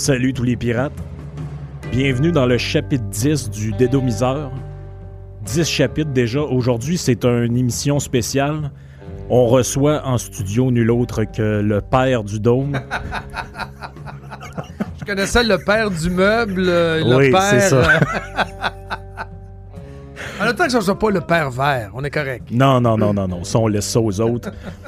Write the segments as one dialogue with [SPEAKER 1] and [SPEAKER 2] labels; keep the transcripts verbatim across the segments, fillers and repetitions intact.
[SPEAKER 1] Salut tous les pirates. Bienvenue dans le chapitre dix du Dédomiseur. dix chapitres déjà. Aujourd'hui, c'est une émission spéciale. On reçoit en studio nul autre que le père du dôme.
[SPEAKER 2] Je connaissais le père du meuble, le
[SPEAKER 1] oui,
[SPEAKER 2] père...
[SPEAKER 1] c'est ça.
[SPEAKER 2] En même temps que ça ne soit pas le père vert, on est correct.
[SPEAKER 1] Non, non, non, non, non. Ça, on laisse ça aux autres.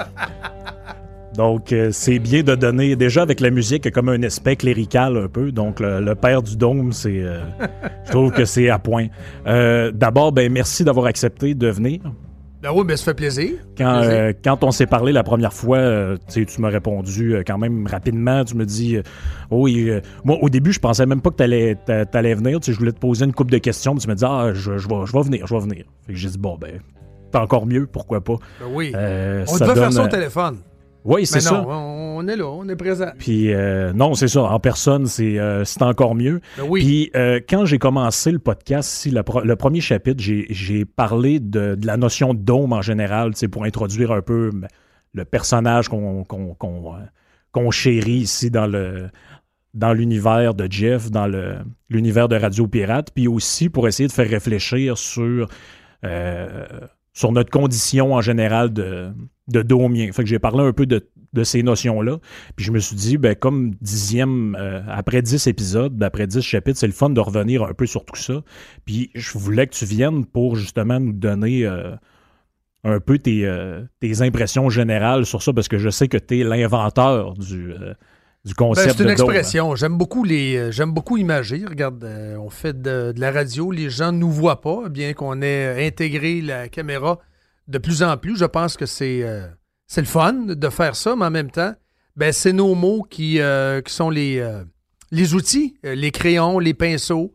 [SPEAKER 1] Donc, euh, c'est bien de donner... Déjà, avec la musique, il y a comme un aspect clérical un peu. Donc, le, le père du dôme, c'est... Euh, je trouve que c'est à point. Euh, d'abord, ben merci d'avoir accepté de venir.
[SPEAKER 2] Ben oui, ben ça fait plaisir.
[SPEAKER 1] Quand,
[SPEAKER 2] plaisir.
[SPEAKER 1] Euh, quand on s'est parlé la première fois, euh, tu m'as répondu euh, quand même rapidement. Tu me dis, euh, oui, euh, moi au début, je pensais même pas que tu allais venir. Je voulais te poser une couple de questions. Puis tu me dis, ah, je, je, vais, je vais venir, je vais venir. Fait que j'ai dit, bon, ben, c'est encore mieux, pourquoi pas.
[SPEAKER 2] Ben oui.
[SPEAKER 1] Euh,
[SPEAKER 2] on
[SPEAKER 1] ça
[SPEAKER 2] devait
[SPEAKER 1] donne,
[SPEAKER 2] faire ça au téléphone.
[SPEAKER 1] Oui, c'est ça.
[SPEAKER 2] Mais non, on est là, on est présent.
[SPEAKER 1] Puis euh, non, c'est ça. En personne, c'est euh, encore mieux.
[SPEAKER 2] Ben oui.
[SPEAKER 1] Puis euh, quand j'ai commencé le podcast, si le, pro- le premier chapitre, j'ai parlé de, de la notion de dôme en général, pour introduire un peu le personnage qu'on qu'on, qu'on, euh, qu'on chérit ici dans le dans l'univers de Jeff, dans le l'univers de Radio Pirate, puis aussi pour essayer de faire réfléchir sur euh, sur notre condition en général de, de domien. Fait que j'ai parlé un peu de, de ces notions-là. Puis je me suis dit, ben comme dixième, euh, après dix épisodes, après dix chapitres, c'est le fun de revenir un peu sur tout ça. Puis je voulais que tu viennes pour justement nous donner euh, un peu tes, euh, tes impressions générales sur ça, parce que je sais que tu es l'inventeur du... Euh, du concept.
[SPEAKER 2] Ben, c'est une
[SPEAKER 1] de
[SPEAKER 2] expression. Dôme. J'aime beaucoup les, euh, j'aime beaucoup imager. Regarde, euh, on fait de, de la radio, les gens ne nous voient pas, bien qu'on ait intégré la caméra de plus en plus. Je pense que c'est euh, c'est le fun de faire ça, mais en même temps, ben c'est nos mots qui, euh, qui sont les, euh, les outils, euh, les crayons, les pinceaux,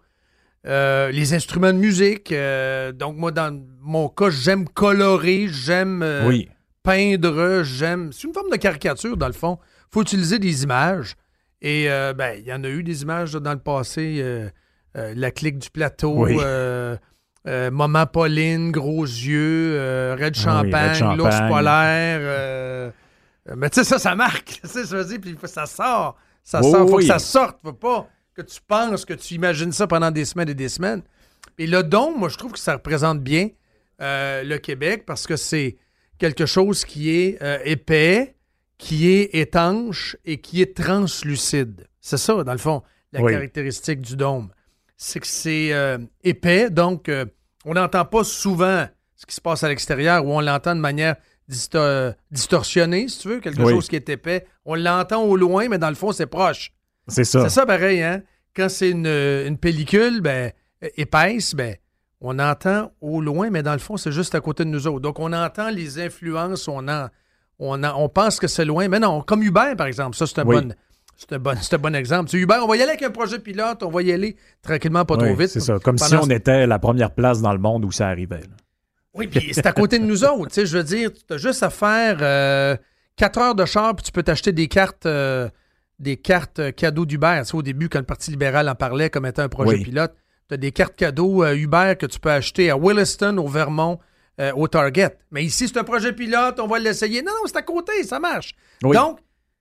[SPEAKER 2] euh, les instruments de musique. Euh, donc moi, dans mon cas, j'aime colorer, j'aime euh,
[SPEAKER 1] oui.
[SPEAKER 2] peindre, j'aime. C'est une forme de caricature dans le fond. Il faut utiliser des images. Et euh, ben, il y en a eu des images là, dans le passé. Euh, euh, la clique du plateau,
[SPEAKER 1] oui.
[SPEAKER 2] euh, euh, Maman Pauline, Gros Yeux, euh, Red,
[SPEAKER 1] ah
[SPEAKER 2] Champagne,
[SPEAKER 1] oui,
[SPEAKER 2] L'Ours Polaire. Euh, mais tu sais, ça, ça marque. Ça, je veux dire, puis ça sort. Ça
[SPEAKER 1] oh,
[SPEAKER 2] sort. Faut
[SPEAKER 1] oui.
[SPEAKER 2] que ça sorte. Faut pas que tu penses, que tu imagines ça pendant des semaines et des semaines. Et le don, moi, je trouve que ça représente bien euh, le Québec parce que c'est quelque chose qui est euh, épais, qui est étanche et qui est translucide. C'est ça, dans le fond, la
[SPEAKER 1] oui.
[SPEAKER 2] caractéristique du dôme. C'est que c'est euh, épais, donc euh, on n'entend pas souvent ce qui se passe à l'extérieur ou on l'entend de manière disto- distorsionnée, si tu veux, quelque
[SPEAKER 1] oui.
[SPEAKER 2] chose qui est épais. On l'entend au loin, mais dans le fond, c'est proche.
[SPEAKER 1] C'est ça.
[SPEAKER 2] C'est ça pareil, hein? Quand c'est une, une pellicule ben, épaisse, ben, on entend au loin, mais dans le fond, c'est juste à côté de nous autres. Donc, on entend les influences, on en... On, a, on pense que c'est loin, mais non, comme Hubert, par exemple. Ça, c'est un,
[SPEAKER 1] oui.
[SPEAKER 2] bon, c'est un, bon, c'est un bon exemple. C'est Hubert, on va y aller avec un projet pilote, on va y aller tranquillement, pas
[SPEAKER 1] oui,
[SPEAKER 2] trop vite.
[SPEAKER 1] C'est ça, comme si on ce... était la première place dans le monde où ça arrivait. Là.
[SPEAKER 2] Oui, puis c'est à côté de nous autres. Je veux dire, tu as juste à faire euh, quatre heures de char, puis tu peux t'acheter des cartes euh, des cartes cadeaux d'Hubert. Tu sais, au début, quand le Parti libéral en parlait comme étant un projet
[SPEAKER 1] oui.
[SPEAKER 2] pilote, tu as des cartes cadeaux euh, Hubert que tu peux acheter à Williston, au Vermont, Euh, au Target. Mais ici, c'est un projet pilote, on va l'essayer. Non, non, c'est à côté, ça marche.
[SPEAKER 1] Oui.
[SPEAKER 2] Donc,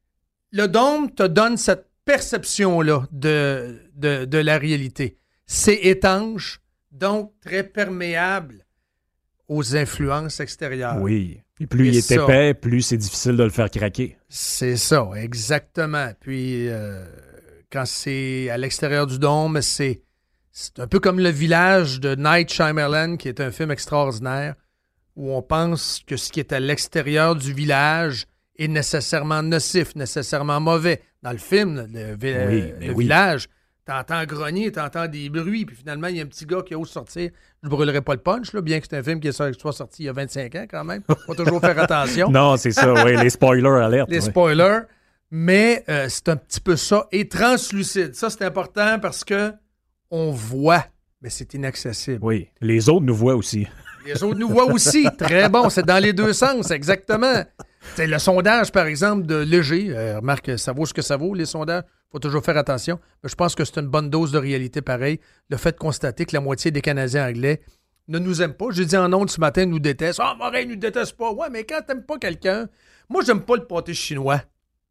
[SPEAKER 2] le dôme te donne cette perception-là de, de, de la réalité. C'est étanche, donc très perméable aux influences extérieures.
[SPEAKER 1] Oui. Et plus Et il est ça, épais, plus c'est difficile de le faire craquer.
[SPEAKER 2] C'est ça, exactement. Puis, euh, quand c'est à l'extérieur du dôme, c'est... C'est un peu comme Le Village de Night Shyamalan, qui est un film extraordinaire, où on pense que ce qui est à l'extérieur du village est nécessairement nocif, nécessairement mauvais. Dans le film, le,
[SPEAKER 1] oui,
[SPEAKER 2] le
[SPEAKER 1] oui.
[SPEAKER 2] village, t'entends grogner, t'entends des bruits, puis finalement, il y a un petit gars qui ose sortir. Je ne brûlerai pas le punch, là, bien que c'est un film qui soit sorti il y a vingt-cinq ans quand même. Faut toujours faire attention.
[SPEAKER 1] Non, c'est ça, oui, les spoilers alerte.
[SPEAKER 2] Les
[SPEAKER 1] oui.
[SPEAKER 2] spoilers. Mais euh, c'est un petit peu ça. Et translucide. Ça, c'est important parce que on voit, mais c'est inaccessible.
[SPEAKER 1] Oui, les autres nous voient aussi.
[SPEAKER 2] Les autres nous voient aussi. Très bon, c'est dans les deux sens, exactement. C'est le sondage, par exemple, de Léger. Euh, remarque, ça vaut ce que ça vaut, les sondages. Il faut toujours faire attention. Mais je pense que c'est une bonne dose de réalité pareil. Le fait de constater que la moitié des Canadiens anglais ne nous aiment pas. J'ai dit en ondes ce matin, nous détestent. Ah, oh, Morin, nous déteste pas. Ouais, mais quand t'aimes pas quelqu'un... Moi, j'aime pas le pâté chinois.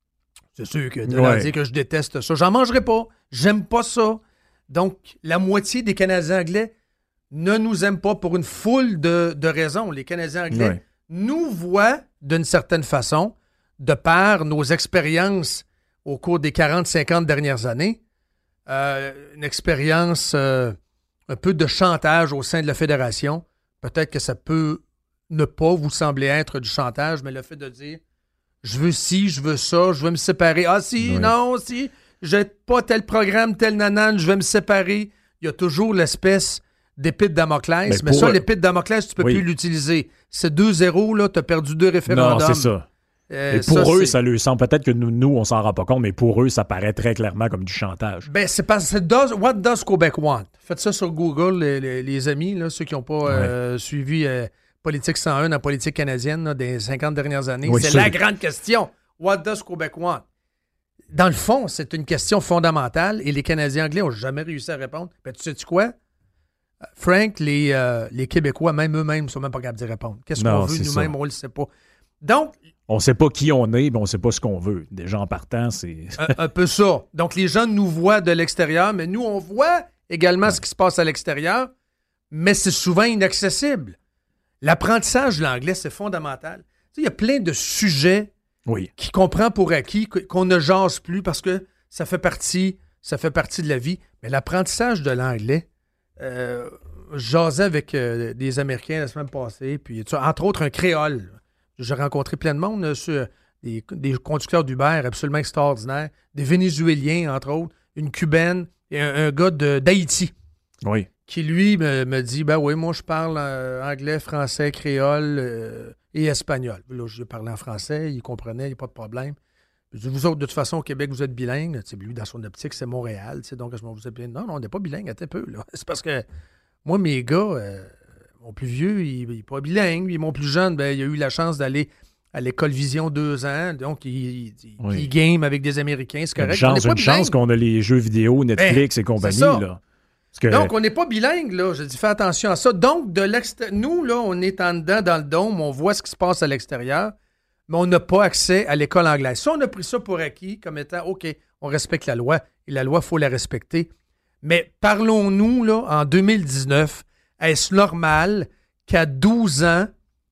[SPEAKER 2] C'est sûr que de là à
[SPEAKER 1] Ouais.
[SPEAKER 2] dire que je déteste ça. J'en mangerai pas. J'aime pas ça. Donc, la moitié des Canadiens anglais ne nous aiment pas pour une foule de, de raisons. Les Canadiens anglais
[SPEAKER 1] Ouais.
[SPEAKER 2] nous voient d'une certaine façon, de par nos expériences au cours des quarante cinquante dernières années, euh, une expérience euh, un peu de chantage au sein de la fédération. Peut-être que ça peut ne pas vous sembler être du chantage, mais le fait de dire je veux ci, je veux ça, je veux me séparer. Ah si,
[SPEAKER 1] Ouais.
[SPEAKER 2] non, si, j'ai pas tel programme, tel nanane, je vais me séparer. Il y a toujours l'espèce d'épée de Damoclès,
[SPEAKER 1] Mais
[SPEAKER 2] mais,
[SPEAKER 1] pour
[SPEAKER 2] ça,
[SPEAKER 1] eux-
[SPEAKER 2] l'épée de Damoclès, tu peux
[SPEAKER 1] Oui.
[SPEAKER 2] plus l'utiliser. C'est deux zéro, là, t'as perdu deux référendums.
[SPEAKER 1] Non, c'est ça.
[SPEAKER 2] Euh,
[SPEAKER 1] Et pour
[SPEAKER 2] ça,
[SPEAKER 1] eux,
[SPEAKER 2] c'est-
[SPEAKER 1] ça lui semble peut-être que nous, nous on s'en rend pas compte, mais pour eux, ça paraît très clairement comme du chantage.
[SPEAKER 2] Ben, c'est parce que c'est does, what does Quebec want? Faites ça sur Google, les, les- les amis, là, ceux qui n'ont pas euh, suivi euh, Politique cent un, la politique canadienne là, des cinquante dernières années.
[SPEAKER 1] Oui,
[SPEAKER 2] c'est
[SPEAKER 1] sûr.
[SPEAKER 2] la grande question. What does Quebec want? Dans le fond, c'est une question fondamentale et les Canadiens anglais n'ont jamais réussi à répondre. Ben, tu sais-tu quoi? Frank, les, euh, les Québécois, même eux-mêmes, ne sont même pas capables d'y répondre. Qu'est-ce qu'on
[SPEAKER 1] Non,
[SPEAKER 2] veut
[SPEAKER 1] c'est
[SPEAKER 2] nous-mêmes,
[SPEAKER 1] ça.
[SPEAKER 2] on ne le sait pas. Donc,
[SPEAKER 1] On sait pas qui on est, mais on sait pas ce qu'on veut. Déjà en partant, c'est.
[SPEAKER 2] un, un peu ça. Donc, les gens nous voient de l'extérieur, mais nous, on voit également
[SPEAKER 1] Ouais.
[SPEAKER 2] ce qui se passe à l'extérieur, mais c'est souvent inaccessible. L'apprentissage de l'anglais, c'est fondamental. Tu sais, il y a plein de sujets
[SPEAKER 1] Oui.
[SPEAKER 2] qui comprend pour acquis, qu- qu'on ne jase plus parce que ça fait partie, ça fait partie de la vie. Mais l'apprentissage de l'anglais, euh, je jasais avec euh, des Américains la semaine passée, puis tu sais, entre autres un créole. J'ai rencontré plein de monde, là, sur des, des conducteurs d'Uber absolument extraordinaires, des Vénézuéliens, entre autres, une Cubaine et un, un gars de- d'Haïti
[SPEAKER 1] Oui.
[SPEAKER 2] qui, lui, me, me dit, ben oui, moi, je parle euh, anglais, français, créole euh, et espagnol. Là, je lui ai parlé en français, il comprenait, il n'y a pas de problème. Je dis, vous autres, de toute façon, au Québec, vous êtes bilingues. Tu sais, lui, dans son optique, c'est Montréal. Tu sais, donc, est-ce que vous êtes bilingue? Non, non, on n'est pas bilingue, attends un peu. Là. C'est parce que moi, mes gars, euh, mon plus vieux, il n'est pas bilingue. Puis mon plus jeune, ben, il a eu la chance d'aller à l'école Vision deux ans. Donc, il, il,
[SPEAKER 1] Oui.
[SPEAKER 2] il game avec des Américains. C'est
[SPEAKER 1] Une
[SPEAKER 2] correct.
[SPEAKER 1] chance,
[SPEAKER 2] On n'est pas
[SPEAKER 1] une chance
[SPEAKER 2] bilingue.
[SPEAKER 1] qu'on a les jeux vidéo, Netflix et compagnie.
[SPEAKER 2] c'est ça.
[SPEAKER 1] Là. Parce que,
[SPEAKER 2] Donc, on n'est pas bilingue, là. Je dis, fais attention à ça. Donc, de l'extérieur, nous, là, on est en dedans, dans le dôme, on voit ce qui se passe à l'extérieur, mais on n'a pas accès à l'école anglaise. Ça, on a pris ça pour acquis comme étant, OK, on respecte la loi, et la loi, il faut la respecter. Mais parlons-nous, là, en deux mille dix-neuf, est-ce normal qu'à douze ans,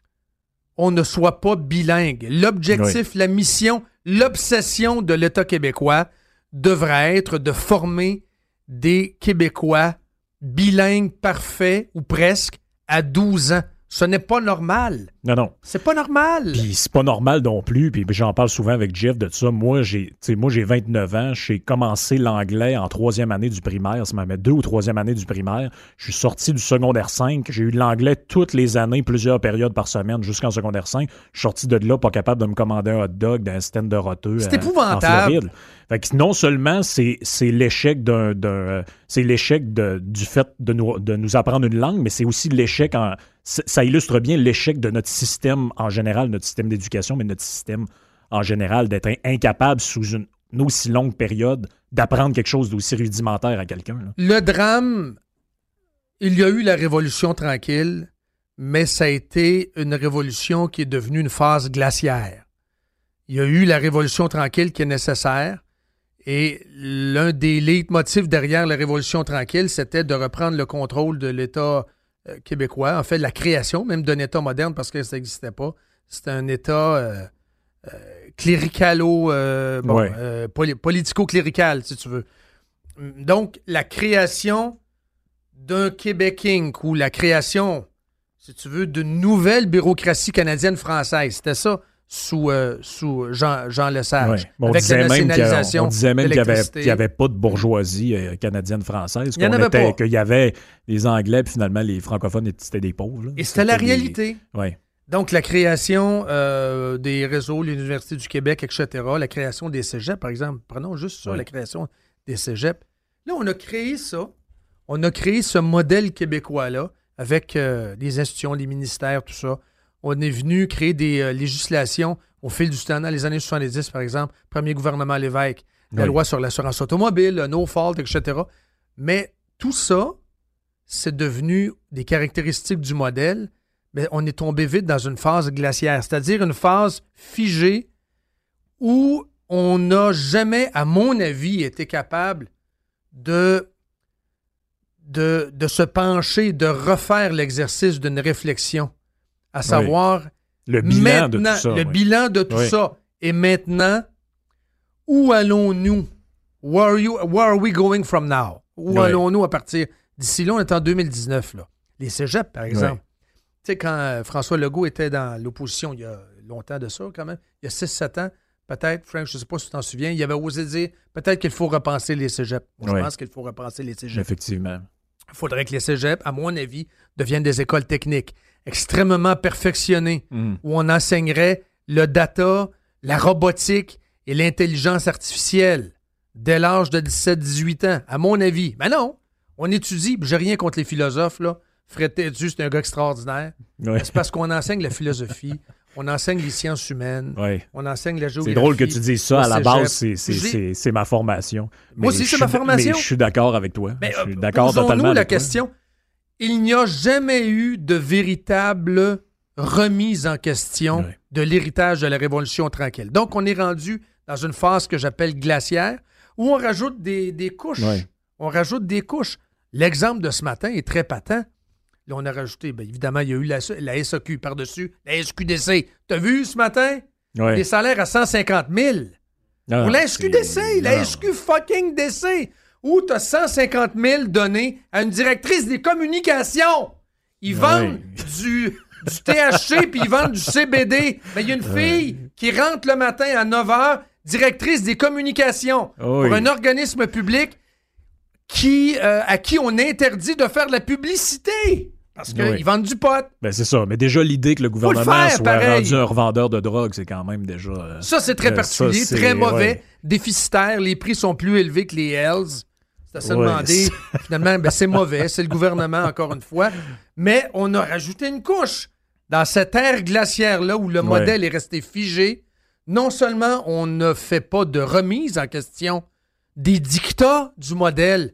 [SPEAKER 2] on ne soit pas bilingue? L'objectif, la mission, l'obsession de l'État québécois devrait être de former des Québécois bilingues parfaits ou presque à douze ans. Ce n'est pas normal.
[SPEAKER 1] non, non.
[SPEAKER 2] C'est pas normal.
[SPEAKER 1] Puis c'est pas normal non plus. Puis j'en parle souvent avec Jeff de ça. Moi, j'ai, tu sais, moi, j'ai vingt-neuf ans. J'ai commencé l'anglais en troisième année du primaire. Ça m'a mis deux ou troisième année du primaire. Je suis sorti du secondaire cinq. J'ai eu de l'anglais toutes les années, plusieurs périodes par semaine, jusqu'en secondaire cinq. Je suis sorti de là, pas capable de me commander un hot dog d'un stand de roteux.
[SPEAKER 2] C'est
[SPEAKER 1] euh,
[SPEAKER 2] épouvantable.
[SPEAKER 1] En Floride. Fait que non seulement c'est, c'est l'échec d'un, d'un c'est l'échec de, du fait de nous, de nous apprendre une langue, mais c'est aussi l'échec en, ça illustre bien l'échec de notre système en général, notre système d'éducation, mais notre système en général, d'être incapable sous une, une aussi longue période d'apprendre quelque chose d'aussi rudimentaire à quelqu'un. Là.
[SPEAKER 2] Le drame, il y a eu la Révolution tranquille, mais ça a été une révolution qui est devenue une phase glaciaire. Il y a eu la Révolution tranquille qui est nécessaire, et l'un des leitmotifs derrière la Révolution tranquille, c'était de reprendre le contrôle de l'État euh, québécois, en fait, la création même d'un État moderne, parce que ça n'existait pas. C'était un État euh, euh, cléricalo, euh, bon,
[SPEAKER 1] Ouais.
[SPEAKER 2] euh, poli- politico-clérical, si tu veux. Donc, la création d'un Québec Inc ou la création, si tu veux, d'une nouvelle bureaucratie canadienne-française, c'était ça sous, euh, sous Jean, Jean Lesage.
[SPEAKER 1] Ouais. On,
[SPEAKER 2] avec
[SPEAKER 1] disait
[SPEAKER 2] la
[SPEAKER 1] même qu'il y a-
[SPEAKER 2] nationalisation
[SPEAKER 1] on disait même
[SPEAKER 2] de
[SPEAKER 1] qu'il n'y avait,
[SPEAKER 2] l'électricité.
[SPEAKER 1] qu'il y avait pas de bourgeoisie euh, canadienne-française.
[SPEAKER 2] Il y en
[SPEAKER 1] qu'on
[SPEAKER 2] avait
[SPEAKER 1] était-
[SPEAKER 2] pas.
[SPEAKER 1] Qu'il y avait les Anglais, puis finalement, les francophones, c'était des pauvres. Là.
[SPEAKER 2] Et c'était la
[SPEAKER 1] des-
[SPEAKER 2] réalité.
[SPEAKER 1] Ouais.
[SPEAKER 2] Donc, la création euh, des réseaux, l'Université du Québec, et cetera, la création des cégeps, par exemple. Prenons juste ça,
[SPEAKER 1] Oui.
[SPEAKER 2] la création des cégeps. Là, on a créé ça. On a créé ce modèle québécois-là avec euh, les institutions, les ministères, tout ça. On est venu créer des euh, législations au fil du temps, dans les années soixante-dix, par exemple, premier gouvernement Lévesque, la
[SPEAKER 1] Oui.
[SPEAKER 2] loi sur l'assurance automobile, le no fault, et cetera. Mais tout ça, c'est devenu des caractéristiques du modèle, mais on est tombé vite dans une phase glaciaire, c'est-à-dire une phase figée où on n'a jamais, à mon avis, été capable de, de, de se pencher, de refaire l'exercice d'une réflexion, à savoir
[SPEAKER 1] oui. le bilan de tout ça.
[SPEAKER 2] Le
[SPEAKER 1] oui.
[SPEAKER 2] bilan de tout oui. ça. Et maintenant, où allons-nous? Where are, you, where are we going from now? Où oui. allons-nous à partir? D'ici là, on est en deux mille dix-neuf. Là. Les cégeps, par exemple. Oui. Tu sais, quand euh, François Legault était dans l'opposition, il y a longtemps de ça, quand même, il y a six sept ans, peut-être, Frank, je ne sais pas si tu t'en souviens, il avait osé dire peut-être qu'il faut repenser les cégeps. Moi, oui. Je pense qu'il faut repenser les cégeps.
[SPEAKER 1] Effectivement.
[SPEAKER 2] Il faudrait que les cégeps, à mon avis, deviennent des écoles techniques extrêmement perfectionnées, mm. où on enseignerait le data, la robotique et l'intelligence artificielle dès l'âge de dix-sept dix-huit ans, à mon avis. Mais non, on étudie, j'ai rien contre les philosophes, là. Fred Tétu, c'est un gars extraordinaire. Oui. C'est parce qu'on enseigne la philosophie, on enseigne les sciences humaines, oui. on enseigne la géographie.
[SPEAKER 1] C'est drôle que tu dises ça. À la base, c'est, c'est, c'est, c'est ma formation.
[SPEAKER 2] Moi aussi, c'est ma formation.
[SPEAKER 1] Mais je suis d'accord avec toi.
[SPEAKER 2] Mais,
[SPEAKER 1] je suis d'accord totalement
[SPEAKER 2] nous la
[SPEAKER 1] avec
[SPEAKER 2] question.
[SPEAKER 1] Toi.
[SPEAKER 2] Il n'y a jamais eu de véritable remise en question oui. de l'héritage de la Révolution tranquille. Donc, on est rendu dans une phase que j'appelle glaciaire, où on rajoute des, des couches. Oui. On rajoute des couches. L'exemple de ce matin est très patent. Là, on a rajouté, bien évidemment, il y a eu la, la S A Q par-dessus, la S Q D C. T'as vu ce matin? Oui. Des salaires à cent cinquante mille. Non, pour la S Q D C, c'est... la non. S Q fucking D C, où t'as cent cinquante mille donnés à une directrice des communications. Ils oui. vendent du, du T H C puis ils vendent du C B D. Mais il y a une fille oui. qui rentre le matin à neuf heures, directrice des communications oui. pour un organisme public qui, euh, à qui on interdit de faire de la publicité. Parce qu'ils oui. vendent du pot.
[SPEAKER 1] Ben c'est ça. Mais déjà, l'idée que le gouvernement le faire, soit pareil. rendu un revendeur de drogue, c'est quand même déjà... Euh,
[SPEAKER 2] ça, c'est très euh, particulier, ça, c'est, très mauvais, ouais. déficitaire. Les prix sont plus élevés que les Hells. C'est à se ouais, demander. C'est... Finalement, ben, c'est mauvais. C'est le gouvernement, encore une fois. Mais on a rajouté une couche. Dans cette ère glaciaire-là où le ouais. modèle est resté figé, non seulement on ne fait pas de remise en question des dictats du modèle,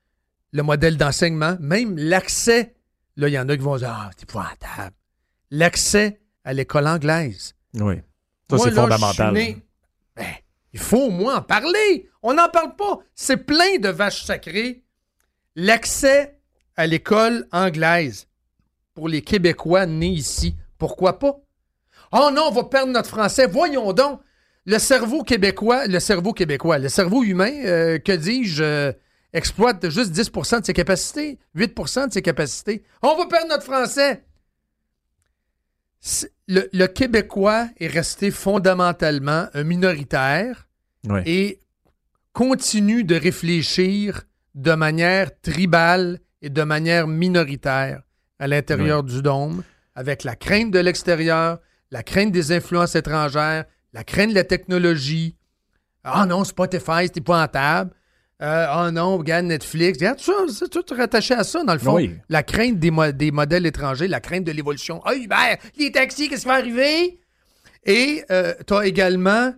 [SPEAKER 2] le modèle d'enseignement, même l'accès... Là, il y en a qui vont dire « Ah, c'est épouvantable. » L'accès à l'école anglaise.
[SPEAKER 1] Oui. Ça,
[SPEAKER 2] Moi,
[SPEAKER 1] c'est
[SPEAKER 2] là,
[SPEAKER 1] fondamental.
[SPEAKER 2] Né, ben, il faut au moins en parler. On n'en parle pas. C'est plein de vaches sacrées. L'accès à l'école anglaise pour les Québécois nés ici, pourquoi pas? Oh non, on va perdre notre français. Voyons donc. Le cerveau québécois, le cerveau québécois, le cerveau humain, euh, que dis-je... Euh, exploite juste dix pour cent de ses capacités, huit pour cent de ses capacités. On va perdre notre français. Le, le Québécois est resté fondamentalement un minoritaire oui. et continue de réfléchir de manière tribale et de manière minoritaire à l'intérieur oui. du dôme, avec la crainte de l'extérieur, la crainte des influences étrangères, la crainte de la technologie. Ah non, Spotify, c'est épouvantable. Euh, oh non, regarde Netflix. Regarde ça, c'est tout rattaché à ça, dans le fond. Oui. La crainte des, mo- des modèles étrangers, la crainte de l'évolution. Ah, Uber, les taxis, qu'est-ce qui va arriver? Et euh, tu as également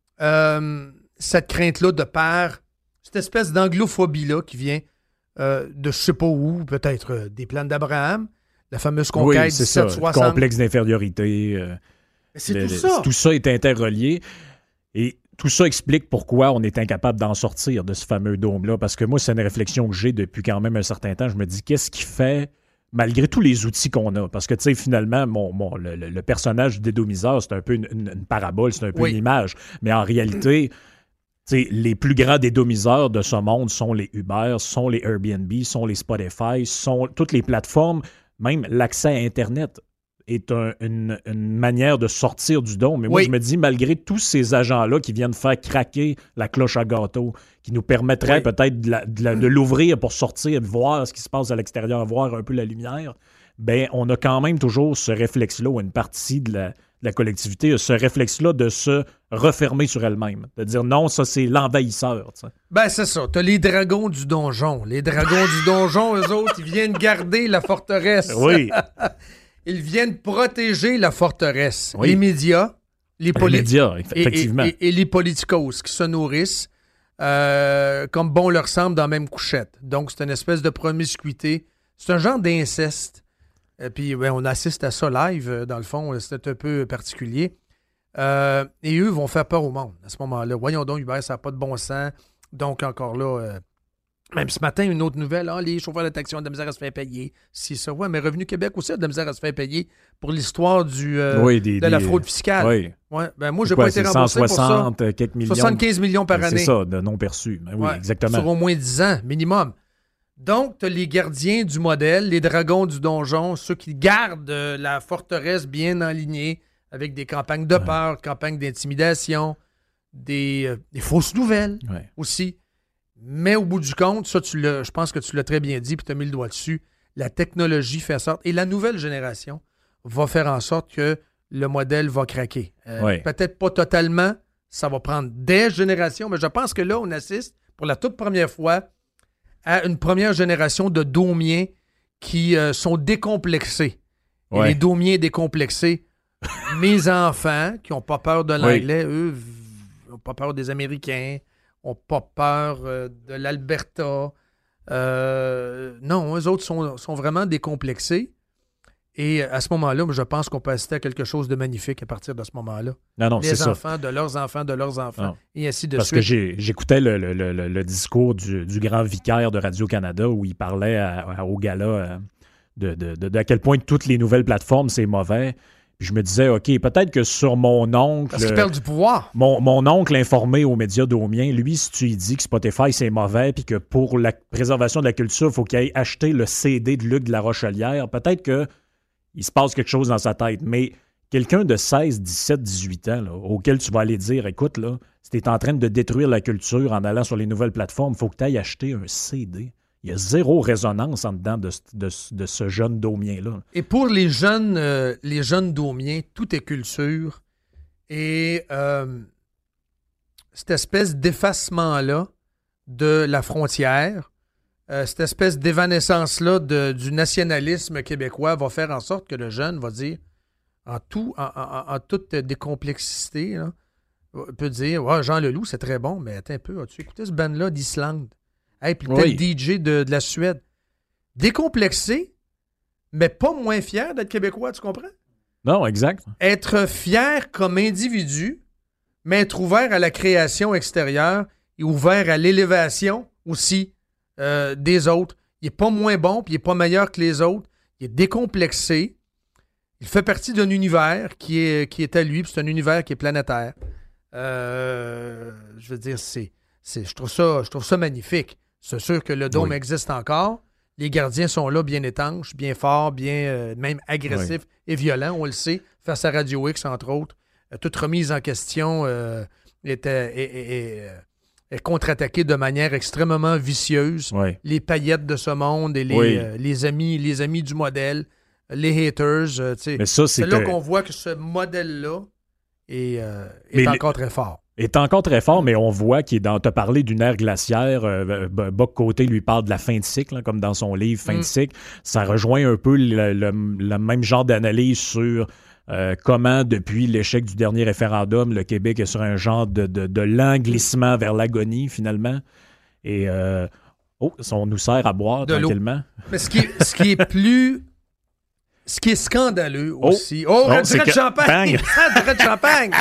[SPEAKER 2] euh, cette crainte-là de par cette espèce d'anglophobie-là qui vient euh, de je sais pas où, peut-être euh, des plans d'Abraham, la fameuse conquête
[SPEAKER 1] oui, c'est
[SPEAKER 2] dix-sept soixante.
[SPEAKER 1] Ça, complexe d'infériorité. Euh,
[SPEAKER 2] c'est
[SPEAKER 1] le,
[SPEAKER 2] tout ça.
[SPEAKER 1] Tout ça est interrelié. Et tout ça explique pourquoi on est incapable d'en sortir de ce fameux dôme-là. Parce que moi, c'est une réflexion que j'ai depuis quand même un certain temps. Je me dis, qu'est-ce qui fait, malgré tous les outils qu'on a? Parce que, tu sais, finalement, mon, mon, le, le personnage du dédomiseur, c'est un peu une, une, une parabole, c'est un peu oui. une image. Mais en réalité, tu sais, les plus grands dédomiseurs de ce monde sont les Uber, sont les Airbnb, sont les Spotify, sont toutes les plateformes, même l'accès à Internet est un, une, une manière de sortir du dôme. Mais moi, oui. je me dis, malgré tous ces agents-là qui viennent faire craquer la cloche à gâteau, qui nous permettraient oui. peut-être de, la, de, la, de l'ouvrir pour sortir, voir ce qui se passe à l'extérieur, voir un peu la lumière, ben on a quand même toujours ce réflexe-là, ou une partie de la, de la collectivité a ce réflexe-là de se refermer sur elle-même. De dire non, ça, c'est l'envahisseur. T'sais.
[SPEAKER 2] Ben, c'est ça. T'as les dragons du donjon. Les dragons du donjon, eux autres, ils viennent garder la forteresse.
[SPEAKER 1] Oui.
[SPEAKER 2] Ils viennent protéger la forteresse. Oui. Les médias, les, poli-
[SPEAKER 1] les médias, effectivement.
[SPEAKER 2] Et, et, et les politicos qui se nourrissent euh, comme bon leur semble dans la même couchette. Donc, c'est une espèce de promiscuité. C'est un genre d'inceste. Et puis, ben, on assiste à ça live, dans le fond. C'est un peu particulier. Euh, et eux vont faire peur au monde à ce moment-là. Voyons donc, Uber, ça n'a pas de bon sens. Donc, encore là, euh, même ce matin, une autre nouvelle, ah, les chauffeurs de taxi ont de la misère à se faire payer. C'est ça. Ouais, mais Revenu Québec aussi a de la misère à se faire payer pour l'histoire du, euh,
[SPEAKER 1] oui, des,
[SPEAKER 2] de la
[SPEAKER 1] des,
[SPEAKER 2] fraude fiscale.
[SPEAKER 1] Oui.
[SPEAKER 2] Ouais, ben moi, je n'ai pas été remboursé
[SPEAKER 1] cent soixante
[SPEAKER 2] pour ça.
[SPEAKER 1] Quelques millions.
[SPEAKER 2] soixante-quinze millions par
[SPEAKER 1] ben,
[SPEAKER 2] année.
[SPEAKER 1] C'est ça, de non perçus. Ben oui,
[SPEAKER 2] ouais,
[SPEAKER 1] exactement.
[SPEAKER 2] Sur au moins dix ans, minimum. Donc, tu as les gardiens du modèle, les dragons du donjon, ceux qui gardent euh, la forteresse bien alignée avec des campagnes de peur, ouais. campagnes d'intimidation, des, euh, des fausses nouvelles ouais. aussi. Mais au bout du compte, ça, tu l'as, je pense que tu l'as très bien dit, puis tu as mis le doigt dessus, la technologie fait en sorte, et la nouvelle génération va faire en sorte que le modèle va craquer. Euh,
[SPEAKER 1] ouais.
[SPEAKER 2] Peut-être pas totalement, ça va prendre des générations, mais je pense que là, on assiste pour la toute première fois à une première génération de daumiens qui euh, sont décomplexés. Ouais. Et les daumiens décomplexés, mes enfants qui n'ont pas peur de l'anglais, oui. eux, n'ont pas peur des Américains, n'ont pas peur euh, de l'Alberta. Euh, non, eux autres sont, sont vraiment décomplexés. Et à ce moment-là, je pense qu'on peut assister à quelque chose de magnifique à partir de ce moment-là.
[SPEAKER 1] Non, non,
[SPEAKER 2] Les
[SPEAKER 1] c'est
[SPEAKER 2] enfants,
[SPEAKER 1] ça.
[SPEAKER 2] de leurs enfants, de leurs enfants, non. et ainsi de
[SPEAKER 1] Parce
[SPEAKER 2] suite.
[SPEAKER 1] Parce que j'ai, j'écoutais le, le, le, le discours du, du grand vicaire de Radio-Canada où il parlait à, à, au gala de, de, de, de à quel point toutes les nouvelles plateformes, c'est mauvais. Je me disais, OK, peut-être que sur mon oncle...
[SPEAKER 2] Parce qu'il perd du pouvoir.
[SPEAKER 1] Mon, mon oncle informé aux médias daumiens, lui, si tu lui dis que Spotify, c'est mauvais puis que pour la préservation de la culture, il faut qu'il aille acheter le C D de Luc de la Rochelière, peut-être que il se passe quelque chose dans sa tête. Mais quelqu'un de seize, dix-sept, dix-huit ans, là, auquel tu vas aller dire, écoute, là, si tu es en train de détruire la culture en allant sur les nouvelles plateformes, il faut que tu ailles acheter un C D. Il y a zéro résonance en dedans de, de, de ce jeune daumien-là.
[SPEAKER 2] Et pour les jeunes, euh, les jeunes daumiens, tout est culture. Et euh, cette espèce d'effacement-là de la frontière, euh, cette espèce d'évanescence-là de, du nationalisme québécois va faire en sorte que le jeune va dire, en, tout, en, en, en toute décomplexité, là, peut dire, ouais, Jean Leloup, c'est très bon, mais attends un peu, as-tu écouté ce band-là d'Islande? Hey, puis tel oui. D J de, de la Suède. Décomplexé, mais pas moins fier d'être québécois, tu comprends?
[SPEAKER 1] Non, exact.
[SPEAKER 2] Être fier comme individu, mais être ouvert à la création extérieure et ouvert à l'élévation aussi euh, des autres. Il n'est pas moins bon, puis il n'est pas meilleur que les autres. Il est décomplexé. Il fait partie d'un univers qui est, qui est à lui, puis c'est un univers qui est planétaire. Euh, je veux dire, c'est, c'est, je trouve ça, je trouve ça magnifique. C'est sûr que le dôme oui. existe encore. Les gardiens sont là, bien étanches, bien forts, bien euh, même agressifs oui. et violents, on le sait, face à Radio X, entre autres. Euh, toute remise en question euh, est, est, est, est, est contre-attaquée de manière extrêmement vicieuse.
[SPEAKER 1] Oui.
[SPEAKER 2] Les paillettes de ce monde et les, oui. euh, les, amis, les amis du modèle, les haters. Euh,
[SPEAKER 1] Mais ça, c'est,
[SPEAKER 2] c'est là
[SPEAKER 1] que...
[SPEAKER 2] qu'on voit que ce modèle-là est, euh, est encore les... très fort.
[SPEAKER 1] est encore très fort, mais on voit qu'il est dans... Tu as parlé d'une ère glaciaire. Euh, Boc Côté lui parle de la fin de cycle, hein, comme dans son livre Fin mm. de cycle. Ça rejoint un peu le, le, le même genre d'analyse sur euh, comment, depuis l'échec du dernier référendum, le Québec est sur un genre de, de, de lent glissement vers l'agonie, finalement. Et euh, oh, on nous sert à boire
[SPEAKER 2] de
[SPEAKER 1] tranquillement.
[SPEAKER 2] L'eau. Mais ce qui, ce qui est plus... Ce qui est scandaleux aussi... Oh, oh Red de champagne! Red de champagne!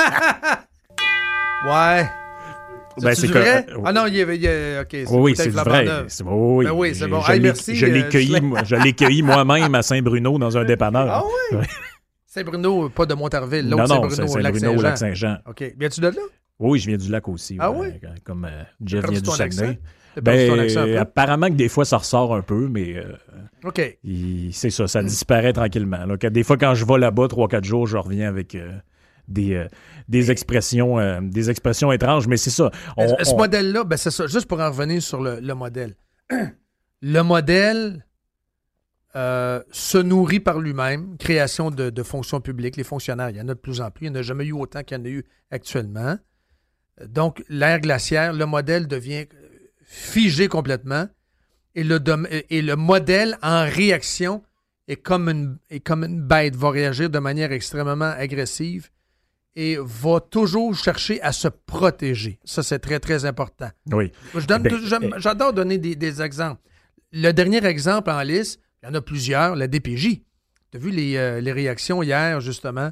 [SPEAKER 2] Ouais. C'est,
[SPEAKER 1] ben, c'est
[SPEAKER 2] du
[SPEAKER 1] que,
[SPEAKER 2] vrai?
[SPEAKER 1] euh,
[SPEAKER 2] ah non, il y a... Il y a OK,
[SPEAKER 1] c'est oui, oui, c'est du vrai. C'est, oui,
[SPEAKER 2] ben oui, c'est bon.
[SPEAKER 1] Je,
[SPEAKER 2] hey,
[SPEAKER 1] l'ai,
[SPEAKER 2] merci,
[SPEAKER 1] je, l'ai
[SPEAKER 2] euh,
[SPEAKER 1] cueilli, je... je l'ai cueilli moi-même à Saint-Bruno dans un dépanneur.
[SPEAKER 2] Ah oui? Ouais. Saint-Bruno, pas de Montarville. L'autre
[SPEAKER 1] non, non,
[SPEAKER 2] Saint-Bruno,
[SPEAKER 1] c'est Saint-Bruno au Lac-Saint-Jean.
[SPEAKER 2] OK. Viens-tu de là?
[SPEAKER 1] Oui, je viens du lac aussi.
[SPEAKER 2] Ah
[SPEAKER 1] ouais,
[SPEAKER 2] oui?
[SPEAKER 1] Comme euh, Jeff vient du Saguenay.
[SPEAKER 2] Ben,
[SPEAKER 1] apparemment que des fois, ça ressort un peu, mais euh,
[SPEAKER 2] OK.
[SPEAKER 1] Il, c'est ça, ça disparaît tranquillement. Là. Des fois, quand je vais là-bas, trois quatre jours, je reviens avec euh, des, euh, des, expressions, euh, des expressions étranges, mais c'est ça.
[SPEAKER 2] On, ce on... modèle-là, ben c'est ça. Juste pour en revenir sur le, le modèle. Le modèle euh, se nourrit par lui-même, création de, de fonctions publiques. Les fonctionnaires, il y en a de plus en plus. Il n'y en a jamais eu autant qu'il y en a eu actuellement. Donc, l'ère glaciaire, le modèle devient figé complètement et le, dom- et le modèle en réaction est comme, une, est comme une bête, va réagir de manière extrêmement agressive et va toujours chercher à se protéger. Ça, c'est très, très important.
[SPEAKER 1] Oui.
[SPEAKER 2] Je donne, ben, j'aime, j'adore donner des, des exemples. Le dernier exemple en liste, il y en a plusieurs, la D P J. Tu as vu les, euh, les réactions hier, justement,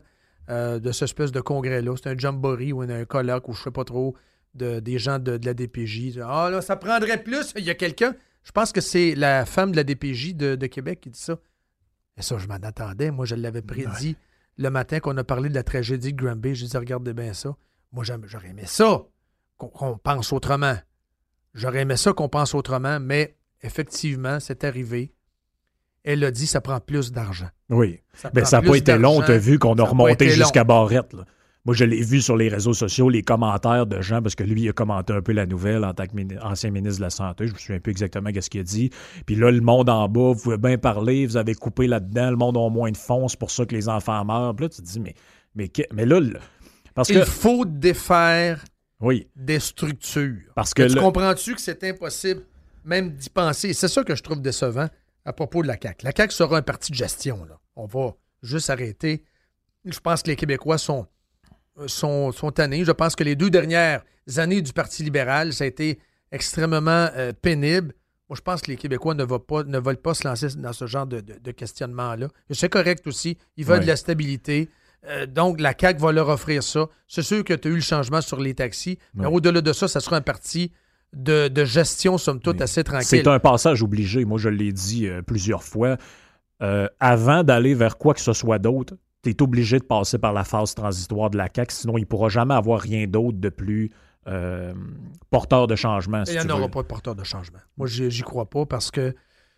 [SPEAKER 2] euh, de cette espèce de congrès-là. C'est un jamboree ou un colloque ou je ne sais pas trop, de, des gens de, de la D P J. Ah là, ça prendrait plus. Il y a quelqu'un, je pense que c'est la femme de la D P J de, de Québec qui dit ça. Et ça, je m'en attendais. Moi, je l'avais prédit ouais. le matin qu'on a parlé de la tragédie de Granby. Je disais, regardez bien ça. Moi, j'aurais aimé ça, qu'on, qu'on pense autrement. J'aurais aimé ça qu'on pense autrement, mais effectivement, c'est arrivé. Elle a dit ça prend plus d'argent.
[SPEAKER 1] Oui. Ça n'a ben, pas été long. Tu as vu qu'on a remonté jusqu'à Barrette. Là. Moi, je l'ai vu sur les réseaux sociaux, les commentaires de gens, parce que lui, il a commenté un peu la nouvelle en tant qu'ancien ministre de la Santé. Je me souviens plus exactement de ce qu'il a dit. Puis là, le monde en bas, vous pouvez bien parler, vous avez coupé là-dedans, le monde a moins de fonds, c'est pour ça que les enfants meurent. Puis là, tu te dis, mais, mais, mais là, parce
[SPEAKER 2] il
[SPEAKER 1] que...
[SPEAKER 2] faut défaire
[SPEAKER 1] oui.
[SPEAKER 2] des structures.
[SPEAKER 1] Parce que
[SPEAKER 2] tu
[SPEAKER 1] le...
[SPEAKER 2] comprends-tu que c'est impossible même d'y penser? C'est ça que je trouve décevant à propos de la C A Q. La C A Q sera un parti de gestion. Là. On va juste arrêter. Je pense que les Québécois sont, sont, sont tannés. Je pense que les deux dernières années du Parti libéral, ça a été extrêmement euh, pénible. Moi, je pense que les Québécois ne, va pas, ne veulent pas se lancer dans ce genre de, de, de questionnement-là. Et c'est correct aussi. Ils veulent oui. de la stabilité. Euh, donc, la C A Q va leur offrir ça. C'est sûr que tu as eu le changement sur les taxis. Oui. Mais au-delà de ça, ça sera un parti... De, de gestion, somme toute, oui. assez tranquille.
[SPEAKER 1] C'est un passage obligé. Moi, je l'ai dit euh, plusieurs fois. Euh, avant d'aller vers quoi que ce soit d'autre, tu es obligé de passer par la phase transitoire de la C A Q, sinon il ne pourra jamais avoir rien d'autre de plus euh, porteur de changement. Si
[SPEAKER 2] il n'y en
[SPEAKER 1] veux.
[SPEAKER 2] aura pas de porteur de changement. Moi, j'y, j'y crois pas parce que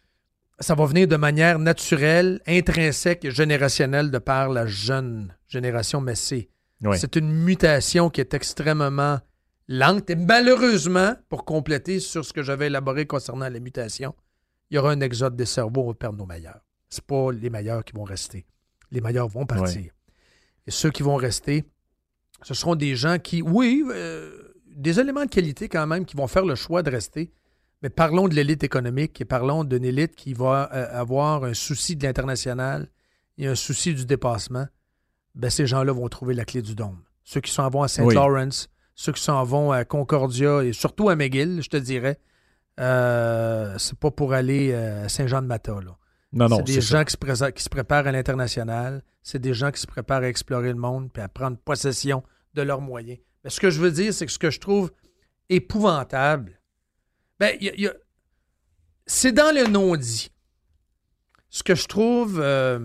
[SPEAKER 2] ça va venir de manière naturelle, intrinsèque et générationnelle de par la jeune génération, mais c'est, oui. c'est une mutation qui est extrêmement... lente. Et malheureusement, pour compléter sur ce que j'avais élaboré concernant la mutation, il y aura un exode des cerveaux, on va perdre nos meilleurs. C'est pas les meilleurs qui vont rester. Les meilleurs vont partir. Ouais. Et ceux qui vont rester, ce seront des gens qui, oui, euh, des éléments de qualité quand même, qui vont faire le choix de rester. Mais parlons de l'élite économique et parlons d'une élite qui va euh, avoir un souci de l'international et un souci du dépassement. Ben, ces gens-là vont trouver la clé du dôme. Ceux qui s'en vont à Saint-Laurent, oui. Ceux qui s'en vont à Concordia et surtout à McGill, je te dirais, euh, c'est pas pour aller à Saint-Jean-de-Mata. Là.
[SPEAKER 1] Non, non,
[SPEAKER 2] c'est des
[SPEAKER 1] c'est
[SPEAKER 2] gens
[SPEAKER 1] ça.
[SPEAKER 2] qui se, pré- qui se préparent à l'international. C'est des gens qui se préparent à explorer le monde puis à prendre possession de leurs moyens. Mais ce que je veux dire, c'est que ce que je trouve épouvantable, ben, y a, y a, c'est dans le non-dit. Ce que je trouve... Euh,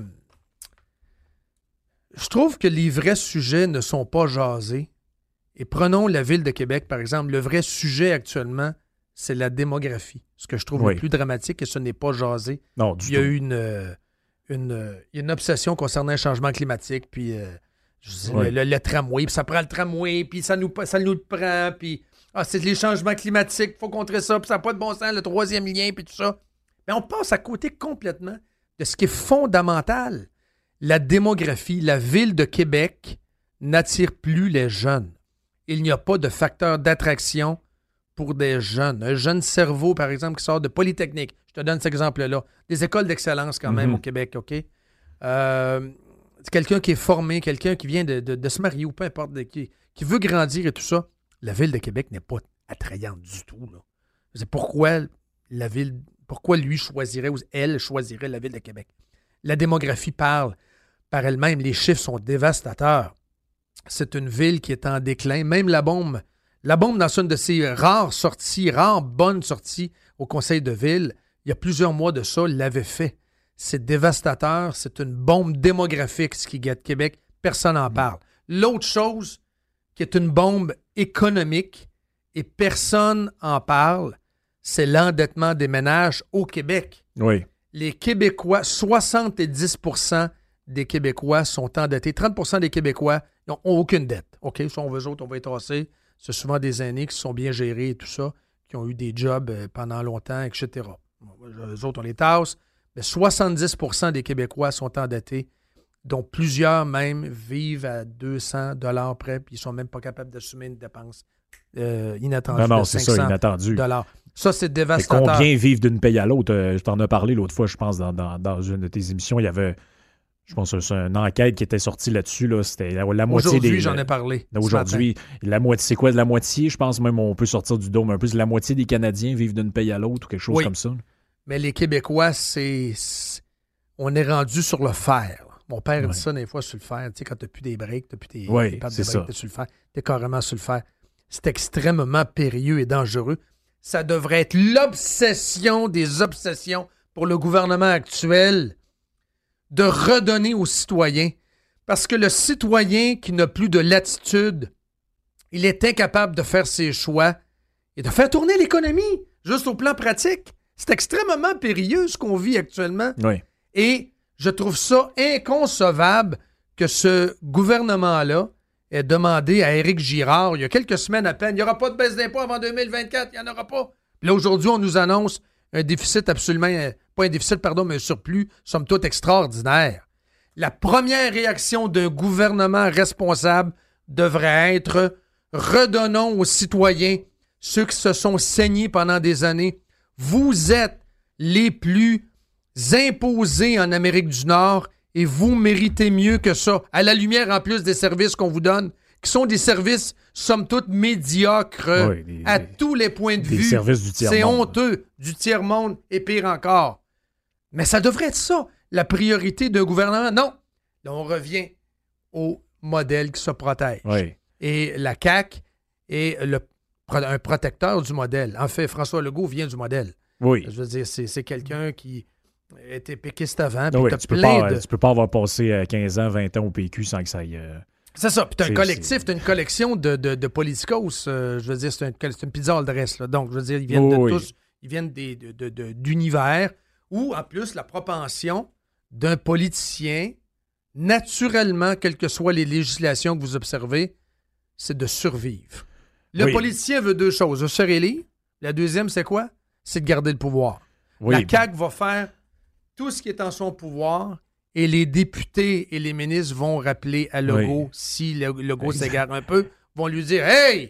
[SPEAKER 2] je trouve que les vrais sujets ne sont pas jasés. Et prenons la Ville de Québec, par exemple. Le vrai sujet actuellement, c'est la démographie. Ce que je trouve oui. le plus dramatique, et ce n'est pas jasé.
[SPEAKER 1] Non, du
[SPEAKER 2] il y a
[SPEAKER 1] tout.
[SPEAKER 2] eu une, une, une obsession concernant le changement climatique, puis euh, je sais, oui. le, le, le tramway, puis ça prend le tramway, puis ça nous, ça nous le prend, puis ah, c'est les changements climatiques, il faut contrer ça, puis ça n'a pas de bon sens, le troisième lien, puis tout ça. Mais on passe à côté complètement de ce qui est fondamental. La démographie, la Ville de Québec n'attire plus les jeunes. Il n'y a pas de facteur d'attraction pour des jeunes. Un jeune cerveau, par exemple, qui sort de Polytechnique. Je te donne cet exemple-là. Des écoles d'excellence quand même mm-hmm. au Québec, OK? Euh, c'est quelqu'un qui est formé, quelqu'un qui vient de, de, de se marier ou peu importe, de, qui, qui veut grandir et tout ça. La Ville de Québec n'est pas attrayante du tout. Là. C'est pourquoi la ville, pourquoi lui choisirait ou elle choisirait la Ville de Québec. La démographie parle par elle-même. Les chiffres sont dévastateurs. C'est une ville qui est en déclin. Même la bombe, la bombe dans une de ses rares sorties, rares bonnes sorties au conseil de ville, il y a plusieurs mois de ça, l'avait fait. C'est dévastateur. C'est une bombe démographique, ce qui guette Québec. Personne n'en parle. L'autre chose qui est une bombe économique et personne n'en parle, c'est l'endettement des ménages au Québec.
[SPEAKER 1] Oui.
[SPEAKER 2] Les Québécois, soixante-dix pour cent des Québécois sont endettés. trente pour cent des Québécois n'ont aucune dette. OK, si on veut eux autres, on va être assez. C'est souvent des aînés qui se sont bien gérés et tout ça, qui ont eu des jobs pendant longtemps, et cetera. Eux autres, on les tasse. Mais soixante-dix pour cent des Québécois sont endettés, dont plusieurs même vivent à deux cents dollars près, puis ils ne sont même pas capables d'assumer une dépense euh, inattendue
[SPEAKER 1] non, non,
[SPEAKER 2] de
[SPEAKER 1] c'est
[SPEAKER 2] cinq cents
[SPEAKER 1] ça, inattendu.
[SPEAKER 2] dollars. Ça, c'est dévastateur.
[SPEAKER 1] Et combien vivent d'une paye à l'autre? Euh, je t'en ai parlé l'autre fois, je pense, dans, dans, dans une de tes émissions. Il y avait, je pense, c'est une enquête qui était sortie là-dessus. Là. C'était la, la moitié
[SPEAKER 2] aujourd'hui,
[SPEAKER 1] des...
[SPEAKER 2] j'en ai parlé.
[SPEAKER 1] Aujourd'hui, la moitié, c'est quoi de la moitié? Je pense même on peut sortir du dôme un peu. C'est la moitié des Canadiens vivent d'une paye à l'autre ou quelque chose
[SPEAKER 2] oui.
[SPEAKER 1] comme ça.
[SPEAKER 2] Mais les Québécois, c'est... c'est... on est rendu sur le fer. Mon père
[SPEAKER 1] Ouais.
[SPEAKER 2] dit ça des fois sur le fer. Tu sais, quand tu n'as plus des breaks, tu n'as plus tes,
[SPEAKER 1] Ouais,
[SPEAKER 2] tes pattes
[SPEAKER 1] c'est
[SPEAKER 2] de break,
[SPEAKER 1] ça.
[SPEAKER 2] tu es sur le fer. Tu es carrément sur le fer. C'est extrêmement périlleux et dangereux. Ça devrait être l'obsession des obsessions pour le gouvernement actuel de redonner aux citoyens. Parce que le citoyen qui n'a plus de latitude, il est incapable de faire ses choix et de faire tourner l'économie, juste au plan pratique. C'est extrêmement périlleux ce qu'on vit actuellement.
[SPEAKER 1] Oui.
[SPEAKER 2] Et je trouve ça inconcevable que ce gouvernement-là ait demandé à Éric Girard, il y a quelques semaines à peine, il n'y aura pas de baisse d'impôts avant deux mille vingt-quatre, il n'y en aura pas. Puis là, aujourd'hui, on nous annonce un déficit absolument, pas un déficit, pardon, mais un surplus, somme toute, extraordinaire. La première réaction d'un gouvernement responsable devrait être « Redonnons aux citoyens, ceux qui se sont saignés pendant des années. Vous êtes les plus imposés en Amérique du Nord et vous méritez mieux que ça. À la lumière, en plus des services qu'on vous donne, qui sont des services, somme toute, médiocres
[SPEAKER 1] Oui, des-
[SPEAKER 2] à tous les points de
[SPEAKER 1] des
[SPEAKER 2] vue.
[SPEAKER 1] services du tiers-monde.
[SPEAKER 2] C'est honteux, du tiers-monde et pire encore. Mais ça devrait être ça, la priorité d'un gouvernement. Non. Là, on revient au modèle qui se protège.
[SPEAKER 1] Oui.
[SPEAKER 2] Et la C A Q est le, un protecteur du modèle. En fait, François Legault vient du modèle.
[SPEAKER 1] Oui.
[SPEAKER 2] Je veux dire, c'est, c'est quelqu'un qui était péquiste avant. Puis
[SPEAKER 1] Oui,
[SPEAKER 2] t'as
[SPEAKER 1] tu, peux
[SPEAKER 2] plein
[SPEAKER 1] pas,
[SPEAKER 2] de...
[SPEAKER 1] tu peux pas avoir passé euh, quinze ans, vingt ans au P Q sans que ça aille. euh,
[SPEAKER 2] C'est ça. Puis t'as un
[SPEAKER 1] C'est-
[SPEAKER 2] collectif, t'as une collection de, de, de politicos. euh, je veux dire, c'est, un, c'est une pizza all dress. Là. Donc, je veux dire, ils viennent
[SPEAKER 1] Oh,
[SPEAKER 2] de
[SPEAKER 1] oui.
[SPEAKER 2] tous, ils viennent des, de, de, de- d'univers où, en plus, la propension d'un politicien, naturellement, quelles que soient les législations que vous observez, c'est de survivre. Le
[SPEAKER 1] Oui.
[SPEAKER 2] politicien veut deux choses. Se faire élire. La deuxième, c'est quoi? C'est de garder le pouvoir.
[SPEAKER 1] Oui.
[SPEAKER 2] La C A Q va faire tout ce qui est en son pouvoir et les députés et les ministres vont rappeler à Legault,
[SPEAKER 1] Oui.
[SPEAKER 2] si le- Legault
[SPEAKER 1] Exact.
[SPEAKER 2] s'égare un peu, vont lui dire « Hey!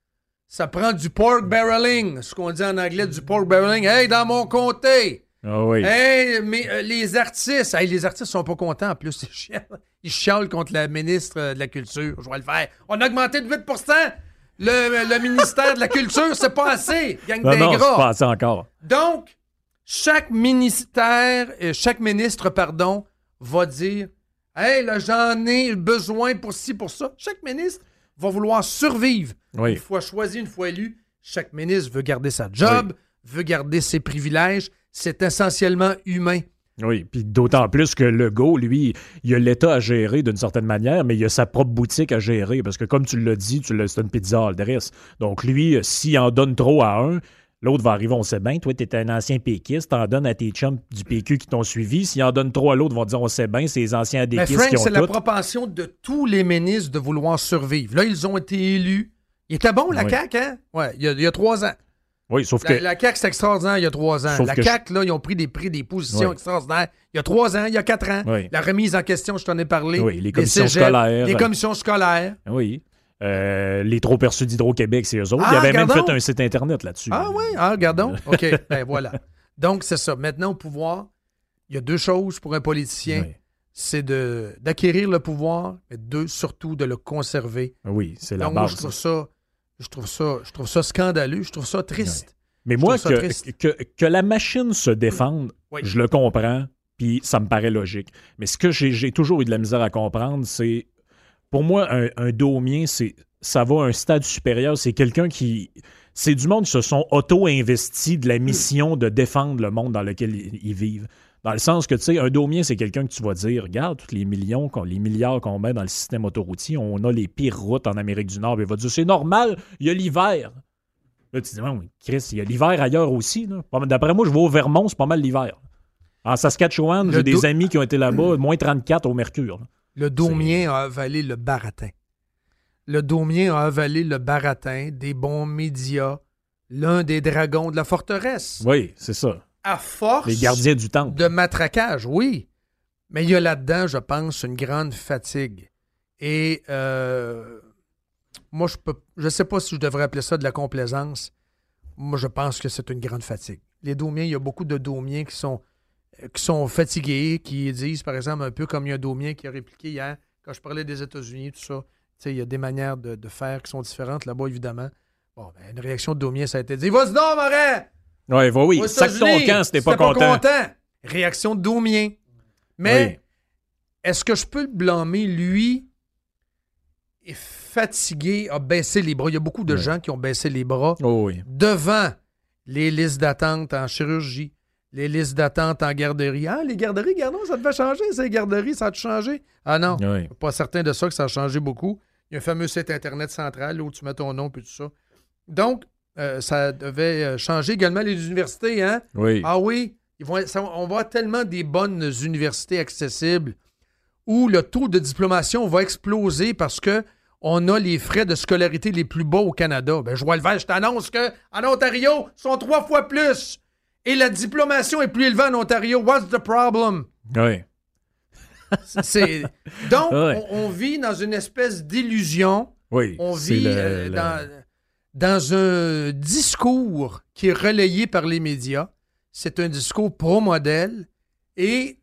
[SPEAKER 2] Ça prend du pork barreling! » Ce qu'on dit en anglais, du pork barreling. « Hey, dans mon comté!
[SPEAKER 1] Ah oui.
[SPEAKER 2] Hey, mais euh, les artistes! » Hey, les artistes sont pas contents, en plus. Ils chialent, ils chialent contre la ministre euh, de la Culture. Je vais le faire. On a augmenté de huit pour cent le, le ministère de la Culture. C'est pas assez, gang
[SPEAKER 1] Non, non,
[SPEAKER 2] d'ingrats.
[SPEAKER 1] c'est pas assez encore.
[SPEAKER 2] Donc, chaque ministère, euh, chaque ministre, pardon, va dire « Hey, là, j'en ai besoin pour ci, pour ça. » Chaque ministre va vouloir survivre.
[SPEAKER 1] Oui.
[SPEAKER 2] Une fois choisi, une fois élu, chaque ministre veut garder sa job, veut garder ses privilèges. C'est essentiellement humain.
[SPEAKER 1] Oui, puis d'autant plus que Legault, lui, il a l'État à gérer d'une certaine manière, mais il a sa propre boutique à gérer, parce que comme tu l'as dit, tu l'as, c'est une pizza all dress. Donc lui, euh, s'il en donne trop à un, l'autre va arriver, on sait bien, toi, t'es un ancien péquiste, t'en donnes à tes chums du P Q qui t'ont suivi. S'il en donne trop à l'autre, ils vont dire, on sait bien, c'est les anciens
[SPEAKER 2] Mais
[SPEAKER 1] déquistes
[SPEAKER 2] Frank,
[SPEAKER 1] qui ont
[SPEAKER 2] c'est la
[SPEAKER 1] tout.
[SPEAKER 2] propension de tous les ministres de vouloir survivre. Là, ils ont été élus. Il était bon, la
[SPEAKER 1] Oui.
[SPEAKER 2] C A Q, hein? Oui, il y a, il y a trois ans.
[SPEAKER 1] Oui, sauf
[SPEAKER 2] La,
[SPEAKER 1] que...
[SPEAKER 2] la C A Q, c'est extraordinaire il y a trois ans.
[SPEAKER 1] Sauf
[SPEAKER 2] La
[SPEAKER 1] que
[SPEAKER 2] C A Q, là, ils ont pris des, pris des positions
[SPEAKER 1] Oui.
[SPEAKER 2] extraordinaires il y a trois ans, il y a quatre ans.
[SPEAKER 1] Oui.
[SPEAKER 2] La remise en question, je t'en ai parlé.
[SPEAKER 1] Oui, les
[SPEAKER 2] Des
[SPEAKER 1] commissions
[SPEAKER 2] cégeps,
[SPEAKER 1] scolaires.
[SPEAKER 2] Les commissions scolaires.
[SPEAKER 1] Oui. Euh, les trop perçus d'Hydro-Québec, c'est eux autres.
[SPEAKER 2] Ah,
[SPEAKER 1] il avait même
[SPEAKER 2] regardons.
[SPEAKER 1] fait un site Internet là-dessus.
[SPEAKER 2] Ah oui, ah, regardons. OK, ben voilà. Donc, c'est ça. Maintenant, au pouvoir, il y a deux choses pour un politicien.
[SPEAKER 1] Oui,
[SPEAKER 2] C'est de, d'acquérir le pouvoir, mais deux, surtout de le conserver.
[SPEAKER 1] oui, c'est la
[SPEAKER 2] Donc, moi,
[SPEAKER 1] base.
[SPEAKER 2] je trouve ça, je trouve ça, je trouve ça scandaleux, je trouve ça triste.
[SPEAKER 1] Mais
[SPEAKER 2] Je
[SPEAKER 1] moi,
[SPEAKER 2] trouve ça
[SPEAKER 1] que,
[SPEAKER 2] triste.
[SPEAKER 1] que, que la machine se défende,
[SPEAKER 2] Oui.
[SPEAKER 1] je le comprends, puis ça me paraît logique. Mais ce que j'ai, j'ai toujours eu de la misère à comprendre, c'est, pour moi, un, un domien, c'est, ça va à un stade supérieur. C'est quelqu'un qui... C'est du monde qui se sont auto-investis de la mission de défendre le monde dans lequel ils, ils vivent. Dans le sens que, tu sais, un domien, c'est quelqu'un que tu vas dire, regarde, tous les millions, qu'on, les milliards qu'on met dans le système autoroutier, on a les pires routes en Amérique du Nord. Puis il va dire, c'est normal, il y a l'hiver. Là, tu dis, oui, Chris, il y a l'hiver ailleurs aussi. Là. D'après moi, je vais au Vermont, c'est pas mal l'hiver. En Saskatchewan,
[SPEAKER 2] Le
[SPEAKER 1] j'ai des
[SPEAKER 2] do-
[SPEAKER 1] amis qui ont été là-bas, moins trente-quatre au mercure. Là.
[SPEAKER 2] Le Daumien a avalé le baratin. Le Daumien a avalé le baratin des bons médias, l'un des dragons de la forteresse.
[SPEAKER 1] Oui, c'est ça.
[SPEAKER 2] À force
[SPEAKER 1] Les gardiens du temple.
[SPEAKER 2] de matraquage, oui. Mais il y a là-dedans, je pense, une grande fatigue. Et euh, moi, je peux, je sais pas si je devrais appeler ça de la complaisance. Moi, je pense que c'est une grande fatigue. Les Daumiens, il y a beaucoup de Daumiens qui sont, qui sont fatigués, qui disent, par exemple, un peu comme il y a un Daumien qui a répliqué hier, quand je parlais des États-Unis, tout ça. Tu sais, il y a des manières de, de faire qui sont différentes là-bas, évidemment. Bon, ben, une réaction de Daumien, ça a été dit « Vas-y donc, Morin!
[SPEAKER 1] Ouais, va, oui,
[SPEAKER 2] Aux
[SPEAKER 1] sac ton
[SPEAKER 2] États-Unis,
[SPEAKER 1] camp si t'es pas
[SPEAKER 2] si t'es
[SPEAKER 1] content.
[SPEAKER 2] Réaction de Daumien. Mais est-ce que je peux le blâmer, lui, est fatigué, a baissé les bras. Il y a beaucoup de ouais. gens qui ont baissé les bras
[SPEAKER 1] oh oui.
[SPEAKER 2] devant les listes d'attente en chirurgie, les listes d'attente en garderie. Ah, les garderies, gardons, ça devait changer, ces garderies, ça a changé. Ah non, oui. pas certain de ça que ça a changé beaucoup. Il y a un fameux site Internet central là, où tu mets ton nom et tout ça. Donc, euh, ça devait changer également les universités, hein?
[SPEAKER 1] Oui.
[SPEAKER 2] Ah oui, ils vont, ça, on va avoir tellement des bonnes universités accessibles où le taux de diplomation va exploser parce que on a les frais de scolarité les plus bas au Canada. Ben, je vois le vert, je t'annonce qu'en Ontario, ils sont trois fois plus. Et la diplomation est plus élevée en Ontario. What's the problem?
[SPEAKER 1] Oui.
[SPEAKER 2] C'est... Donc, oui. on, on vit dans une espèce d'illusion.
[SPEAKER 1] Oui.
[SPEAKER 2] On vit
[SPEAKER 1] le,
[SPEAKER 2] euh,
[SPEAKER 1] le...
[SPEAKER 2] dans, dans un discours qui est relayé par les médias. C'est un discours pro-modèle. Et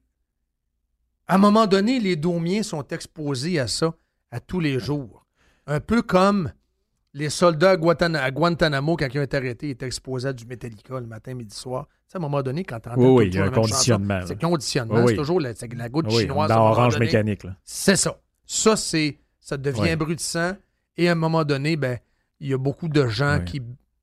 [SPEAKER 2] à un moment donné, les Daumiens sont exposés à ça à tous les jours. Un peu comme les soldats à, Guantana- à Guantanamo, quand ils ont été arrêtés, ils étaient exposés à du Metallica le matin, midi, soir. Tu sais, à un moment donné, quand tu entends
[SPEAKER 1] oui, oui, il y a un conditionnement.
[SPEAKER 2] Chanson, c'est conditionnement.
[SPEAKER 1] Oui,
[SPEAKER 2] c'est
[SPEAKER 1] oui.
[SPEAKER 2] toujours la, c'est la goutte
[SPEAKER 1] oui,
[SPEAKER 2] chinoise.
[SPEAKER 1] Dans Orange donné, Mécanique. Là.
[SPEAKER 2] C'est ça. Ça, c'est, ça devient oui. abrutissant. Et à un moment donné, ben, il y a beaucoup de gens oui. qui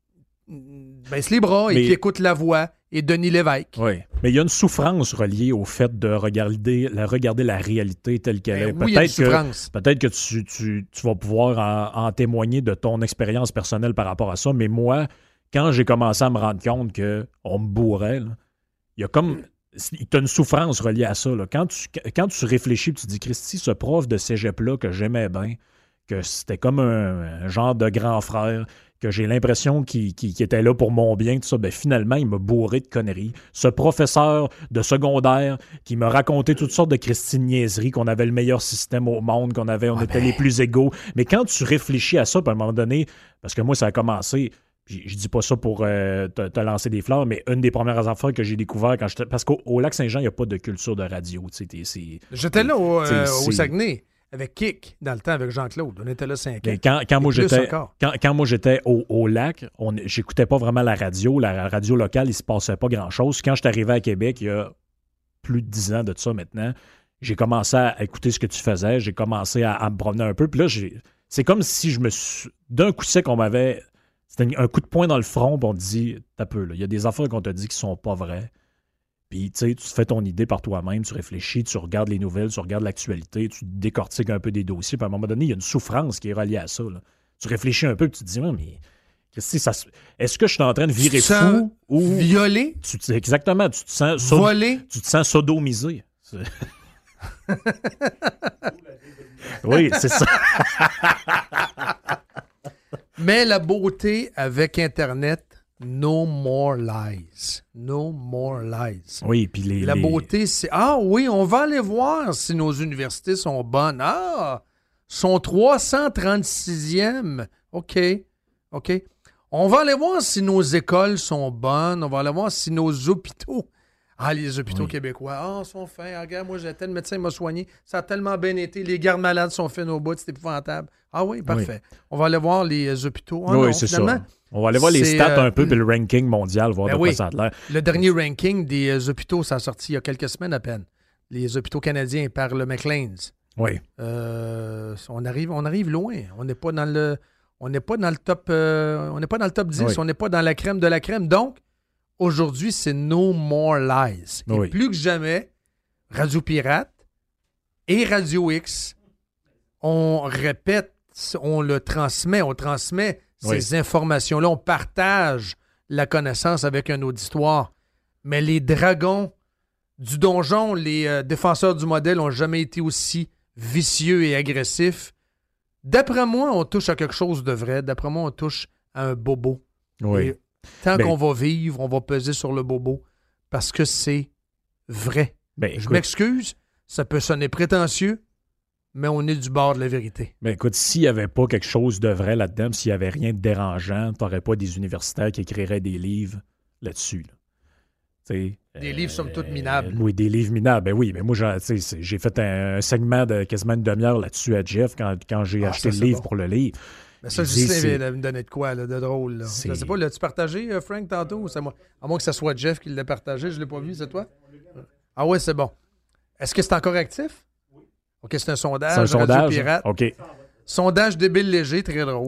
[SPEAKER 2] baissent les bras et Mais... qui écoutent la voix et Denis Lévesque.
[SPEAKER 1] Oui, mais il y a une souffrance reliée au fait de regarder la, regarder la réalité telle qu'elle
[SPEAKER 2] ben
[SPEAKER 1] est.
[SPEAKER 2] Oui,
[SPEAKER 1] peut-être,
[SPEAKER 2] que,
[SPEAKER 1] peut-être que tu, tu, tu vas pouvoir en, en témoigner de ton expérience personnelle par rapport à ça, mais moi, quand j'ai commencé à me rendre compte qu'on me bourrait, là, il y a comme... Tu as une souffrance reliée à ça. Là. Quand, tu, quand tu réfléchis, tu te dis, Christy, ce prof de cégep-là que j'aimais bien, que c'était comme un, un genre de grand frère, que j'ai l'impression qu'il, qu'il, qu'il était là pour mon bien, tout ça, ben finalement, il m'a bourré de conneries. Ce professeur de secondaire qui m'a raconté toutes sortes de Christine niaiseries, qu'on avait le meilleur système au monde, qu'on avait, on ah était ben... les plus égaux. Mais quand tu réfléchis à ça, puis à un moment donné, parce que moi, ça a commencé... Je, je dis pas ça pour euh, te, te lancer des fleurs, mais une des premières affaires que j'ai découvert quand j'étais... Parce qu'au au Lac-Saint-Jean, il n'y a pas de culture de radio. C'est, c'est,
[SPEAKER 2] J'étais là au, euh, au Saguenay. Avec Kik, dans le temps, avec Jean-Claude. On était là cinq ans.
[SPEAKER 1] Quand, quand, moi j'étais, quand, quand moi j'étais au, au lac, on, j'écoutais pas vraiment la radio. La radio locale, il se passait pas grand-chose. Quand je suis arrivé à Québec, il y a plus de dix ans de ça maintenant, j'ai commencé à écouter ce que tu faisais. J'ai commencé à, à me promener un peu. Puis là, j'ai, c'est comme si je me suis... D'un coup sec, on m'avait... C'était un coup de poing dans le front, puis on te dit, t'as peu, là, il y a des affaires qu'on te dit qui sont pas vraies. Puis, tu sais, tu fais ton idée par toi-même, tu réfléchis, tu regardes les nouvelles, tu regardes l'actualité, tu décortiques un peu des dossiers, puis à un moment donné, il y a une souffrance qui est reliée à ça. Là. Tu réfléchis un peu, puis tu te dis, mais ça, est-ce que je suis en train de virer fou
[SPEAKER 2] ou violé?
[SPEAKER 1] Tu te, exactement, tu te sens so,
[SPEAKER 2] volé,
[SPEAKER 1] tu te sens sodomisé. Oui, c'est ça.
[SPEAKER 2] Mais la beauté avec Internet, no more lies. No more lies.
[SPEAKER 1] Oui, puis les...
[SPEAKER 2] La
[SPEAKER 1] les...
[SPEAKER 2] beauté, c'est... Ah oui, on va aller voir si nos universités sont bonnes. Ah, sont trois cent trente-sixième. OK, OK. On va aller voir si nos écoles sont bonnes. On va aller voir si nos hôpitaux... Ah, les hôpitaux oui. québécois, ah, sont fins. Ah, regarde, moi, j'ai tel médecin m'a soigné. Ça a tellement bien été. Les gardes malades sont faits au bout. C'est épouvantable. Ah oui, parfait. Oui. On va aller voir les hôpitaux. Ah,
[SPEAKER 1] oui,
[SPEAKER 2] non,
[SPEAKER 1] c'est ça. On va aller voir les stats euh, un peu, puis le ranking mondial, voir ben de quoi oui. ça a l'air.
[SPEAKER 2] Le dernier ranking des euh, hôpitaux, ça a sorti il y a quelques semaines à peine. Les hôpitaux canadiens par le Maclean's.
[SPEAKER 1] Oui.
[SPEAKER 2] Euh, on, arrive, on arrive loin. On n'est pas dans le... On n'est pas dans le top... Euh, on n'est pas dans le top dix. Oui. On n'est pas dans la crème de la crème. Donc, aujourd'hui, c'est no more lies. Et oui. plus que jamais, Radio Pirate et Radio X, on répète, on le transmet, on transmet oui. ces informations-là, on partage la connaissance avec un auditoire. Mais les dragons du donjon, les euh, défenseurs du modèle n'ont jamais été aussi vicieux et agressifs. D'après moi, on touche à quelque chose de vrai. D'après moi, on touche à un bobo.
[SPEAKER 1] Oui.
[SPEAKER 2] Et tant
[SPEAKER 1] ben,
[SPEAKER 2] qu'on va vivre, on va peser sur le bobo parce que c'est vrai.
[SPEAKER 1] Ben,
[SPEAKER 2] Je
[SPEAKER 1] écoute,
[SPEAKER 2] m'excuse, ça peut sonner prétentieux, mais on est du bord de la vérité.
[SPEAKER 1] Ben écoute, s'il n'y avait pas quelque chose de vrai là-dedans, s'il n'y avait rien de dérangeant, tu n'aurais pas des universitaires qui écriraient des livres là-dessus. Là.
[SPEAKER 2] Des euh, livres somme toute minables.
[SPEAKER 1] Oui, des livres minables. Ben oui, mais moi, j'ai, j'ai fait un, un segment de quasiment une demi-heure là-dessus à Jeff quand, quand j'ai ah, acheté ça, le livre bon. pour le livre.
[SPEAKER 2] Mais ça, Justin vient me donner de quoi, là, de drôle. Là. Je sais pas, l'as-tu partagé, euh, Frank, tantôt? Ou c'est moi? À moins que ce soit Jeff qui l'a partagé, je ne l'ai pas vu, c'est toi? Ah ouais, c'est bon. Est-ce que c'est encore actif? Oui. OK, c'est un sondage.
[SPEAKER 1] C'est un sondage.
[SPEAKER 2] Radio Pirate.
[SPEAKER 1] OK.
[SPEAKER 2] Sondage débile léger, très drôle.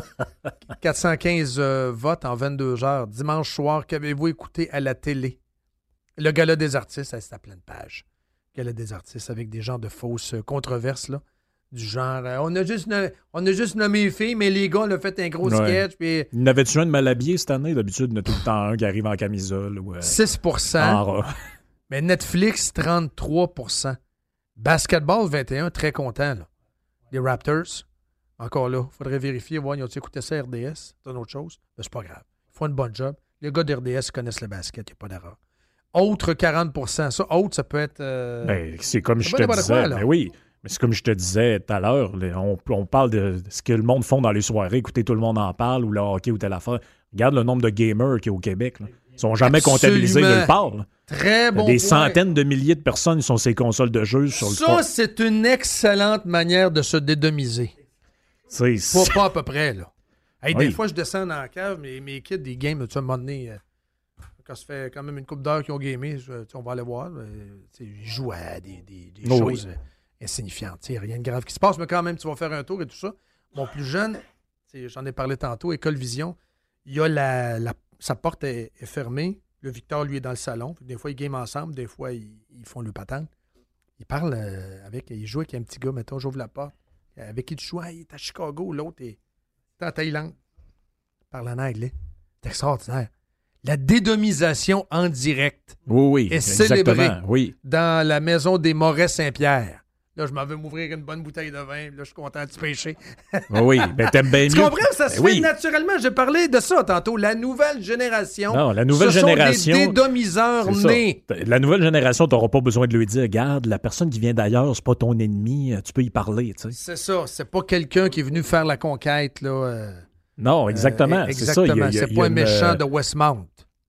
[SPEAKER 2] quatre cent quinze euh, votes en vingt-deux heures. Dimanche soir, qu'avez-vous écouté à la télé? Le Gala des artistes, ça, c'est à pleine page. Gala des artistes avec des genres de fausses controverses, là. Du genre, euh, on, a juste no- on a juste nommé les filles, mais les gars, on a fait un gros
[SPEAKER 1] Ouais.
[SPEAKER 2] sketch. Puis...
[SPEAKER 1] N'avais-tu un de mal habillé cette année? D'habitude, il y en a tout le temps un qui arrive en camisole. Ou, euh,
[SPEAKER 2] six pour cent.
[SPEAKER 1] en ras.
[SPEAKER 2] Mais Netflix, trente-trois pour cent. Basketball, vingt et un, très content, là. Les Raptors, encore là, il faudrait vérifier, voir, ils ont-ils écouté ça à R D S? C'est une autre chose. Mais c'est pas grave. Ils font une bonne job. Les gars d'R D S connaissent le basket, il n'y a pas d'erreur. Autre, quarante pour cent. Ça, autre, ça peut être... Euh...
[SPEAKER 1] Ben, c'est comme
[SPEAKER 2] c'est
[SPEAKER 1] je
[SPEAKER 2] pas
[SPEAKER 1] te
[SPEAKER 2] n'importe
[SPEAKER 1] disais.
[SPEAKER 2] quoi, là.
[SPEAKER 1] Ben oui, mais c'est comme je te disais tout à l'heure. Là, on, on parle de ce que le monde font dans les soirées. Écoutez, tout le monde en parle, ou le hockey ou telle affaire. Regarde le nombre de gamers qu'il y a au Québec. Là. Ils sont jamais
[SPEAKER 2] Absolument.
[SPEAKER 1] comptabilisés nulle part. Là.
[SPEAKER 2] Très bon
[SPEAKER 1] Des
[SPEAKER 2] point.
[SPEAKER 1] centaines de milliers de personnes sont ces consoles de jeux sur le
[SPEAKER 2] Ça,
[SPEAKER 1] fond.
[SPEAKER 2] c'est une excellente manière de se dédomiser.
[SPEAKER 1] C'est-
[SPEAKER 2] Pas, pas à peu près, là. Hey,
[SPEAKER 1] Oui.
[SPEAKER 2] Des fois, je descends dans la cave, mais mes kids, des games, tu sais, à un moment donné, euh, quand ça fait quand même une couple d'heures qu'ils ont gamé, je- tu sais, on va aller voir. euh, tu sais, ils jouent à des, des- des
[SPEAKER 1] Oh
[SPEAKER 2] choses
[SPEAKER 1] oui.
[SPEAKER 2] euh, insignifiantes. Tu sais, rien de grave qui se passe, mais quand même, tu vas faire un tour et tout ça. Mon plus jeune, tu sais, j'en ai parlé tantôt, École Vision, il y a la, la- sa porte est, est fermée. Le Victor, lui, est dans le salon. Des fois, ils game ensemble, des fois, ils, ils font le patente. Il parle euh, avec, il joue avec un petit gars, mettons, j'ouvre la porte. Avec qui tu joues? Ah, il est à Chicago, l'autre est en Thaïlande. Il parle en anglais. C'est extraordinaire. La dédomisation en direct
[SPEAKER 1] Oui, oui,
[SPEAKER 2] est
[SPEAKER 1] exactement.
[SPEAKER 2] célébrée
[SPEAKER 1] Oui.
[SPEAKER 2] dans la maison des Morais Saint-Pierre. Là, je m'en vais m'ouvrir une bonne bouteille de vin. Là, je suis content de pêcher.
[SPEAKER 1] Oui, oui. Ben, t'aimes bien
[SPEAKER 2] Tu
[SPEAKER 1] mieux.
[SPEAKER 2] comprends? Ça se
[SPEAKER 1] Ben
[SPEAKER 2] fait
[SPEAKER 1] oui.
[SPEAKER 2] naturellement. J'ai parlé de ça tantôt. La nouvelle génération.
[SPEAKER 1] Non, la nouvelle
[SPEAKER 2] ce
[SPEAKER 1] génération-
[SPEAKER 2] sont des dédomiseurs
[SPEAKER 1] C'est ça.
[SPEAKER 2] nés.
[SPEAKER 1] La nouvelle génération, tu n'auras pas besoin de lui dire, regarde, la personne qui vient d'ailleurs, c'est pas ton ennemi, tu peux y parler. Tu sais.
[SPEAKER 2] C'est ça. C'est pas quelqu'un qui est venu faire la conquête. Là, euh,
[SPEAKER 1] Non, exactement.
[SPEAKER 2] euh,
[SPEAKER 1] c'est ça.
[SPEAKER 2] exactement.
[SPEAKER 1] Il y a- il y a-
[SPEAKER 2] C'est
[SPEAKER 1] il y a
[SPEAKER 2] pas un
[SPEAKER 1] une,
[SPEAKER 2] méchant
[SPEAKER 1] euh,
[SPEAKER 2] de Westmount.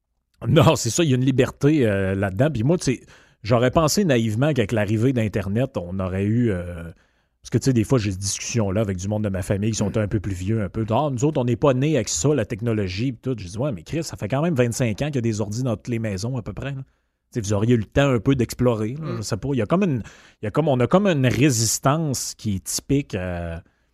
[SPEAKER 1] Non, c'est ça, il y a une liberté euh, là-dedans. Puis moi, tu sais, j'aurais pensé naïvement qu'avec l'arrivée d'Internet, on aurait eu... euh, parce que, tu sais, des fois, j'ai cette discussion-là avec du monde de ma famille qui sont un peu plus vieux, un peu. Ah, nous autres, on n'est pas nés avec ça, la technologie, puis tout. Je dis, ouais, mais Chris, ça fait quand même vingt-cinq ans qu'il y a des ordi dans toutes les maisons, à peu près. Là. Tu sais, vous auriez eu le temps un peu d'explorer. Là, je sais pas. Il y a comme une... Il y a comme, on a comme une résistance qui est typique, euh,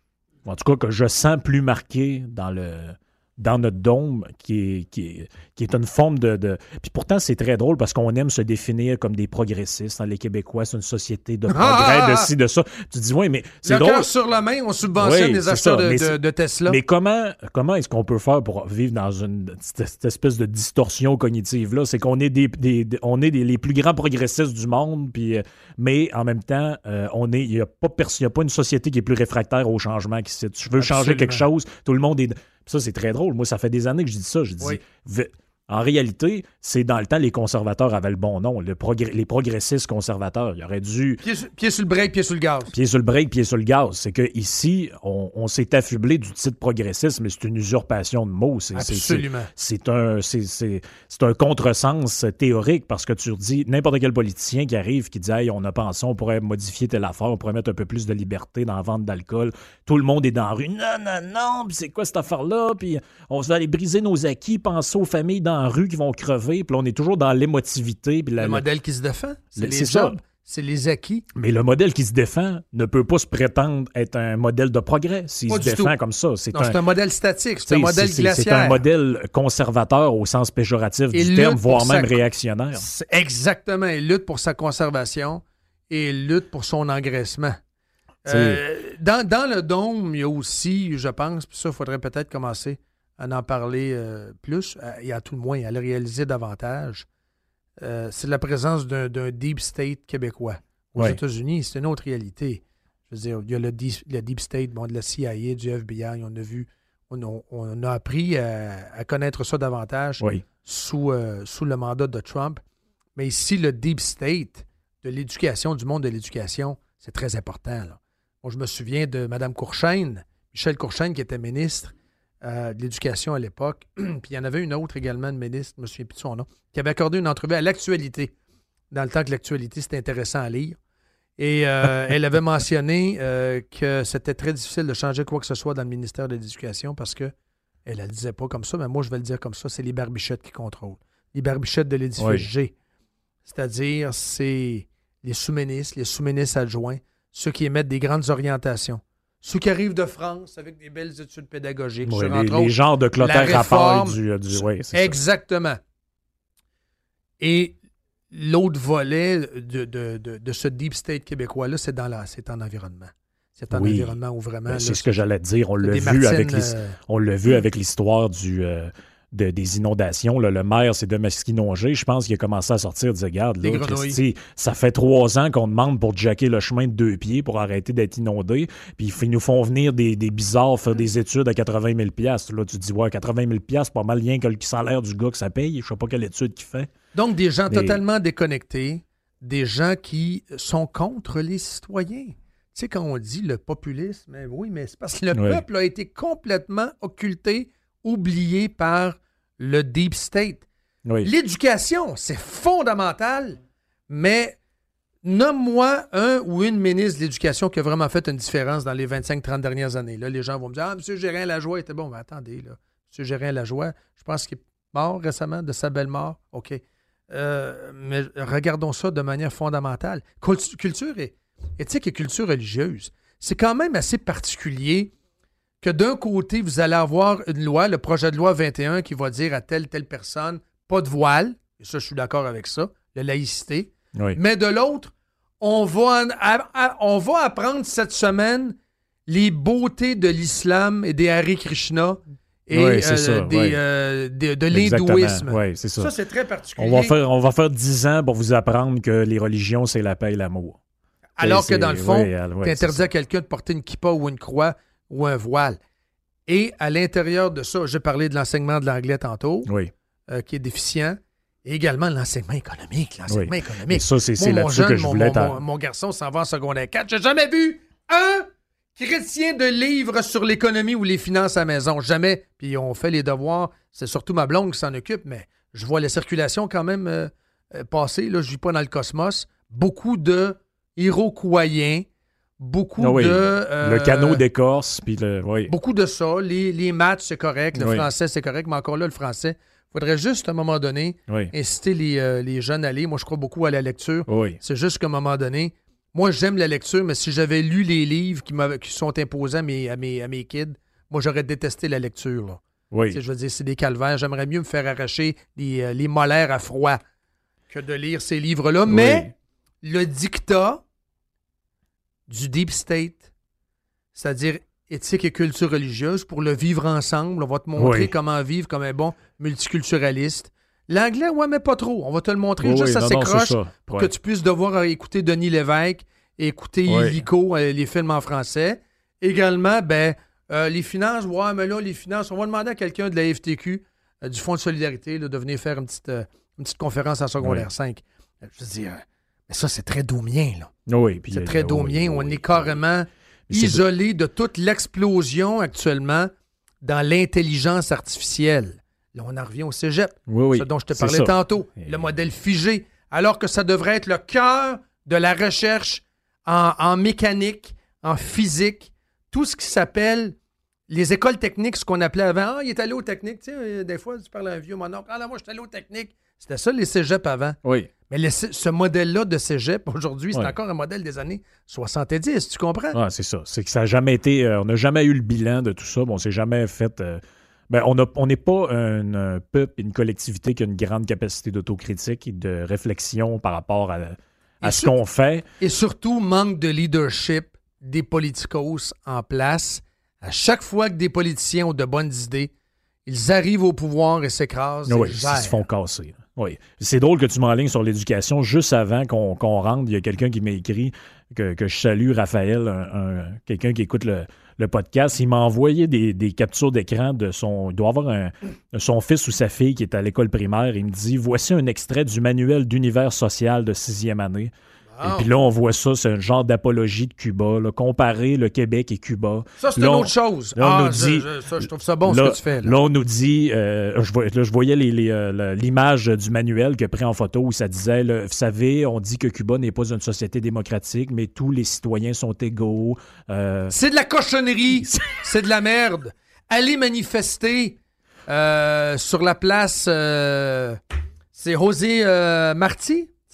[SPEAKER 1] en tout cas, que je sens plus marquée dans le... dans notre dôme, qui est, qui est, qui est une forme de, de... Puis pourtant, c'est très drôle parce qu'on aime se définir comme des progressistes. Hein, les Québécois, c'est une société de progrès,
[SPEAKER 2] Ah!
[SPEAKER 1] de ci, de ça. Tu te dis, oui, mais c'est
[SPEAKER 2] Le
[SPEAKER 1] drôle.
[SPEAKER 2] cœur sur la main, on subventionne
[SPEAKER 1] Oui,
[SPEAKER 2] les
[SPEAKER 1] c'est
[SPEAKER 2] acheteurs
[SPEAKER 1] ça,
[SPEAKER 2] de,
[SPEAKER 1] mais
[SPEAKER 2] de-
[SPEAKER 1] c'est-
[SPEAKER 2] de Tesla.
[SPEAKER 1] Mais comment, comment est-ce qu'on peut faire pour vivre dans une cette, cette espèce de distorsion cognitive-là? C'est qu'on est, des, des- des- on est des, les plus grands progressistes du monde, puis, euh, mais en même temps, euh, on est, il n'y a, pas pers- il y a pas une société qui est plus réfractaire au changement. Qui, si tu veux changer
[SPEAKER 2] Absolument.
[SPEAKER 1] quelque chose, tout le monde est... Puis ça, c'est très drôle. Moi, ça fait des années que je dis ça. Je dis,
[SPEAKER 2] Oui.
[SPEAKER 1] v- en réalité, c'est dans le temps, les conservateurs avaient le bon nom. Le progr- les progressistes conservateurs. Ils auraient dû...
[SPEAKER 2] Pied, sur- pied sur le break, pied sur le gaz.
[SPEAKER 1] Pied sur le break, pied sur le gaz. C'est qu'ici, on, on s'est affublé du titre progressiste, mais c'est une usurpation de mots. C'est, c'est-
[SPEAKER 2] Absolument.
[SPEAKER 1] C'est, c'est un, c'est, c'est, c'est un contresens théorique parce que tu dis n'importe quel politicien qui arrive qui dit hey, on a pensé, on pourrait modifier telle affaire, on pourrait mettre un peu plus de liberté dans la vente d'alcool. Tout le monde est dans la rue. Non, non, non, puis c'est quoi cette affaire-là? Puis on va aller briser nos acquis, penser aux familles dans la rue qui vont crever. Puis là, on est toujours dans l'émotivité. Puis la-
[SPEAKER 2] Le
[SPEAKER 1] la-
[SPEAKER 2] modèle qui se défend, c'est
[SPEAKER 1] Le-
[SPEAKER 2] les
[SPEAKER 1] c'est ça.
[SPEAKER 2] jobs, c'est les acquis.
[SPEAKER 1] Mais le modèle qui se défend ne peut pas se prétendre être un modèle de progrès s'il
[SPEAKER 2] Pas
[SPEAKER 1] se
[SPEAKER 2] du
[SPEAKER 1] défend
[SPEAKER 2] tout.
[SPEAKER 1] comme ça. C'est
[SPEAKER 2] Non,
[SPEAKER 1] un,
[SPEAKER 2] c'est un modèle statique, c'est
[SPEAKER 1] t'sais,
[SPEAKER 2] un modèle
[SPEAKER 1] c'est- c'est-
[SPEAKER 2] glaciaire.
[SPEAKER 1] c'est un modèle conservateur au sens péjoratif
[SPEAKER 2] Et
[SPEAKER 1] du
[SPEAKER 2] lutte
[SPEAKER 1] terme, voire
[SPEAKER 2] pour
[SPEAKER 1] même
[SPEAKER 2] sa-
[SPEAKER 1] réactionnaire.
[SPEAKER 2] C'est exactement. Il lutte pour sa conservation et il lutte pour son engraissement. Euh, dans, dans le dôme, il y a aussi, je pense, puis ça, il faudrait peut-être commencer à en parler euh, plus, à- et à tout le moins à le réaliser davantage. Euh, c'est la présence d'un, d'un deep state québécois. Aux
[SPEAKER 1] Ouais.
[SPEAKER 2] États-Unis, c'est une autre réalité. Je veux dire, il y a le, deep- le deep state, bon, de la C I A, du F B I, on a vu, on a, on a appris à, à connaître ça davantage
[SPEAKER 1] Oui.
[SPEAKER 2] sous, euh, sous le mandat de Trump. Mais ici, le deep state de l'éducation, du monde de l'éducation, c'est très important. Là. Moi, je me souviens de Mme Courchaine, Michel Courchaine, qui était ministre euh, de l'Éducation à l'époque. Puis il y en avait une autre également, une ministre, je ne me souviens plus de son nom, qui avait accordé une entrevue à l'Actualité, dans le temps que l'Actualité, c'était intéressant à lire. Et euh, elle avait mentionné euh, que c'était très difficile de changer quoi que ce soit dans le ministère de l'Éducation parce que elle ne le disait pas comme ça, mais moi, je vais le dire comme ça, c'est les barbichettes qui contrôlent. Les barbichettes de l'édifice
[SPEAKER 1] Oui.
[SPEAKER 2] G. C'est-à-dire, c'est les sous-ministres, les sous-ministres adjoints ceux qui émettent des grandes orientations. Ceux qui arrivent de France avec des belles études pédagogiques.
[SPEAKER 1] Oui,
[SPEAKER 2] sur,
[SPEAKER 1] les,
[SPEAKER 2] entre
[SPEAKER 1] les
[SPEAKER 2] autres,
[SPEAKER 1] genres de Clotaire Raphaël du... du oui, c'est
[SPEAKER 2] exactement. Ça. Et l'autre volet de, de, de, de ce deep state québécois-là, c'est, dans la, c'est en environnement. C'est un oui. environnement où vraiment...
[SPEAKER 1] Ben, c'est
[SPEAKER 2] là,
[SPEAKER 1] ce que j'allais te dire. On l'a, vu
[SPEAKER 2] Martine,
[SPEAKER 1] avec
[SPEAKER 2] euh...
[SPEAKER 1] on l'a vu avec l'histoire du, euh, de, des inondations. Là, le maire, c'est de Masquinongé. Je pense qu'il a commencé à sortir. Il disait, regarde, là, Christy, ça fait trois ans qu'on demande pour jacker le chemin de deux pieds pour arrêter d'être inondé. Puis ils nous font venir des, des bizarres faire des études à quatre-vingt mille dollars. Là, tu te dis, ouais, quatre-vingt mille dollars, c'est pas mal rien que le salaire du gars que ça paye. Je sais pas quelle étude qu'il fait.
[SPEAKER 2] Donc, des gens
[SPEAKER 1] Mais...
[SPEAKER 2] totalement déconnectés, des gens qui sont contre les citoyens. Tu sais, quand on dit le populisme, mais oui, mais c'est parce que le oui. peuple a été complètement occulté, oublié par le deep state.
[SPEAKER 1] Oui.
[SPEAKER 2] L'éducation, c'est fondamental, mais nomme-moi un ou une ministre de l'Éducation qui a vraiment fait une différence dans les vingt-cinq trente dernières années. Là, les gens vont me dire « Ah, M. Gérin-Lajoie était bon. » Mais attendez, là. M. Gérin-Lajoie, je pense qu'il est mort récemment de sa belle mort. OK. Euh, mais regardons ça de manière fondamentale. Culture et éthique et culture religieuse. C'est quand même assez particulier que d'un côté, vous allez avoir une loi, le projet de loi vingt et un, qui va dire à telle, telle personne, pas de voile, et ça, je suis d'accord avec ça, la laïcité.
[SPEAKER 1] Oui.
[SPEAKER 2] Mais de l'autre, on va, à, à, on va apprendre cette semaine les beautés de l'islam et des Hare Krishna et
[SPEAKER 1] oui,
[SPEAKER 2] euh,
[SPEAKER 1] ça,
[SPEAKER 2] des,
[SPEAKER 1] oui.
[SPEAKER 2] euh, de, de l'hindouisme.
[SPEAKER 1] Oui, c'est ça.
[SPEAKER 2] Ça, c'est très particulier.
[SPEAKER 1] On va faire, on va faire dix ans pour vous apprendre que les religions, c'est la paix et l'amour.
[SPEAKER 2] Alors
[SPEAKER 1] c'est,
[SPEAKER 2] que dans le fond,
[SPEAKER 1] oui, oui,
[SPEAKER 2] tu interdis à quelqu'un de porter une kippa ou une croix ou un voile. Et à l'intérieur de ça, j'ai parlé de l'enseignement de l'anglais tantôt,
[SPEAKER 1] oui.
[SPEAKER 2] euh, qui est déficient, et également l'enseignement économique. L'enseignement
[SPEAKER 1] oui.
[SPEAKER 2] économique.
[SPEAKER 1] Ça, c'est, c'est
[SPEAKER 2] Moi,
[SPEAKER 1] là-dessus
[SPEAKER 2] jeune,
[SPEAKER 1] que je voulais...
[SPEAKER 2] Mon, mon, mon garçon s'en va en secondaire quatre. J'ai jamais vu un chrétien de livre sur l'économie ou les finances à la maison. Jamais. Puis on fait les devoirs. C'est surtout ma blonde qui s'en occupe, mais je vois la circulation quand même euh, euh, passer. Là, je ne vis pas dans le cosmos. Beaucoup de Iroquoiens, beaucoup
[SPEAKER 1] ah oui.
[SPEAKER 2] de... Euh,
[SPEAKER 1] le canot d'écorce, puis le... Oui.
[SPEAKER 2] Beaucoup de ça. Les, les maths, c'est correct. Le
[SPEAKER 1] oui.
[SPEAKER 2] français, c'est correct. Mais encore là, le français, il faudrait juste, à un moment donné,
[SPEAKER 1] oui.
[SPEAKER 2] inciter les, euh, les jeunes à aller. Moi, je crois beaucoup à la lecture.
[SPEAKER 1] Oui.
[SPEAKER 2] C'est juste qu'à un moment donné, moi, j'aime la lecture, mais si j'avais lu les livres qui, qui sont imposés à mes, à, mes, à mes kids, moi, j'aurais détesté la lecture. Là.
[SPEAKER 1] Oui.
[SPEAKER 2] Je veux dire, c'est des calvaires. J'aimerais mieux me faire arracher les, euh, les molaires à froid que de lire ces livres-là.
[SPEAKER 1] Oui.
[SPEAKER 2] Mais le dictat du deep state, c'est-à-dire éthique et culture religieuse, pour le vivre ensemble, on va te montrer oui. comment vivre comme un bon multiculturaliste. L'anglais, ouais, mais pas trop. On va te le montrer
[SPEAKER 1] oui,
[SPEAKER 2] juste
[SPEAKER 1] oui,
[SPEAKER 2] assez
[SPEAKER 1] non,
[SPEAKER 2] croche
[SPEAKER 1] non,
[SPEAKER 2] pour
[SPEAKER 1] ouais.
[SPEAKER 2] que tu puisses devoir écouter Denis Lévesque et écouter
[SPEAKER 1] oui.
[SPEAKER 2] Illico, euh, les films en français. Également, ben, euh, les finances, ouais, mais là, les finances, on va demander à quelqu'un de la F T Q, euh, du Fonds de solidarité, là, de venir faire une petite, euh, une petite conférence en secondaire oui. cinq. Je veux dire, mais ça, c'est très doomien, là.
[SPEAKER 1] Oui, puis
[SPEAKER 2] c'est
[SPEAKER 1] euh,
[SPEAKER 2] très doomien.
[SPEAKER 1] Oui,
[SPEAKER 2] on
[SPEAKER 1] oui,
[SPEAKER 2] est carrément
[SPEAKER 1] oui.
[SPEAKER 2] isolé de toute l'explosion actuellement dans l'intelligence artificielle. Là, on en revient au cégep,
[SPEAKER 1] oui, oui,
[SPEAKER 2] ce dont je te parlais tantôt, Et... le modèle figé, alors que ça devrait être le cœur de la recherche en, en mécanique, en physique, tout ce qui s'appelle les écoles techniques, ce qu'on appelait avant. Ah, il est allé aux techniques. Tu sais, des fois, tu parles à un vieux mononcle. Ah, là, moi, je suis allé aux techniques. C'était ça, les cégeps avant.
[SPEAKER 1] Oui.
[SPEAKER 2] Mais le, ce modèle-là de cégep, aujourd'hui, c'est oui. encore un modèle des années soixante-dix, tu comprends?
[SPEAKER 1] Ah, c'est ça. C'est que ça n'a jamais été... Euh, on n'a jamais eu le bilan de tout ça. Bon, on s'est jamais fait... Euh, ben, on n'est on pas un, un peuple, une collectivité qui a une grande capacité d'autocritique et de réflexion par rapport à, à ce sur, qu'on fait.
[SPEAKER 2] Et surtout, manque de leadership des politicos en place. À chaque fois que des politiciens ont de bonnes idées, ils arrivent au pouvoir et s'écrasent.
[SPEAKER 1] Oui,
[SPEAKER 2] et
[SPEAKER 1] ils se font casser. Oui. C'est drôle que tu m'enlignes sur l'éducation. Juste avant qu'on, qu'on rentre, il y a quelqu'un qui m'a écrit, que, que je salue, Raphaël, un, un, quelqu'un qui écoute le, le podcast. Il m'a envoyé des, des captures d'écran de son... Il doit avoir un, son fils ou sa fille qui est à l'école primaire. Il me dit, voici un extrait du manuel d'univers social de sixième année. Wow. Et puis là, on voit ça, c'est un genre d'apologie de Cuba, là, comparer le Québec et Cuba.
[SPEAKER 2] Ça, c'est
[SPEAKER 1] là,
[SPEAKER 2] une
[SPEAKER 1] on,
[SPEAKER 2] autre chose.
[SPEAKER 1] Là, on
[SPEAKER 2] ah,
[SPEAKER 1] nous dit,
[SPEAKER 2] je, je, ça, je trouve ça bon,
[SPEAKER 1] là,
[SPEAKER 2] ce que tu fais. Là,
[SPEAKER 1] là on nous dit, euh, je, vois, là, je voyais les, les, euh, l'image du manuel qu'il a pris en photo où ça disait, là, vous savez, on dit que Cuba n'est pas une société démocratique, mais tous les citoyens sont égaux. Euh...
[SPEAKER 2] C'est de la cochonnerie, c'est de la merde. Allez manifester euh, sur la place, euh, c'est José euh, Marti.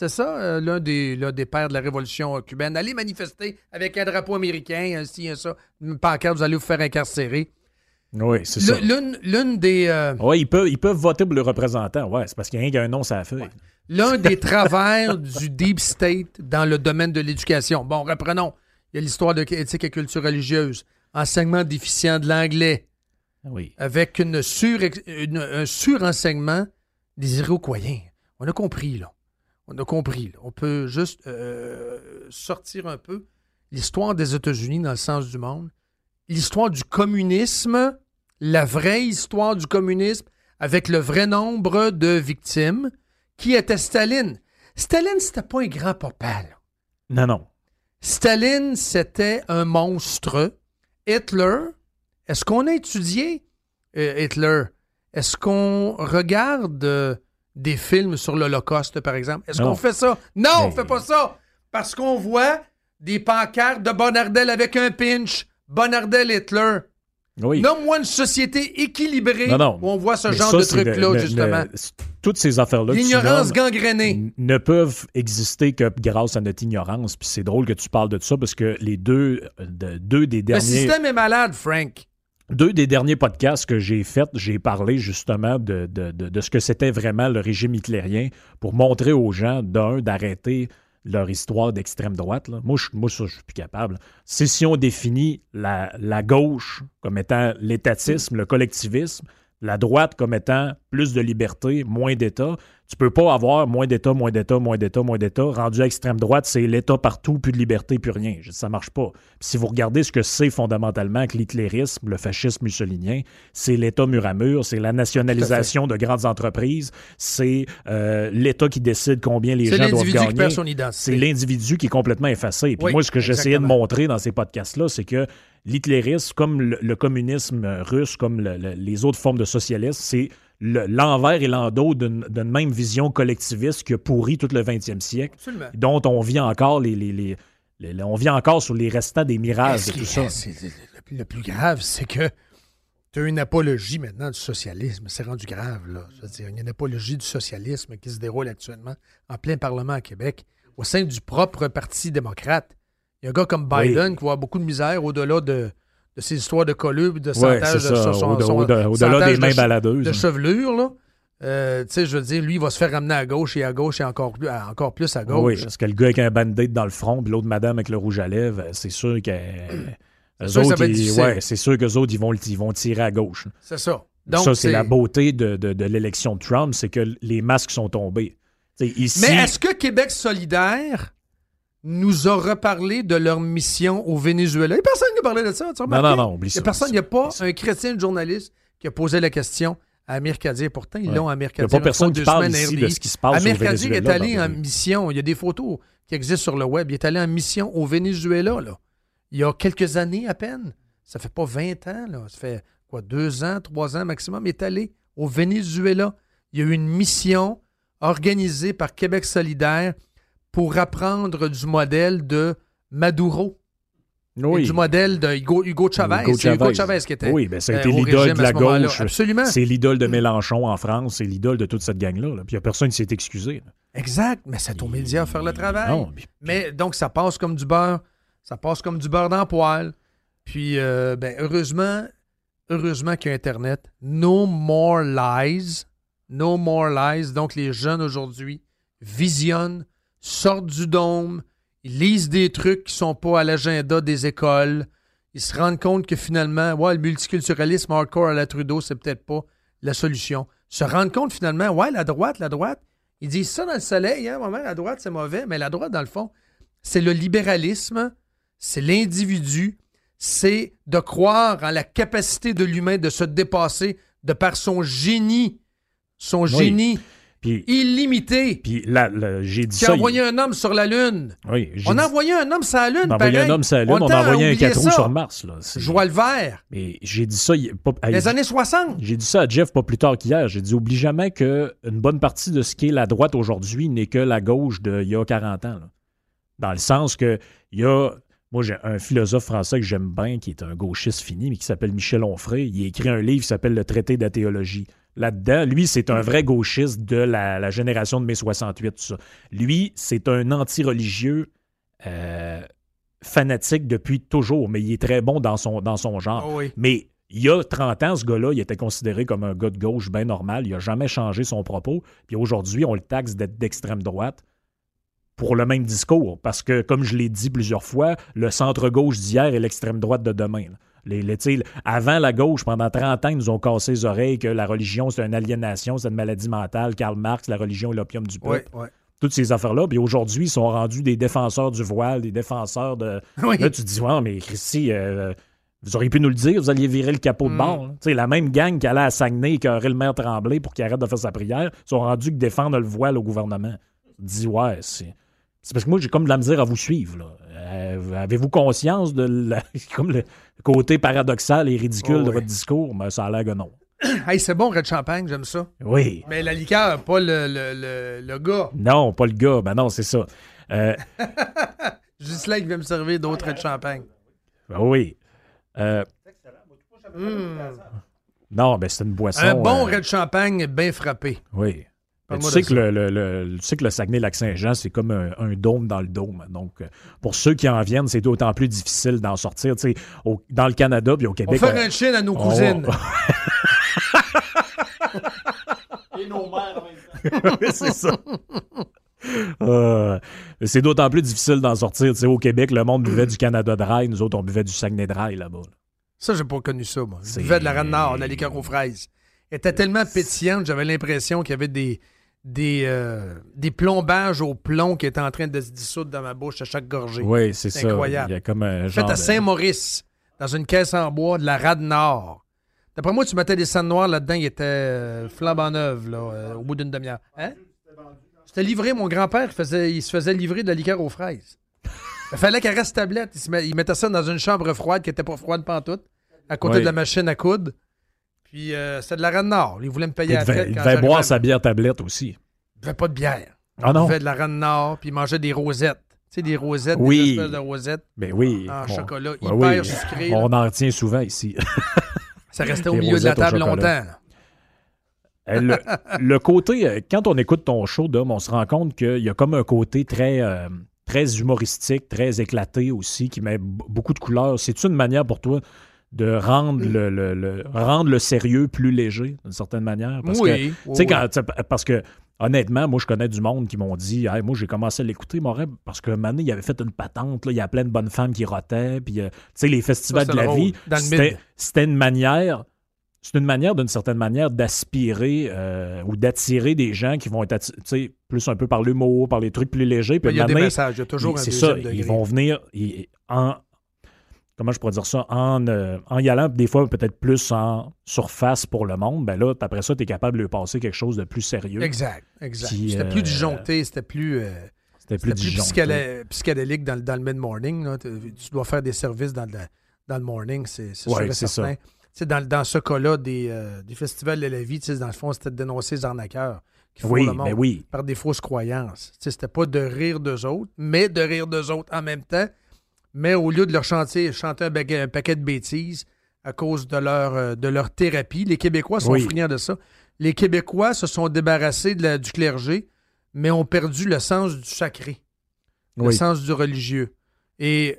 [SPEAKER 2] C'est ça, euh, l'un, des, l'un des pères de la révolution euh, cubaine. Allez manifester avec un drapeau américain, un ci, un ça. Une pancarte, vous allez vous faire incarcérer.
[SPEAKER 1] Oui, c'est
[SPEAKER 2] Le,
[SPEAKER 1] ça.
[SPEAKER 2] L'une, l'une des... Euh...
[SPEAKER 1] Oui, ils peuvent, ils peuvent voter pour le représentant. Ouais, c'est parce qu'il y a rien qu'un nom sur la feuille.
[SPEAKER 2] Ouais. L'un des travers du deep state dans le domaine de l'éducation. Bon, reprenons. Il y a l'histoire de éthique et culture religieuse. Enseignement déficient de l'anglais.
[SPEAKER 1] Oui.
[SPEAKER 2] Avec une sur, une, un surenseignement des Iroquois. On a compris, là. On a compris. Là. On peut juste euh, sortir un peu l'histoire des États-Unis dans le sens du monde. L'histoire du communisme, la vraie histoire du communisme, avec le vrai nombre de victimes, qui était Staline. Staline, c'était pas un grand papa, là.
[SPEAKER 1] Non, non.
[SPEAKER 2] Staline, c'était un monstre. Hitler, est-ce qu'on a étudié euh, Hitler? Est-ce qu'on regarde euh, des films sur l'Holocauste, par exemple? Est-ce
[SPEAKER 1] non.
[SPEAKER 2] qu'on fait ça? Non,
[SPEAKER 1] Mais...
[SPEAKER 2] on fait pas ça! Parce qu'on voit des pancartes de Bonardel avec un pinch. Bonardel Hitler.
[SPEAKER 1] Oui.
[SPEAKER 2] Nomme-moi une société équilibrée
[SPEAKER 1] non, non.
[SPEAKER 2] où on voit ce
[SPEAKER 1] Mais
[SPEAKER 2] genre
[SPEAKER 1] ça,
[SPEAKER 2] de
[SPEAKER 1] truc-là,
[SPEAKER 2] truc-là,
[SPEAKER 1] le,
[SPEAKER 2] justement.
[SPEAKER 1] Le, toutes ces affaires-là,
[SPEAKER 2] l'ignorance
[SPEAKER 1] tu nommes,
[SPEAKER 2] gangrénée.
[SPEAKER 1] ne peuvent exister que grâce à notre ignorance. Puis c'est drôle que tu parles de ça parce que les deux, de, deux des derniers...
[SPEAKER 2] Le système est malade, Frank.
[SPEAKER 1] Deux des derniers podcasts que j'ai faits, j'ai parlé justement de, de, de, de ce que c'était vraiment le régime hitlérien pour montrer aux gens, d'un, d'arrêter leur histoire d'extrême droite. Là. Moi, je, moi, ça, je suis plus capable. C'est si on définit la, la gauche comme étant l'étatisme, le collectivisme, la droite comme étant plus de liberté, moins d'État. Tu peux pas avoir moins d'État, moins d'État, moins d'État, moins d'État. Rendu à extrême droite, c'est l'État partout, plus de liberté, plus rien. Ça marche pas. Puis si vous regardez ce que c'est fondamentalement que l'hitlérisme, le fascisme mussolinien, c'est l'État mur à mur, c'est la nationalisation de grandes entreprises, c'est euh, l'État qui décide combien les
[SPEAKER 2] c'est
[SPEAKER 1] gens doivent gagner.
[SPEAKER 2] C'est l'individu qui perd son identité.
[SPEAKER 1] C'est l'individu qui est complètement effacé. Puis
[SPEAKER 2] oui,
[SPEAKER 1] moi, ce que j'essayais de
[SPEAKER 2] exactement.
[SPEAKER 1] montrer dans ces podcasts-là, c'est que l'hitlérisme, comme le, le communisme russe, comme le, le, les autres formes de socialisme, c'est le, l'envers et l'endos d'une, d'une même vision collectiviste qui a pourri tout le vingtième siècle,
[SPEAKER 2] Absolument.
[SPEAKER 1] dont on vit encore les, les, les, les, les on vit encore sur les restants des mirages de tout ça.
[SPEAKER 2] C'est, c'est, le, le plus grave, c'est que tu as une apologie maintenant du socialisme. C'est rendu grave, là. Je veux dire, il y a une apologie du socialisme qui se déroule actuellement en plein Parlement à Québec, au sein du propre Parti démocrate. Il y a un gars comme Biden oui. qui va avoir beaucoup de misère au-delà de, de ses histoires de collude, de santage,
[SPEAKER 1] ouais,
[SPEAKER 2] de son, son,
[SPEAKER 1] au-delà,
[SPEAKER 2] son,
[SPEAKER 1] au-delà, au-delà des mains
[SPEAKER 2] de,
[SPEAKER 1] baladeuses.
[SPEAKER 2] De chevelure, là. Euh, tu sais, je veux dire, lui, il va se faire ramener à gauche et à gauche et encore plus, à, encore plus à gauche.
[SPEAKER 1] Oui, parce que le gars avec un band-aid dans le front, puis l'autre madame avec le rouge à lèvres, c'est sûr que...
[SPEAKER 2] C'est sûr,
[SPEAKER 1] autres,
[SPEAKER 2] que ça va être
[SPEAKER 1] ils, ouais, c'est sûr qu'eux autres, ils vont, ils vont tirer à gauche.
[SPEAKER 2] C'est ça. Donc,
[SPEAKER 1] ça, c'est,
[SPEAKER 2] c'est
[SPEAKER 1] la beauté de, de, de l'élection de Trump, c'est que les masques sont tombés. Ici...
[SPEAKER 2] Mais est-ce que Québec solidaire nous a reparlé de leur mission au Venezuela? Il n'y a personne qui a parlé de ça. Tu
[SPEAKER 1] non, non, non, oublie ça.
[SPEAKER 2] Il n'y a personne, il n'y a pas un chrétien, un journaliste qui a posé la question à Amir Kadir. Pourtant, ils ouais. l'ont à Amir Kadir.
[SPEAKER 1] Il n'y a pas personne qui parle ici de ce qui se passe
[SPEAKER 2] Amir
[SPEAKER 1] au Venezuela.
[SPEAKER 2] Amir Kadir est allé en mission. Il y a des photos qui existent sur le web. Il est allé en mission au Venezuela, là. Il y a quelques années à peine. Ça fait pas vingt ans, là. Ça fait quoi, deux ans, trois ans maximum. Il est allé au Venezuela. Il y a eu une mission organisée par Québec solidaire pour apprendre du modèle de Maduro.
[SPEAKER 1] Oui.
[SPEAKER 2] Et du modèle de Hugo, Hugo Chavez.
[SPEAKER 1] Hugo
[SPEAKER 2] c'est
[SPEAKER 1] Chavez.
[SPEAKER 2] Hugo Chavez qui était.
[SPEAKER 1] Oui, bien, ça a été
[SPEAKER 2] euh,
[SPEAKER 1] l'idole de la gauche.
[SPEAKER 2] Absolument.
[SPEAKER 1] C'est l'idole de Mélenchon en France. C'est l'idole de toute cette gang-là. Là. Puis il n'y a personne qui s'est excusé. Là.
[SPEAKER 2] Exact. Mais c'est aux médias à faire le travail.
[SPEAKER 1] Non, puis...
[SPEAKER 2] Mais donc, ça passe comme du beurre. Ça passe comme du beurre dans le poêle. Puis, euh, ben, heureusement, heureusement qu'il y a Internet. No more lies. No more lies. Donc, les jeunes aujourd'hui visionnent, sortent du dôme, ils lisent des trucs qui ne sont pas à l'agenda des écoles. Ils se rendent compte que finalement, ouais, le multiculturalisme hardcore à la Trudeau, c'est peut-être pas la solution. Se rendent compte finalement, ouais, la droite, la droite, ils disent ça dans le soleil, hein, moment, la droite, c'est mauvais, mais la droite, dans le fond, c'est le libéralisme, c'est l'individu, c'est de croire en la capacité de l'humain de se dépasser de par son génie, son oui. génie. Puis, illimité.
[SPEAKER 1] Puis là, là, j'ai dit
[SPEAKER 2] qui
[SPEAKER 1] ça.
[SPEAKER 2] a envoyé
[SPEAKER 1] il...
[SPEAKER 2] un homme sur la Lune.
[SPEAKER 1] Oui,
[SPEAKER 2] on a envoyé un homme sur la Lune.
[SPEAKER 1] On a envoyé un homme sur la Lune, on, on a envoyé un quatre roues sur Mars. Là.
[SPEAKER 2] C'est... Joie le vert.
[SPEAKER 1] Mais j'ai dit ça. Il... Pas...
[SPEAKER 2] Les années soixante.
[SPEAKER 1] J'ai dit ça à Jeff pas plus tard qu'hier. J'ai dit, oublie jamais qu'une bonne partie de ce qui est la droite aujourd'hui n'est que la gauche d'il y a quarante ans. Là. Dans le sens que il y a. Moi, j'ai un philosophe français que j'aime bien, qui est un gauchiste fini, mais qui s'appelle Michel Onfray. Il a écrit un livre qui s'appelle Le traité d'athéologie. là-dedans. Lui, c'est un vrai gauchiste de la, la génération de mai soixante-huit, tout ça. Lui, c'est un anti-religieux euh, fanatique depuis toujours, mais il est très bon dans son, dans son genre.
[SPEAKER 2] Oh oui.
[SPEAKER 1] Mais il y a trente ans, ce gars-là, il était considéré comme un gars de gauche bien normal. Il n'a jamais changé son propos. Puis aujourd'hui, on le taxe d'être d'extrême droite pour le même discours. Parce que, comme je l'ai dit plusieurs fois, le centre-gauche d'hier est l'extrême droite de demain. Là. Les, les, avant la gauche, pendant trente ans, ils nous ont cassé les oreilles que la religion, c'est une aliénation, c'est une maladie mentale. Karl Marx, la religion est l'opium du peuple.
[SPEAKER 2] Ouais, ouais.
[SPEAKER 1] Toutes ces affaires-là. Puis aujourd'hui, ils sont rendus des défenseurs du voile, des défenseurs de...
[SPEAKER 2] Oui.
[SPEAKER 1] Là, tu te dis, ouais, mais Christy, euh, vous auriez pu nous le dire, vous alliez virer le capot de bord. Mm. La même gang qui allait à Saguenay et qui aurait le maire Tremblay pour qu'il arrête de faire sa prière, sont rendus que défendre le voile au gouvernement. Tu te dis, ouais, c'est... C'est parce que moi, j'ai comme de la misère à vous suivre. Là. Euh, avez-vous conscience de la, comme le côté paradoxal et ridicule oh, de oui. votre discours? Mais ça a l'air que non.
[SPEAKER 2] Hey, c'est bon, Red Champagne, j'aime ça.
[SPEAKER 1] Oui.
[SPEAKER 2] Mais la liqueur, pas le, le, le, le gars.
[SPEAKER 1] Non, pas le gars. Ben non, c'est ça. Euh...
[SPEAKER 2] Juste là, il vient me servir d'autres Red Champagne.
[SPEAKER 1] Ben oui. Euh...
[SPEAKER 2] Mm.
[SPEAKER 1] Non, ben c'est une boisson.
[SPEAKER 2] Un bon
[SPEAKER 1] euh...
[SPEAKER 2] Red Champagne bien frappé.
[SPEAKER 1] Oui. Tu sais, que le, le, le, tu sais que le Saguenay-Lac-Saint-Jean, c'est comme un, un dôme dans le dôme. Donc, pour ceux qui en viennent, c'est d'autant plus difficile d'en sortir. Tu sais, au, dans le Canada puis au Québec...
[SPEAKER 2] On va faire un chien à nos
[SPEAKER 1] on...
[SPEAKER 2] cousines.
[SPEAKER 3] Et nos mères en même temps.
[SPEAKER 1] Oui, c'est ça. Euh, c'est d'autant plus difficile d'en sortir. Tu sais, au Québec, le monde buvait du Canada Dry. Nous autres, on buvait du Saguenay Dry là-bas.
[SPEAKER 2] Ça, j'ai pas connu ça, moi. Je buvais de la Rade-Nord, de la liqueur aux fraises. Elle était tellement pétillante, j'avais l'impression qu'il y avait des... Des, euh, des plombages au plomb qui étaient en train de se dissoudre dans ma bouche à chaque gorgée.
[SPEAKER 1] Oui, c'est ça.
[SPEAKER 2] Incroyable.
[SPEAKER 1] Il y a comme un genre
[SPEAKER 2] fait à
[SPEAKER 1] de...
[SPEAKER 2] Saint-Maurice, dans une caisse en bois, de la Rade-Nord. D'après moi, tu mettais des sandes noires là-dedans, il était euh, flambant neuve, là, euh, au bout d'une demi-heure. Hein? C'était livré, mon grand-père, il, faisait, il se faisait livrer de la liqueur aux fraises. Il fallait qu'elle reste tablette. Il, se met, il mettait ça dans une chambre froide qui n'était pas froide pantoute, à côté
[SPEAKER 1] oui.
[SPEAKER 2] de la machine à coudre. Puis euh, c'était de la Rade-Nord. Il voulait me payer
[SPEAKER 1] il
[SPEAKER 2] à la traite.
[SPEAKER 1] Il devait boire à... sa bière tablette aussi.
[SPEAKER 2] Il ne buvait pas de bière.
[SPEAKER 1] Ah non?
[SPEAKER 2] Il buvait de la Rade-Nord, puis il mangeait des rosettes. Tu sais, des rosettes,
[SPEAKER 1] oui.
[SPEAKER 2] des espèces de rosettes.
[SPEAKER 1] Ben oui.
[SPEAKER 2] En
[SPEAKER 1] on...
[SPEAKER 2] chocolat,
[SPEAKER 1] ben
[SPEAKER 2] hyper
[SPEAKER 1] oui.
[SPEAKER 2] sucré.
[SPEAKER 1] On là. En retient souvent ici.
[SPEAKER 2] Ça restait au milieu de la table longtemps.
[SPEAKER 1] Le, le côté, quand on écoute ton show, Dom, on se rend compte qu'il y a comme un côté très, euh, très humoristique, très éclaté aussi, qui met b- beaucoup de couleurs. C'est-tu une manière pour toi de rendre le, le, le, rendre le sérieux plus léger, d'une certaine manière? Parce
[SPEAKER 2] oui.
[SPEAKER 1] Que, oui, quand, oui. Parce que, honnêtement, moi, je connais du monde qui m'ont dit hey, moi, j'ai commencé à l'écouter, Moret, parce que maintenant, il avait fait une patente, là, il y a plein de bonnes femmes qui rotaient, puis, euh, tu sais, les festivals
[SPEAKER 2] ça,
[SPEAKER 1] de la
[SPEAKER 2] drôle.
[SPEAKER 1] vie,
[SPEAKER 2] c'était,
[SPEAKER 1] c'était une manière... C'est une manière, d'une certaine manière, d'aspirer euh, ou d'attirer des gens qui vont être attirés, plus un peu par l'humour, par les trucs plus légers. Puis
[SPEAKER 2] il y a des messages, il y a toujours
[SPEAKER 1] ils,
[SPEAKER 2] un
[SPEAKER 1] c'est
[SPEAKER 2] deuxième
[SPEAKER 1] ça,
[SPEAKER 2] degré.
[SPEAKER 1] Ils vont venir ils, en... Comment je pourrais dire ça? En, euh, en y allant, des fois, peut-être plus en surface pour le monde. Ben là, après ça, tu es capable de lui passer quelque chose de plus sérieux.
[SPEAKER 2] Exact, exact.
[SPEAKER 1] Qui,
[SPEAKER 2] c'était
[SPEAKER 1] euh,
[SPEAKER 2] plus disjoncté, c'était plus... Euh...
[SPEAKER 1] C'était plus,
[SPEAKER 2] plus psychédé- psychédélique dans, dans le mid-morning. Là. Tu dois faire des services dans le, dans le morning, c'est, c'est
[SPEAKER 1] ouais,
[SPEAKER 2] sûr et
[SPEAKER 1] c'est
[SPEAKER 2] certain. Ça. Dans, dans ce cas-là, des, euh, des festivals de la vie, dans le fond, c'était de dénoncer les arnaqueurs qui font
[SPEAKER 1] oui,
[SPEAKER 2] le monde
[SPEAKER 1] mais oui.
[SPEAKER 2] par des fausses croyances. T'sais, c'était pas de rire d'eux autres, mais de rire d'eux autres en même temps. Mais au lieu de leur chanter, chanter un, ba- un paquet de bêtises à cause de leur, euh, de leur thérapie, les Québécois sont
[SPEAKER 1] oui.
[SPEAKER 2] friands de ça. Les Québécois se sont débarrassés de la, du clergé, mais ont perdu le sens du sacré, le
[SPEAKER 1] oui.
[SPEAKER 2] sens du religieux. Et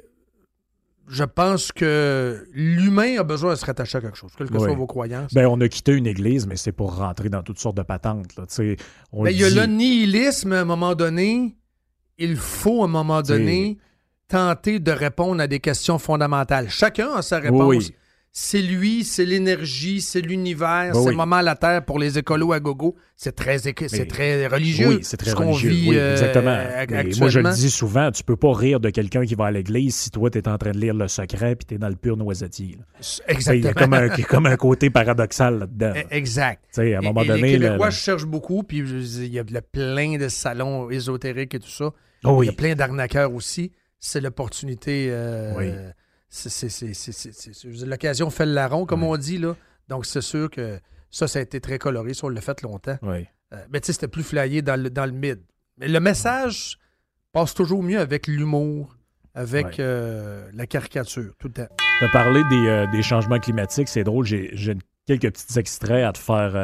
[SPEAKER 2] je pense que l'humain a besoin de se rattacher à quelque chose, quelles que
[SPEAKER 1] oui.
[SPEAKER 2] soient vos croyances.
[SPEAKER 1] Ben, on a quitté une église, mais c'est pour rentrer dans toutes sortes de patentes. Là. On
[SPEAKER 2] ben, il y a
[SPEAKER 1] dit...
[SPEAKER 2] le nihilisme à un moment donné. Il faut à un moment donné c'est... tenter de répondre à des questions fondamentales. Chacun a sa réponse.
[SPEAKER 1] Oui.
[SPEAKER 2] C'est lui, c'est l'énergie, c'est l'univers,
[SPEAKER 1] oui,
[SPEAKER 2] c'est
[SPEAKER 1] oui.
[SPEAKER 2] le moment à la Terre pour les écolos à gogo. C'est très, c'est
[SPEAKER 1] mais,
[SPEAKER 2] très religieux.
[SPEAKER 1] Oui, c'est très
[SPEAKER 2] ce qu'on
[SPEAKER 1] religieux.
[SPEAKER 2] vit,
[SPEAKER 1] oui,
[SPEAKER 2] euh,
[SPEAKER 1] exactement.
[SPEAKER 2] actuellement.
[SPEAKER 1] Moi, je le dis souvent, tu peux pas rire de quelqu'un qui va à l'église si toi, tu es en train de lire Le Secret puis tu es dans le pur noisetier.
[SPEAKER 2] Exactement.
[SPEAKER 1] Il y a comme un, comme un côté paradoxal là-dedans. Là.
[SPEAKER 2] Exact.
[SPEAKER 1] T'sais, à un moment
[SPEAKER 2] et, et
[SPEAKER 1] donné...
[SPEAKER 2] les Québécois,
[SPEAKER 1] le...
[SPEAKER 2] je cherche beaucoup, puis il y a plein de salons ésotériques et tout ça.
[SPEAKER 1] Oh oui.
[SPEAKER 2] Il y a plein d'arnaqueurs aussi. C'est l'opportunité... Euh,
[SPEAKER 1] oui.
[SPEAKER 2] C'est, c'est, c'est, c'est, c'est, c'est l'occasion fait le larron, comme oui. on dit. Là. Donc, c'est sûr que ça, ça a été très coloré. Ça, on l'a fait longtemps.
[SPEAKER 1] Oui.
[SPEAKER 2] Euh, mais tu sais, c'était plus flyé dans le, dans le mid. Mais le message passe toujours mieux avec l'humour, avec oui. euh, la caricature, tout le temps.
[SPEAKER 1] Tu as parlé des, euh, des changements climatiques. C'est drôle. J'ai, j'ai quelques petits extraits à te faire, euh,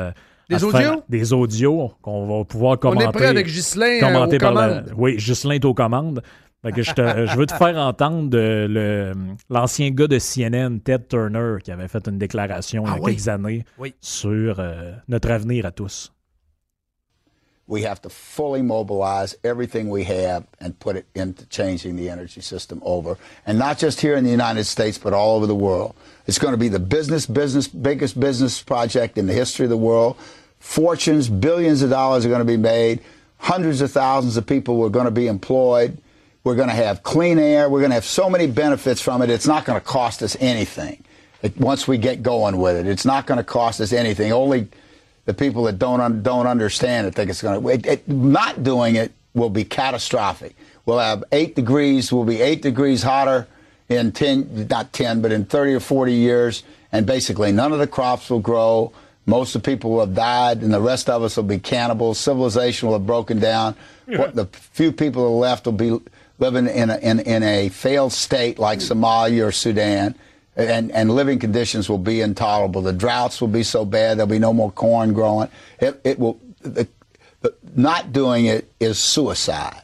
[SPEAKER 2] Des audios?
[SPEAKER 1] Faire des audios qu'on va pouvoir commenter.
[SPEAKER 2] On est prêt avec Ghislain
[SPEAKER 1] commenter
[SPEAKER 2] euh, aux
[SPEAKER 1] par la,
[SPEAKER 2] commandes.
[SPEAKER 1] Oui, Ghislain est aux commandes. Fait que je, te, je veux te faire entendre de, le, l'ancien gars de C N N, Ted Turner, qui avait fait une déclaration
[SPEAKER 2] Ah,
[SPEAKER 1] il y a
[SPEAKER 2] oui.
[SPEAKER 1] quelques années
[SPEAKER 2] Oui.
[SPEAKER 1] sur euh, notre avenir à tous.
[SPEAKER 4] We have to fully mobilize everything we have and put it into changing the energy system over. And not just here in the United States, but all over the world. It's going to be the business, business, biggest business project in the history of the world. Fortunes, billions of dollars are going to be made. Hundreds of thousands of people are going to be employed. We're going to have clean air. We're going to have so many benefits from it. It's not going to cost us anything. It, once we get going with it, it's not going to cost us anything. Only the people that don't un- don't understand it think it's going to. It, it, not doing it will be catastrophic. We'll have eight degrees. We'll be eight degrees hotter in ten, not ten, but in thirty or forty years, and basically none of the crops will grow. Most of the people will have died, and the rest of us will be cannibals. Civilization will have broken down. Yeah. What the few people who are left will be living in a, in, in a failed state like Somalia or Sudan. And, and living conditions will be intolerable. The droughts will be so bad, there'll be no more corn growing. It, it will, the, the, not doing it is suicide.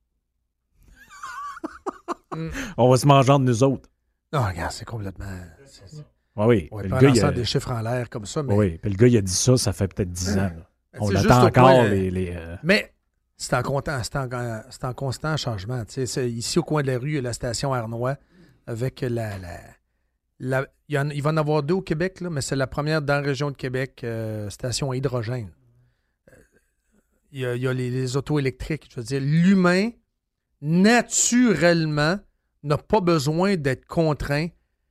[SPEAKER 1] On va se manger entre nous autres.
[SPEAKER 2] Non, regarde, c'est complètement... C'est, c'est...
[SPEAKER 1] Ouais, oui.
[SPEAKER 2] On va
[SPEAKER 1] Le
[SPEAKER 2] pas
[SPEAKER 1] gars,
[SPEAKER 2] lancer
[SPEAKER 1] il a...
[SPEAKER 2] des chiffres en l'air comme ça, mais...
[SPEAKER 1] Oui, puis le gars, il a dit ça, ça fait peut-être dix ans. Là. On
[SPEAKER 2] c'est
[SPEAKER 1] attend encore
[SPEAKER 2] point,
[SPEAKER 1] les... les euh...
[SPEAKER 2] Mais c'est en, content, c'est, en, c'est en constant changement. C'est, ici, au coin de la rue, il y a la station Arnois avec la... la La, il, y en, il va en avoir deux au Québec, là, mais c'est la première dans la région de Québec, euh, station à hydrogène. Euh, il, y a, il y a les, les autos électriques. Je veux dire, l'humain, naturellement, n'a pas besoin d'être contraint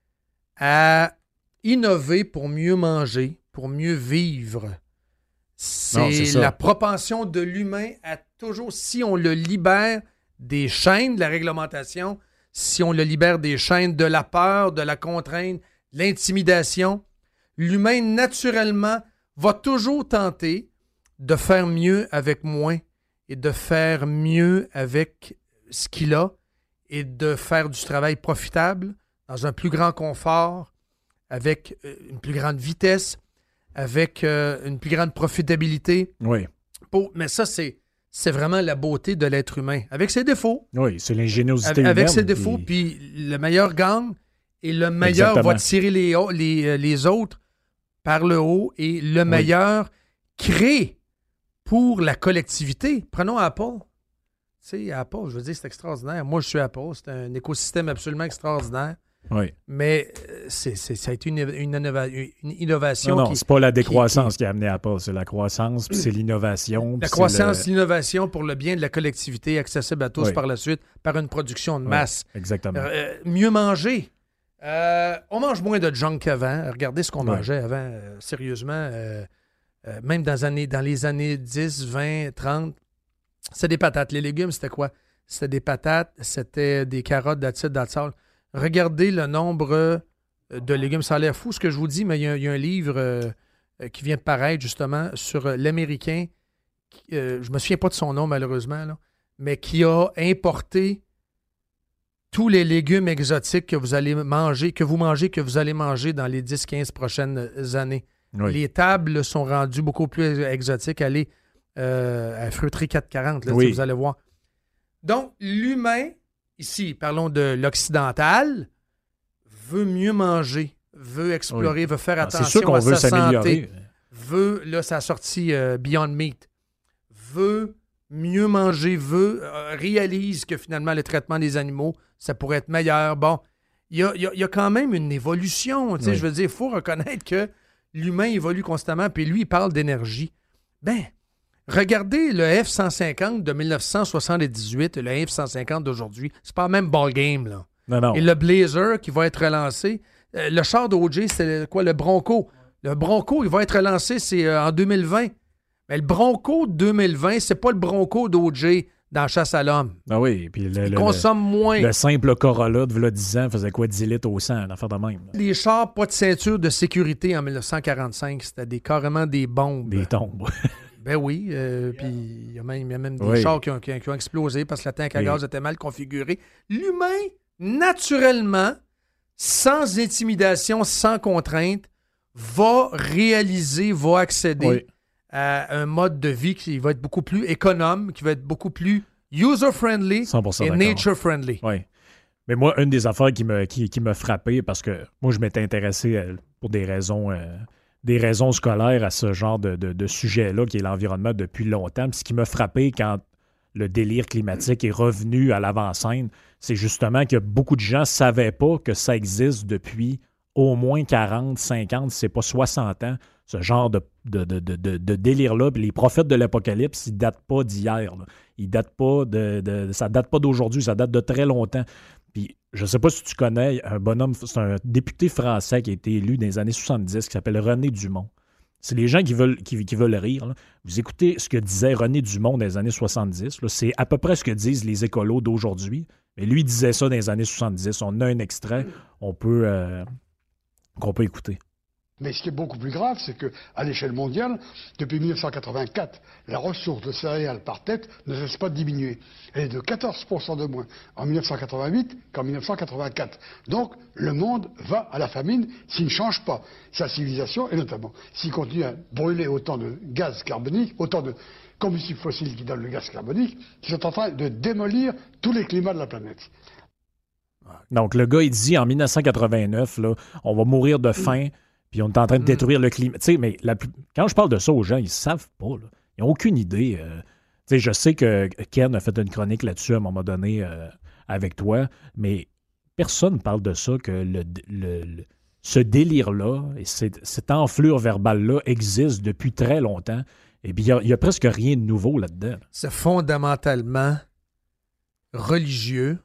[SPEAKER 2] à innover pour mieux manger, pour mieux vivre. C'est,
[SPEAKER 1] non, c'est
[SPEAKER 2] la propension de l'humain à toujours, si on le libère des chaînes de la réglementation, si on le libère des chaînes de la peur, de la contrainte, de l'intimidation, l'humain, naturellement, va toujours tenter de faire mieux avec moins et de faire mieux avec ce qu'il a et de faire du travail profitable dans un plus grand confort, avec une plus grande vitesse, avec euh, une plus grande profitabilité.
[SPEAKER 1] Oui.
[SPEAKER 2] Pour, mais ça, c'est... C'est vraiment la beauté de l'être humain. Avec ses défauts.
[SPEAKER 1] Oui, c'est l'ingéniosité
[SPEAKER 2] humaine. Avec
[SPEAKER 1] humaine,
[SPEAKER 2] ses défauts, puis puis le meilleur gagne et le meilleur
[SPEAKER 1] Exactement.
[SPEAKER 2] va tirer les, les, les autres par le haut et le meilleur oui. crée pour la collectivité. Prenons Apple. Tu sais, Apple, je veux dire, c'est extraordinaire. Moi, je suis Apple. C'est un écosystème absolument extraordinaire.
[SPEAKER 1] Oui.
[SPEAKER 2] Mais c'est, c'est, ça a été une, une, innova, une innovation.
[SPEAKER 1] Non, non,
[SPEAKER 2] qui,
[SPEAKER 1] c'est pas la décroissance qui,
[SPEAKER 2] qui,
[SPEAKER 1] qui a amené Apple, c'est la croissance, puis c'est l'innovation.
[SPEAKER 2] La croissance,
[SPEAKER 1] le...
[SPEAKER 2] l'innovation pour le bien de la collectivité, accessible à tous
[SPEAKER 1] oui.
[SPEAKER 2] par la suite, par une production de masse.
[SPEAKER 1] Oui, exactement.
[SPEAKER 2] Euh, mieux manger. Euh, on mange moins de junk qu'avant. Regardez ce qu'on
[SPEAKER 1] oui.
[SPEAKER 2] mangeait avant, euh, sérieusement. Euh, euh, même dans, années, dans les années dix, vingt, trente, c'était des patates. Les légumes, c'était quoi? C'était des patates, c'était des carottes, d'acide, d'acide. Regardez le nombre de légumes. Ça a l'air fou ce que je vous dis, mais il y a, il y a un livre euh, qui vient de paraître justement sur l'Américain. Euh, je ne me souviens pas de son nom malheureusement, là, mais qui a importé tous les légumes exotiques que vous allez manger, que vous mangez, que vous allez manger dans les dix quinze prochaines années. Oui. Les tables sont rendues beaucoup plus exotiques. Allez euh, à Fruiterie quatre cent quarante, là, oui. Vous allez voir. Donc, l'humain... Ici, parlons de l'occidental, veut mieux manger, veut explorer, oui. veut faire attention
[SPEAKER 1] c'est sûr qu'on
[SPEAKER 2] à
[SPEAKER 1] veut
[SPEAKER 2] sa
[SPEAKER 1] s'améliorer.
[SPEAKER 2] santé, veut, là, ça a sorti euh, Beyond Meat, veut mieux manger, veut, euh, réalise que finalement, le traitement des animaux, ça pourrait être meilleur. Bon, il y a, y a, y a quand même une évolution. Tu sais, oui. Je veux dire, il faut reconnaître que l'humain évolue constamment, puis lui, il parle d'énergie. Ben, regardez le F cent cinquante de dix-neuf cent soixante-dix-huit et le F cent cinquante d'aujourd'hui. C'est pas le même ballgame, là.
[SPEAKER 1] Non, non.
[SPEAKER 2] Et le Blazer qui va être relancé. Euh, le char d'O J, c'est quoi? Le Bronco. Le Bronco, il va être relancé, c'est euh, en deux mille vingt. Mais le Bronco de deux mille vingt, c'est pas le Bronco d'O J dans Chasse à l'homme.
[SPEAKER 1] Ah oui, puis le,
[SPEAKER 2] il
[SPEAKER 1] le,
[SPEAKER 2] consomme
[SPEAKER 1] le,
[SPEAKER 2] moins.
[SPEAKER 1] Le simple Corolla de dix ans faisait quoi, dix litres au cent, une affaire de même. Là.
[SPEAKER 2] Les chars, pas de ceinture de sécurité en dix-neuf cent quarante-cinq, c'était des, carrément des bombes.
[SPEAKER 1] Des tombes.
[SPEAKER 2] Ben oui, euh, puis il y, y a même des oui. chars qui ont, qui, qui ont explosé parce que la tank à gaz oui. était mal configurée. L'humain, naturellement, sans intimidation, sans contrainte, va réaliser, va accéder oui. à un mode de vie qui va être beaucoup plus économe, qui va être beaucoup plus user-friendly
[SPEAKER 1] cent pour cent
[SPEAKER 2] et
[SPEAKER 1] d'accord.
[SPEAKER 2] nature-friendly.
[SPEAKER 1] Oui. Mais moi, une des affaires qui me, qui, qui m'a frappé, parce que moi, je m'étais intéressé à, pour des raisons, euh, des raisons scolaires à ce genre de, de, de sujet-là, qui est l'environnement depuis longtemps. Puis ce qui m'a frappé quand le délire climatique est revenu à l'avant-scène, c'est justement que beaucoup de gens ne savaient pas que ça existe depuis au moins quarante, cinquante, c'est pas soixante ans, ce genre de, de, de, de, de délire-là. Puis les prophètes de l'Apocalypse, ils ne datent pas d'hier. Là. Ils datent pas de, de, ça ne date pas d'aujourd'hui, ça date de très longtemps. Puis je ne sais pas si tu connais un bonhomme, c'est un député français qui a été élu dans les années soixante-dix, qui s'appelle René Dumont. C'est les gens qui veulent, qui, qui veulent rire. Là. Vous écoutez ce que disait René Dumont dans les années soixante-dix. Là. C'est à peu près ce que disent les écolos d'aujourd'hui. Mais lui disait ça dans les années soixante-dix. On a un extrait on peut, euh, qu'on peut écouter.
[SPEAKER 5] Mais ce qui est beaucoup plus grave, c'est qu'à l'échelle mondiale, depuis mille neuf cent quatre-vingt-quatre, la ressource de céréales par tête ne cesse pas de diminuer. Elle est de quatorze pour cent de moins en mille neuf cent quatre-vingt-huit qu'en mille neuf cent quatre-vingt-quatre. Donc, le monde va à la famine s'il ne change pas sa civilisation, et notamment s'il continue à brûler autant de gaz carbonique, autant de combustibles fossiles qui donnent le gaz carbonique, qui sont en train de démolir tous les climats de la planète.
[SPEAKER 1] Donc, le gars, il dit en mille neuf cent quatre-vingt-neuf, là, on va mourir de faim. Puis on est en train de détruire le climat. Tu sais, mais la plus... quand je parle de ça aux gens, ils ne savent pas. Là. Ils n'ont aucune idée. Euh... Tu sais, je sais que Ken a fait une chronique là-dessus à un moment donné euh, avec toi, mais personne ne parle de ça, que le, le, le... ce délire-là, et cette, cette enflure verbale-là existe depuis très longtemps. Et puis, il n'y a, a presque rien de nouveau là-dedans.
[SPEAKER 2] C'est fondamentalement religieux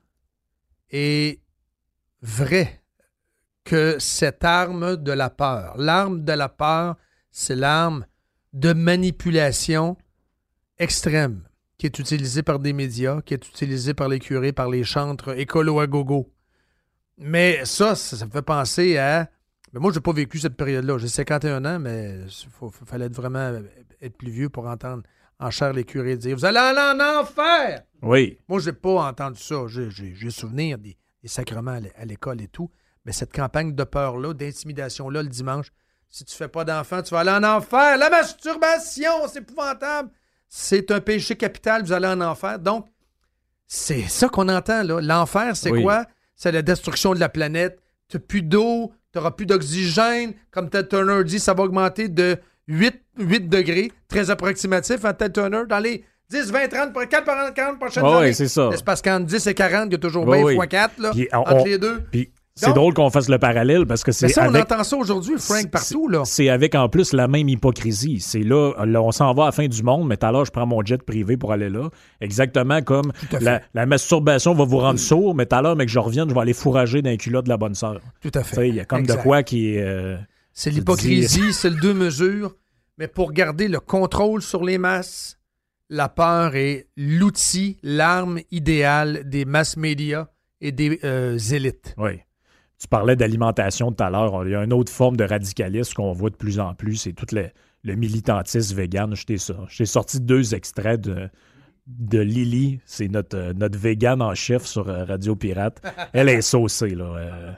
[SPEAKER 2] et vrai. Que cette arme de la peur, l'arme de la peur, c'est l'arme de manipulation extrême qui est utilisée par des médias, qui est utilisée par les curés, par les chantres écolo à gogo. Mais ça, ça, ça me fait penser à... Mais moi, je n'ai pas vécu cette période-là. J'ai cinquante et un ans, mais il fallait être vraiment être plus vieux pour entendre en chair les curés dire « Vous allez aller en enfer! »
[SPEAKER 1] Oui.
[SPEAKER 2] Moi, je n'ai pas entendu ça. J'ai, j'ai, j'ai souvenir des, des sacrements à l'école et tout. Mais cette campagne de peur-là, d'intimidation-là, le dimanche, si tu fais pas d'enfant, tu vas aller en enfer. La masturbation, c'est épouvantable. C'est un péché capital, vous allez en enfer. Donc, c'est ça qu'on entend, là. L'enfer, c'est oui. quoi? C'est la destruction de la planète. Tu n'as plus d'eau, tu n'auras plus d'oxygène. Comme Ted Turner dit, ça va augmenter de huit, huit degrés. Très approximatif, hein, Ted Turner. Dans les dix, vingt, trente, quarante, quarante prochaines
[SPEAKER 1] oh,
[SPEAKER 2] années.
[SPEAKER 1] Oui, c'est ça.
[SPEAKER 2] C'est parce qu'entre dix et quarante, il y a toujours
[SPEAKER 1] oh,
[SPEAKER 2] vingt
[SPEAKER 1] oui.
[SPEAKER 2] fois quatre, là,
[SPEAKER 1] puis, on,
[SPEAKER 2] entre les deux.
[SPEAKER 1] Puis, c'est
[SPEAKER 2] Donc,
[SPEAKER 1] drôle qu'on fasse le parallèle parce que c'est
[SPEAKER 2] mais ça,
[SPEAKER 1] avec...
[SPEAKER 2] on entend ça aujourd'hui, Frank, partout, là.
[SPEAKER 1] C'est avec, en plus, la même hypocrisie. C'est là, là on s'en va à la fin du monde, mais tout à l'heure, je prends mon jet privé pour aller là. Exactement comme la, la masturbation va vous rendre sourd, mais tout à l'heure, mais que je revienne, je vais aller fourrager dans les culottes de la bonne sœur.
[SPEAKER 2] Tout à fait.
[SPEAKER 1] Il y a comme
[SPEAKER 2] exact.
[SPEAKER 1] de quoi qui est... Euh,
[SPEAKER 2] c'est l'hypocrisie, c'est le deux mesures, mais pour garder le contrôle sur les masses, la peur est l'outil, l'arme idéale des mass médias et des euh, élites.
[SPEAKER 1] Oui. Tu parlais d'alimentation tout à l'heure. Il y a une autre forme de radicalisme qu'on voit de plus en plus. C'est tout le, le militantisme vegan. Je t'ai, ça. Je t'ai sorti deux extraits de, de Lily. C'est notre, notre vegan en chef sur Radio Pirate. Elle est saucée, là. Euh...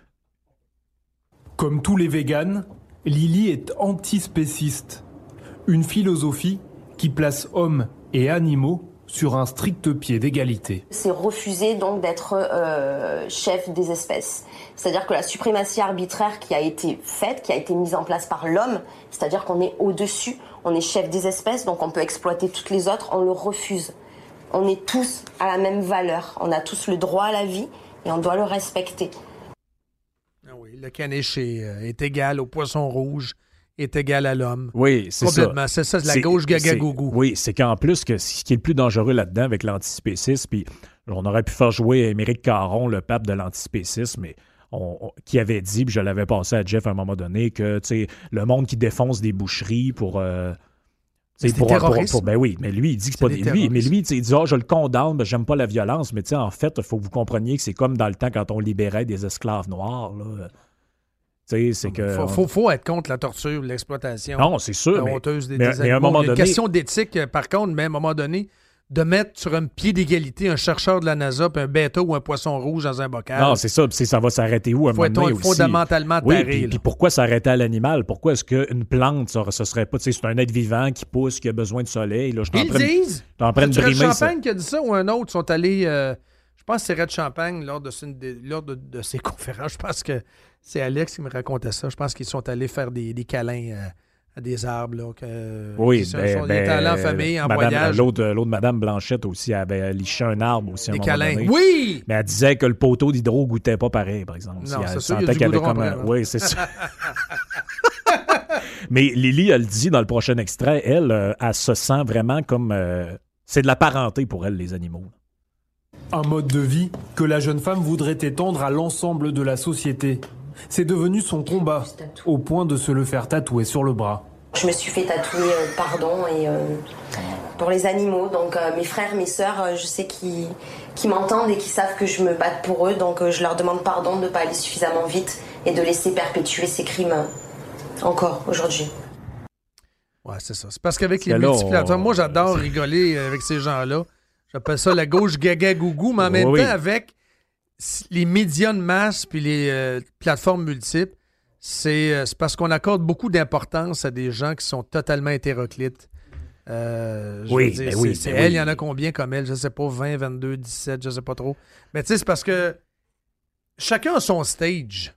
[SPEAKER 6] Comme tous les véganes, Lily est antispéciste. Une philosophie qui place hommes et animaux sur un strict pied d'égalité.
[SPEAKER 7] C'est refuser donc d'être euh, chef des espèces. C'est-à-dire que la suprématie arbitraire qui a été faite, qui a été mise en place par l'homme, c'est-à-dire qu'on est au-dessus, on est chef des espèces, donc on peut exploiter toutes les autres, on le refuse. On est tous à la même valeur, on a tous le droit à la vie et on doit le respecter.
[SPEAKER 2] Ah oui, le caniche est, est égal au poisson rouge, est égal à l'homme.
[SPEAKER 1] Oui, c'est
[SPEAKER 2] Complètement.
[SPEAKER 1] ça.
[SPEAKER 2] C'est ça, c'est la c'est, gauche gaga-gougou.
[SPEAKER 1] Oui, c'est qu'en plus, que ce qui est le plus dangereux là-dedans avec l'antispécisme, puis on aurait pu faire jouer Émeric Caron, le pape de l'antispécisme, mais on, on, qui avait dit, puis je l'avais passé à Jeff à un moment donné, que le monde qui défonce des boucheries pour... Euh,
[SPEAKER 2] c'est
[SPEAKER 1] pour,
[SPEAKER 2] terrorisme.
[SPEAKER 1] Pour, pour, ben oui, mais lui, il dit que c'est, c'est pas des, lui, mais lui, il dit, oh, je le condamne, ben, j'aime pas la violence, mais en fait, il faut que vous compreniez que c'est comme dans le temps quand on libérait des esclaves noirs, là. C'est que,
[SPEAKER 2] faut, faut, faut être contre la torture, l'exploitation.
[SPEAKER 1] Non, c'est sûr.
[SPEAKER 2] La
[SPEAKER 1] mais,
[SPEAKER 2] honteuse des,
[SPEAKER 1] mais,
[SPEAKER 2] des
[SPEAKER 1] mais à un moment
[SPEAKER 2] Il y a une
[SPEAKER 1] donné...
[SPEAKER 2] question d'éthique, par contre, mais à un moment donné, de mettre sur un pied d'égalité un chercheur de la NASA puis un bêta ou un poisson rouge dans un bocal.
[SPEAKER 1] Non, c'est ça. C'est, ça va s'arrêter où à un moment donné aussi?
[SPEAKER 2] Fondamentalement
[SPEAKER 1] oui,
[SPEAKER 2] taré.
[SPEAKER 1] Puis, puis pourquoi s'arrêter à l'animal? Pourquoi est-ce qu'une plante, ça, ce serait pas... C'est un être vivant qui pousse, qui a besoin de soleil. Là, je
[SPEAKER 2] Ils le disent!
[SPEAKER 1] Je en train de
[SPEAKER 2] C'est Red
[SPEAKER 1] brimer
[SPEAKER 2] Champagne
[SPEAKER 1] ça.
[SPEAKER 2] qui a dit ça ou un autre sont allés... Euh, je pense que c'est Red Champagne lors de, de, lors de, de ses conférences. Je pense que c'est Alex qui me racontait ça. Je pense qu'ils sont allés faire des, des câlins... Euh, à des arbres. Là, que,
[SPEAKER 1] oui,
[SPEAKER 2] qui
[SPEAKER 1] ben,
[SPEAKER 2] sont,
[SPEAKER 1] ben,
[SPEAKER 2] ils étaient allés en famille, en
[SPEAKER 1] madame,
[SPEAKER 2] voyage.
[SPEAKER 1] L'autre, l'autre Madame Blanchette aussi avait liché un arbre aussi. À
[SPEAKER 2] des
[SPEAKER 1] un moment
[SPEAKER 2] câlins.
[SPEAKER 1] donné.
[SPEAKER 2] Oui!
[SPEAKER 1] Mais elle disait que le poteau d'hydro goûtait pas pareil, par exemple.
[SPEAKER 2] Non,
[SPEAKER 1] si
[SPEAKER 2] c'est
[SPEAKER 1] elle
[SPEAKER 2] sûr,
[SPEAKER 1] sentait
[SPEAKER 2] il y a du
[SPEAKER 1] qu'elle avait
[SPEAKER 2] goudron
[SPEAKER 1] comme un...
[SPEAKER 2] après,
[SPEAKER 1] Oui, c'est ça. Mais Lily, elle le dit dans le prochain extrait, elle, euh, elle se sent vraiment comme... Euh, c'est de la parenté pour elle, les animaux.
[SPEAKER 6] Un mode de vie que la jeune femme voudrait étendre à l'ensemble de la société. C'est devenu son combat, au point de se le faire tatouer sur le bras.
[SPEAKER 7] Je me suis fait tatouer euh, pardon et euh, pour les animaux. Donc euh, mes frères, mes sœurs, euh, je sais qu'ils, qu'ils m'entendent et qu'ils savent que je me batte pour eux. Donc euh, je leur demande pardon de ne pas aller suffisamment vite et de laisser perpétuer ces crimes euh, encore aujourd'hui.
[SPEAKER 2] Ouais, c'est ça. C'est parce qu'avec les
[SPEAKER 1] là,
[SPEAKER 2] multiplateformes,
[SPEAKER 1] on...
[SPEAKER 2] moi j'adore rigoler avec ces gens-là. J'appelle ça la gauche gaga gougou, mais en même
[SPEAKER 1] oui,
[SPEAKER 2] temps,
[SPEAKER 1] oui.
[SPEAKER 2] avec les médias de masse puis les euh, plateformes multiples, c'est, euh, c'est parce qu'on accorde beaucoup d'importance à des gens qui sont totalement hétéroclites. Euh, je
[SPEAKER 1] oui,
[SPEAKER 2] veux dire,
[SPEAKER 1] ben
[SPEAKER 2] c'est,
[SPEAKER 1] oui,
[SPEAKER 2] c'est
[SPEAKER 1] ben
[SPEAKER 2] elle,
[SPEAKER 1] oui.
[SPEAKER 2] il y en a combien comme elle? Je sais pas, vingt, vingt-deux, dix-sept, je sais pas trop. Mais tu sais, c'est parce que chacun a son stage.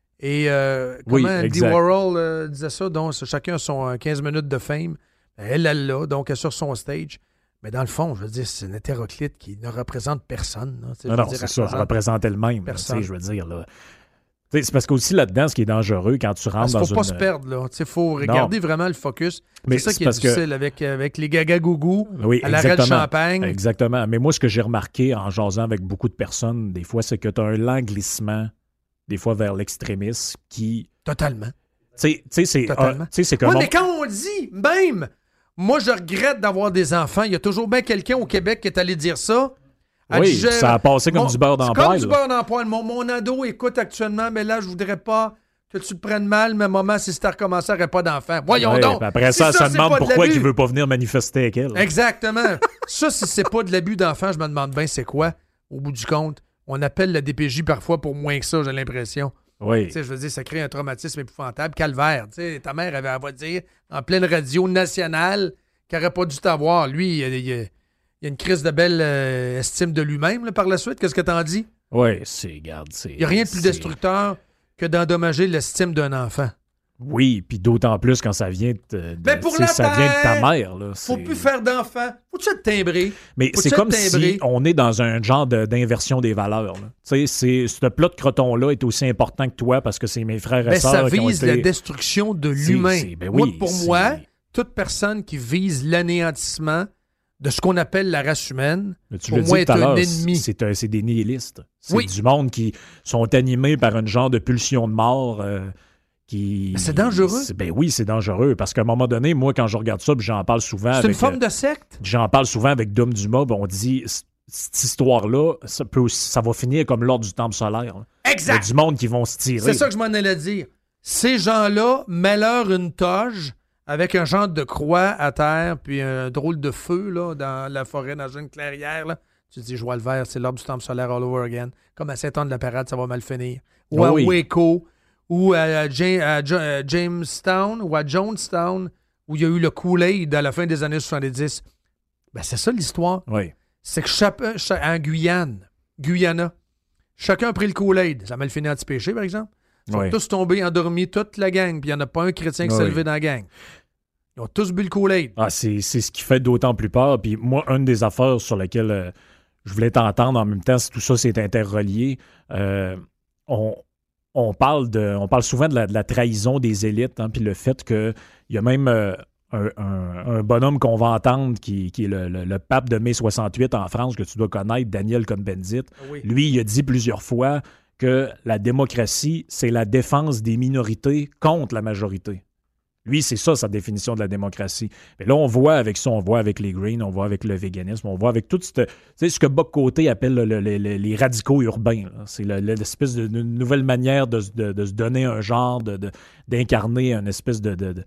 [SPEAKER 2] Et euh,
[SPEAKER 1] Oui,
[SPEAKER 2] comment Andy
[SPEAKER 1] exact.
[SPEAKER 2] Warhol euh, disait ça? Donc, chacun a son euh, quinze minutes de fame. Elle, elle l'a, donc elle est sur son stage. Mais dans le fond, je veux dire, c'est une hétéroclite qui ne représente personne. Là.
[SPEAKER 1] Non, non, c'est ça. Elle représente elle-même.
[SPEAKER 2] Personne.
[SPEAKER 1] Là, je veux dire, là. T'sais, c'est parce qu'aussi là-dedans, ce qui est dangereux quand tu rentres
[SPEAKER 2] Il
[SPEAKER 1] dans
[SPEAKER 2] ne faut
[SPEAKER 1] une...
[SPEAKER 2] pas se perdre, là. Il faut regarder vraiment le focus.
[SPEAKER 1] Mais
[SPEAKER 2] c'est ça
[SPEAKER 1] c'est
[SPEAKER 2] qui est
[SPEAKER 1] parce que-
[SPEAKER 2] difficile avec, avec les gaga gougou
[SPEAKER 1] Oui,
[SPEAKER 2] à l'arrêt de
[SPEAKER 1] exactement.
[SPEAKER 2] Champagne.
[SPEAKER 1] Exactement. Mais moi, ce que j'ai remarqué en jasant avec beaucoup de personnes, des fois, c'est que tu as un lent glissement, des fois vers l'extrémisme, qui...
[SPEAKER 2] Totalement.
[SPEAKER 1] Tu sais, c'est...
[SPEAKER 2] Totalement.
[SPEAKER 1] ah, tu sais, c'est comme...
[SPEAKER 2] Oui, mais quand on dit, même, moi, je regrette d'avoir des enfants. Il y a toujours bien quelqu'un au Québec qui est allé dire ça. Elle
[SPEAKER 1] Oui,
[SPEAKER 2] dit, je-
[SPEAKER 1] ça a passé comme
[SPEAKER 2] mon-
[SPEAKER 1] du beurre dans
[SPEAKER 2] c'est
[SPEAKER 1] le
[SPEAKER 2] Comme
[SPEAKER 1] poêle,
[SPEAKER 2] du
[SPEAKER 1] là.
[SPEAKER 2] beurre dans le poêle. Mon, mon ado écoute actuellement, mais là, je voudrais pas que tu te prennes mal, mais maman, si c'était recommencé, elle n'aurait pas d'enfant. Voyons
[SPEAKER 1] Ouais,
[SPEAKER 2] donc.
[SPEAKER 1] puis après
[SPEAKER 2] Si
[SPEAKER 1] ça, ça,
[SPEAKER 2] c'est
[SPEAKER 1] demande
[SPEAKER 2] pas de
[SPEAKER 1] pourquoi
[SPEAKER 2] l'abus.
[SPEAKER 1] il veut pas venir manifester avec elle.
[SPEAKER 2] Exactement. Ça, si c'est pas de l'abus d'enfant, je me demande bien c'est quoi, au bout du compte. On appelle la D P J parfois pour moins que ça, j'ai l'impression.
[SPEAKER 1] Oui.
[SPEAKER 2] Tu sais, je veux dire, ça crée un traumatisme épouvantable. Calvaire. Tu sais, ta mère avait, elle va dire, en pleine radio nationale, qu'elle n'aurait pas dû t'avoir. Lui, il y a, il y a- il y a une crise de belle euh, estime de lui-même là, par la suite. Qu'est-ce que t'en dis?
[SPEAKER 1] Oui, c'est... Regarde, c'est...
[SPEAKER 2] Il n'y a rien de plus
[SPEAKER 1] c'est-
[SPEAKER 2] destructeur que d'endommager l'estime d'un enfant.
[SPEAKER 1] Oui, puis d'autant plus quand ça vient de... de-
[SPEAKER 2] Mais pour
[SPEAKER 1] tu sais,
[SPEAKER 2] la
[SPEAKER 1] ça vient de ta
[SPEAKER 2] terre,
[SPEAKER 1] mère, là.
[SPEAKER 2] Faut
[SPEAKER 1] c'est-
[SPEAKER 2] plus faire d'enfants. Faut-tu être timbré?
[SPEAKER 1] Mais
[SPEAKER 2] Faut-tu
[SPEAKER 1] c'est
[SPEAKER 2] être
[SPEAKER 1] comme
[SPEAKER 2] timbré?
[SPEAKER 1] si on est dans un genre de- d'inversion des valeurs. là. Tu sais, c'est- ce plat de croton-là est aussi important que toi parce que c'est mes frères et
[SPEAKER 2] Ben,
[SPEAKER 1] sœurs
[SPEAKER 2] ça
[SPEAKER 1] qui ont
[SPEAKER 2] vise
[SPEAKER 1] été...
[SPEAKER 2] la destruction de
[SPEAKER 1] C'est-
[SPEAKER 2] l'humain.
[SPEAKER 1] c'est- ben
[SPEAKER 2] Moi,
[SPEAKER 1] oui,
[SPEAKER 2] pour
[SPEAKER 1] c'est-
[SPEAKER 2] moi, toute personne qui vise l'anéantissement de ce qu'on appelle la race humaine,
[SPEAKER 1] Mais tu
[SPEAKER 2] pour
[SPEAKER 1] l'as
[SPEAKER 2] moi,
[SPEAKER 1] dit
[SPEAKER 2] est
[SPEAKER 1] tout à
[SPEAKER 2] un
[SPEAKER 1] l'heure,
[SPEAKER 2] ennemi.
[SPEAKER 1] c'est un- c'est des nihilistes. C'est
[SPEAKER 2] Oui.
[SPEAKER 1] du monde qui sont animés par une genre de pulsion de mort. euh, qui...
[SPEAKER 2] Mais c'est dangereux.
[SPEAKER 1] c'est- Ben oui, c'est dangereux parce qu'à un moment donné, moi, quand je regarde ça, puis j'en parle souvent
[SPEAKER 2] c'est
[SPEAKER 1] avec...
[SPEAKER 2] une forme
[SPEAKER 1] euh,
[SPEAKER 2] de secte.
[SPEAKER 1] J'en parle souvent avec Dom Dumas, puis on dit c- cette histoire-là, ça, peut, ça va finir comme l'ordre du temple solaire. là. Il y a
[SPEAKER 2] Exact.
[SPEAKER 1] du monde qui vont se tirer.
[SPEAKER 2] C'est ça que je m'en allais dire. Ces gens-là, mets-leur une toge avec un genre de croix à terre, puis un drôle de feu là, dans la forêt, dans une clairière. Là. Tu te dis, je vois le vert, c'est l'ordre du temple solaire all over again. Comme à Saint-Anne-de-la-Parade, ça va mal finir. Ou à
[SPEAKER 1] Oui.
[SPEAKER 2] Waco, ou à, à Ja- à Ja- à Jamestown, ou à Jonestown, où il y a eu le Kool-Aid à la fin des années soixante-dix. Ben, c'est ça l'histoire.
[SPEAKER 1] Oui.
[SPEAKER 2] C'est que chaque, cha- en Guyane, Guyana, chacun a pris le Kool-Aid. Ça a mal fini anti-péché, par exemple. Ils sont
[SPEAKER 1] Oui.
[SPEAKER 2] tous tombés, endormis, toute la gang, puis il n'y en a pas un chrétien qui s'est
[SPEAKER 1] Oui.
[SPEAKER 2] levé dans la gang. Ils ont tous bu le Kool-Aid.
[SPEAKER 1] Ah, c'est c'est ce qui fait d'autant plus peur. Puis moi, une des affaires sur lesquelles euh, je voulais t'entendre en même temps, si tout ça c'est interrelié, euh, on, on, parle de, on parle souvent de la, de la trahison des élites, hein, puis le fait qu'il y a même euh, un, un- un bonhomme qu'on va entendre qui, qui est le, le- le pape de mai soixante-huit en France, que tu dois connaître, Daniel Cohn-Bendit.
[SPEAKER 2] Oui.
[SPEAKER 1] Lui, il a dit plusieurs fois que la démocratie, c'est la défense des minorités contre la majorité. Lui, c'est ça, sa définition de la démocratie. Mais là, on voit avec ça, on voit avec les Greens, on voit avec le véganisme, on voit avec tout ce, tu sais, ce que Bob Côté appelle le- le- le- les radicaux urbains. là. C'est le- le- l'espèce de, de nouvelle manière de, se- de- de se donner un genre, de, de- d'incarner une espèce de, de, de,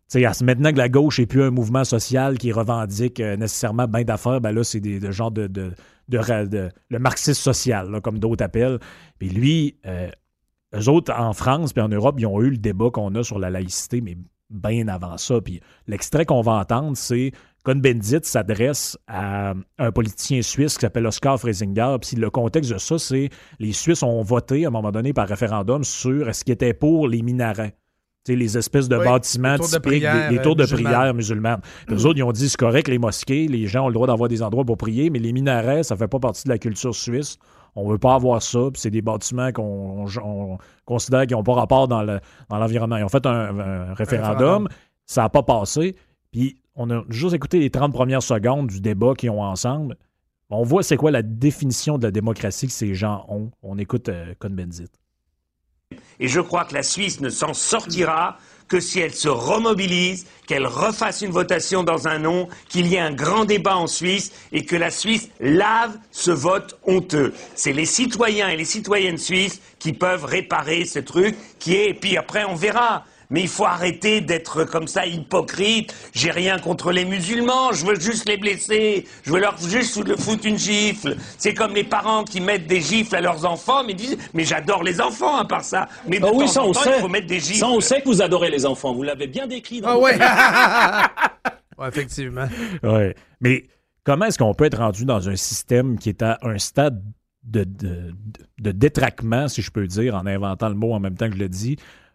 [SPEAKER 1] T'sais, maintenant que la gauche n'est plus un mouvement social qui revendique euh, nécessairement bien d'affaires, ben là, c'est des, des genres de, de, de, de, de le marxisme social, là, comme d'autres appellent. Puis lui, euh, eux autres, en France puis en Europe, ils ont eu le débat qu'on a sur la laïcité, mais bien avant ça. Puis l'extrait qu'on va entendre, c'est Cohn-Bendit s'adresse à un politicien suisse qui s'appelle Oskar Freisinger. Puis le contexte de ça, c'est les Suisses ont voté à un moment donné par référendum sur est-ce qu'ils étaient pour les minarets. T'sais, les espèces de oui, bâtiments typiques, de prière, des, des tours de musulmane. prière musulmanes. Mmh. Eux autres, ils ont dit c'est correct, les mosquées, les gens ont le droit d'avoir des endroits pour prier, mais les minarets, ça ne fait pas partie de la culture suisse. On ne veut pas avoir ça, puis c'est des bâtiments qu'on on, on considère qui n'ont pas rapport dans, le, dans l'environnement. Ils ont fait un, un référendum, un référendum. Ça n'a pas passé, puis on a juste écouté les trente premières secondes du débat qu'ils ont ensemble. On voit c'est quoi la définition de la démocratie que ces gens ont. On écoute euh, Cohn-Bendit.
[SPEAKER 8] Et je crois que la Suisse ne s'en sortira que si elle se remobilise, qu'elle refasse une votation dans un non, qu'il y ait un grand débat en Suisse et que la Suisse lave ce vote honteux. C'est les citoyens et les citoyennes suisses qui peuvent réparer ce truc qui est... Et puis après, on verra. Mais il faut arrêter d'être comme ça hypocrite. J'ai rien contre les musulmans, je veux juste les blesser. Je veux leur juste foutre une gifle. C'est comme les parents qui mettent des gifles à leurs enfants, mais disent « Mais j'adore les enfants, à part ça. » Mais de
[SPEAKER 9] ah
[SPEAKER 8] temps
[SPEAKER 9] oui, ça,
[SPEAKER 8] en
[SPEAKER 9] on
[SPEAKER 8] temps,
[SPEAKER 9] sait.
[SPEAKER 8] il faut mettre des gifles.
[SPEAKER 9] Ça, on sait que vous adorez les enfants. Vous l'avez bien décrit dans
[SPEAKER 2] Ah
[SPEAKER 9] vos...
[SPEAKER 2] ouais. Ouais, effectivement.
[SPEAKER 1] Ouais. Mais comment est-ce qu'on peut être rendu dans un système qui est à un stade de, de, de détraquement, si je peux dire, en inventant le mot en même temps que je le dis,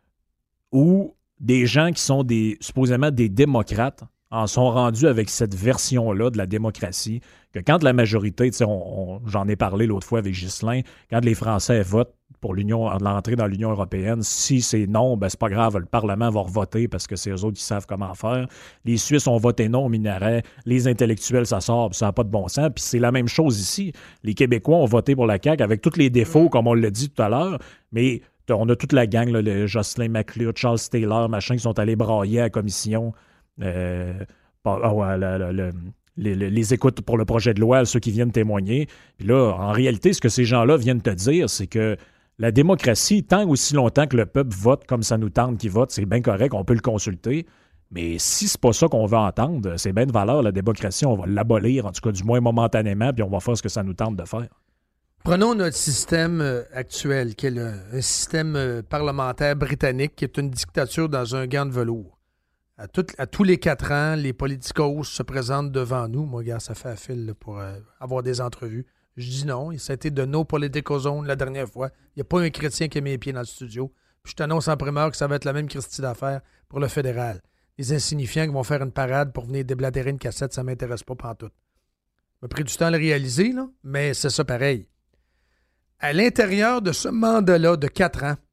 [SPEAKER 1] où des gens qui sont des supposément des démocrates en sont rendus avec cette version-là de la démocratie, que quand la majorité, tu sais, on, on, j'en ai parlé l'autre fois avec Ghislain, quand les Français votent pour l'Union, l'entrée dans l'Union européenne, si c'est non, ben c'est pas grave, le Parlement va revoter parce que c'est eux autres qui savent comment faire. Les Suisses ont voté non au minaret, les intellectuels, ça sort, puis ça n'a pas de bon sens. Puis c'est la même chose ici. Les Québécois ont voté pour la C A Q avec tous les défauts, comme on l'a dit tout à l'heure, mais on a toute la gang, là, le Jocelyn McClure, Charles Taylor, machin, qui sont allés brailler à la commission. Euh, oh, la, la, la, les, les écoutes pour le projet de loi, ceux qui viennent témoigner. Puis là, en réalité, ce que ces gens-là viennent te dire, c'est que la démocratie, tant aussi longtemps que le peuple vote comme ça nous tente qu'il vote, c'est bien correct, on peut le consulter. Mais si c'est pas ça qu'on veut entendre, c'est bien de valeur, la démocratie, on va l'abolir, en tout cas du moins momentanément, puis on va faire ce que ça nous tente de faire.
[SPEAKER 2] Prenons notre système actuel, qui est le, un système parlementaire britannique, qui est une dictature dans un gant de velours. À, tout, à tous les quatre ans, les politicos se présentent devant nous. Moi, regarde, ça fait à fil là, pour euh, avoir des entrevues. Je dis non. Ça a été de no political zone la dernière fois. Il n'y a pas un chrétien qui a mis les pieds dans le studio. Puis je t'annonce en primeur que ça va être la même Christie d'affaires pour le fédéral. Les insignifiants qui vont faire une parade pour venir déblatérer une cassette, ça ne m'intéresse pas pantoute. Ça m'a pris du temps à le réaliser, là, mais c'est ça pareil. À l'intérieur de ce mandat-là de quatre ans,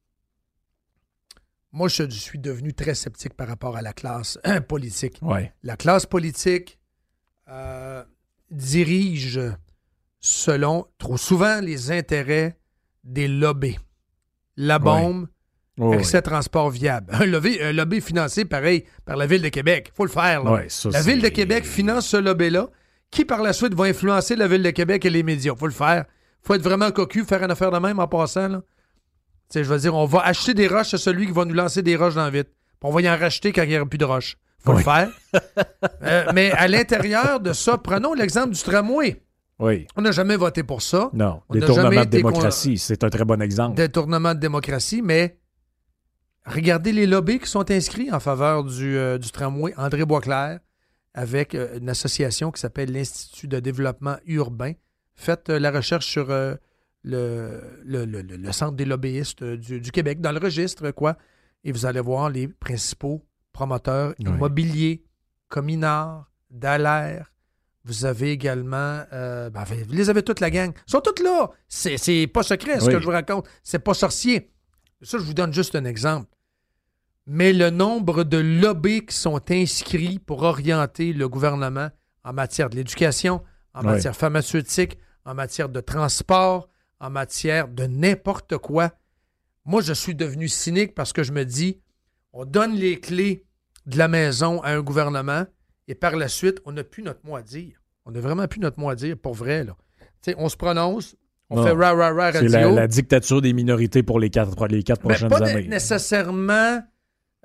[SPEAKER 2] moi, je suis devenu très sceptique par rapport à la classe euh, politique.
[SPEAKER 1] Ouais.
[SPEAKER 2] La classe politique euh, dirige selon, trop souvent, les intérêts des lobbies. La bombe, ouais. Ouais, accès ouais. transport viable. Un lobby, un lobby financé, pareil, par la Ville de Québec. Il faut le faire. Là.
[SPEAKER 1] Ouais, ça,
[SPEAKER 2] la
[SPEAKER 1] c'est...
[SPEAKER 2] Ville de Québec finance ce lobby-là, qui par la suite va influencer la Ville de Québec et les médias. Il faut le faire. Il faut être vraiment cocu, faire une affaire de même en passant. Là. Je veux dire, on va acheter des roches à celui qui va nous lancer des roches dans le vide. On va y en racheter quand il n'y aura plus de roches. Il faut oui. le faire. euh, mais à l'intérieur de ça, prenons l'exemple du tramway.
[SPEAKER 1] Oui.
[SPEAKER 2] On n'a jamais voté pour ça.
[SPEAKER 1] Non,
[SPEAKER 2] on
[SPEAKER 1] détournement de démocratie, con... c'est un très bon exemple.
[SPEAKER 2] Détournement de démocratie, mais regardez les lobbies qui sont inscrits en faveur du, euh, du tramway. André Boisclair, avec euh, une association qui s'appelle l'Institut de développement urbain. Faites euh, la recherche sur euh, le, le, le, le centre des lobbyistes du, du Québec, dans le registre, quoi. Et vous allez voir les principaux promoteurs oui. immobiliers, Cominard, Dallaire. Vous avez également... Euh, ben, vous les avez toute la gang. Ils sont tous là. C'est, c'est pas secret, ce oui. que je vous raconte. C'est pas sorcier. Ça, je vous donne juste un exemple. Mais le nombre de lobbies qui sont inscrits pour orienter le gouvernement en matière de l'éducation, en oui. matière pharmaceutique, en matière de transport, en matière de n'importe quoi. Moi, je suis devenu cynique parce que je me dis, on donne les clés de la maison à un gouvernement et par la suite, on n'a plus notre mot à dire. On n'a vraiment plus notre mot à dire, pour vrai. Là. On se prononce, on non, fait ra ra ra radio.
[SPEAKER 1] C'est la, la dictature des minorités pour les quatre, les quatre prochaines
[SPEAKER 2] pas
[SPEAKER 1] années.
[SPEAKER 2] Pas nécessairement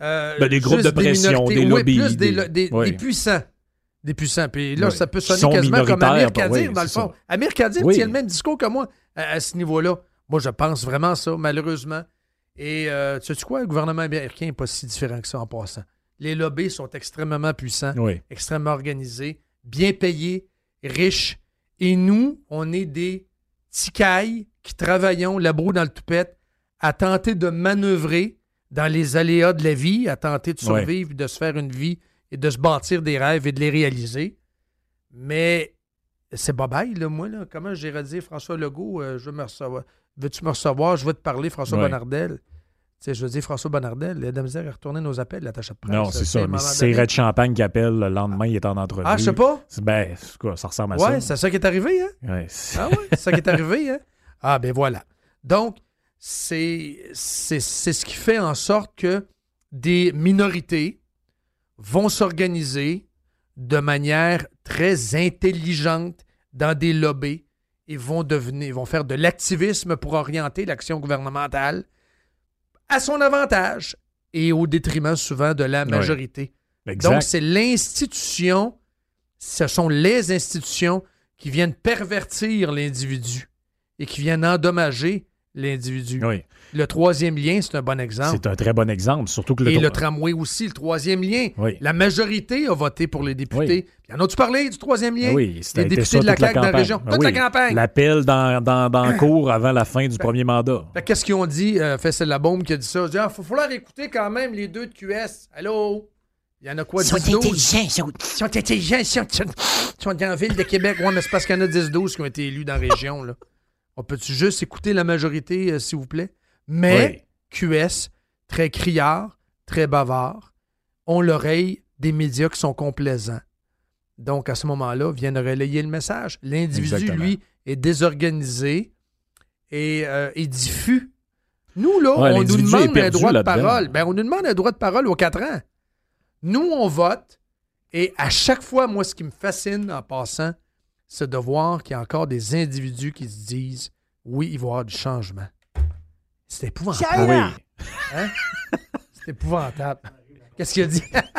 [SPEAKER 2] Euh,
[SPEAKER 1] ben, des groupes de pression, des, des lobbies.
[SPEAKER 2] Oui, plus des,
[SPEAKER 1] des,
[SPEAKER 2] des,
[SPEAKER 1] oui.
[SPEAKER 2] des puissants. Des puissants. Puis là,
[SPEAKER 1] oui.
[SPEAKER 2] ça peut sonner quasiment comme Amir Kadir,
[SPEAKER 1] oui,
[SPEAKER 2] dans le fond.
[SPEAKER 1] Ça.
[SPEAKER 2] Amir Kadir
[SPEAKER 1] oui.
[SPEAKER 2] tient le même discours que moi à, à ce niveau-là. Moi, je pense vraiment ça, malheureusement. Et euh, tu sais quoi, le gouvernement américain n'est pas si différent que ça en passant. Les lobbies sont extrêmement puissants,
[SPEAKER 1] oui.
[SPEAKER 2] extrêmement organisés, bien payés, riches. Et nous, on est des ticailles qui travaillons la broue dans le toupette à tenter de manœuvrer dans les aléas de la vie, à tenter de survivre, oui. de se faire une vie et de se bâtir des rêves et de les réaliser. Mais c'est bye-bye, là, moi. Là. Comment j'ai redit François Legault, euh, je veux me recevoir. Veux-tu me recevoir? Je veux te parler, François
[SPEAKER 1] oui.
[SPEAKER 2] Bonnardel. Tu sais, je veux dire, François Bonnardel, il a de la misère à retourner nos appels, l'attache de presse.
[SPEAKER 1] Non, c'est ça. Mais si c'est Red Champagne qui appelle, le lendemain, il est en entrevue.
[SPEAKER 2] Ah, je sais pas.
[SPEAKER 1] Ben, c'est quoi, ça ressemble à
[SPEAKER 2] ouais,
[SPEAKER 1] ça.
[SPEAKER 2] Ouais, c'est ça qui est arrivé, hein?
[SPEAKER 1] Ouais.
[SPEAKER 2] Ah ouais, c'est ça qui est arrivé, hein? Ah, ben voilà. Donc, c'est, c'est, c'est ce qui fait en sorte que des minorités vont s'organiser de manière très intelligente dans des lobbies et vont devenir, vont faire de l'activisme pour orienter l'action gouvernementale à son avantage et au détriment souvent de la majorité.
[SPEAKER 1] Oui.
[SPEAKER 2] Donc, c'est l'institution, ce sont les institutions qui viennent pervertir l'individu et qui viennent endommager l'individu.
[SPEAKER 1] Oui.
[SPEAKER 2] Le troisième lien, c'est un bon exemple.
[SPEAKER 1] C'est un très bon exemple, surtout que le
[SPEAKER 2] Et
[SPEAKER 1] tro...
[SPEAKER 2] le tramway aussi, le troisième lien.
[SPEAKER 1] Oui.
[SPEAKER 2] La majorité a voté pour les députés. Oui. En as-tu parlé du troisième lien?
[SPEAKER 1] Oui,
[SPEAKER 2] les députés ça, de la C A Q la dans la région. Toute
[SPEAKER 1] oui.
[SPEAKER 2] la campagne.
[SPEAKER 1] L'appel dans, dans, dans le cours avant la fin du fait, premier mandat.
[SPEAKER 2] Fait, qu'est-ce qu'ils ont dit? Euh, fait, c'est la bombe qui a dit ça. Il dit, ah, faut falloir écouter quand même les deux de Q S. Allô? Il y en a quoi?
[SPEAKER 10] Ils sont
[SPEAKER 2] dix douze?
[SPEAKER 10] intelligents. Ils sont,
[SPEAKER 2] ils sont intelligents. Ils sont, ils sont dans la ville de Québec. Oui, mais c'est parce qu'il y en a dix douze qui ont été élus dans la région. Là. On peut-tu juste écouter la majorité, euh, s'il vous plaît? Mais oui. Q S, très criard, très bavard, ont l'oreille des médias qui sont complaisants. Donc, à ce moment-là, viennent relayer le message. L'individu, Exactement. lui, est désorganisé et, euh, et diffus. Nous, là, ouais, on nous demande un droit de parole. Ben, on nous demande un droit de parole aux quatre ans. Nous, on vote et à chaque fois, moi, ce qui me fascine en passant, c'est de voir qu'il y a encore des individus qui se disent « Oui, il va y avoir du changement ». C'est épouvantable. Oui. Hein? C'est épouvantable. Qu'est-ce qu'il a dit?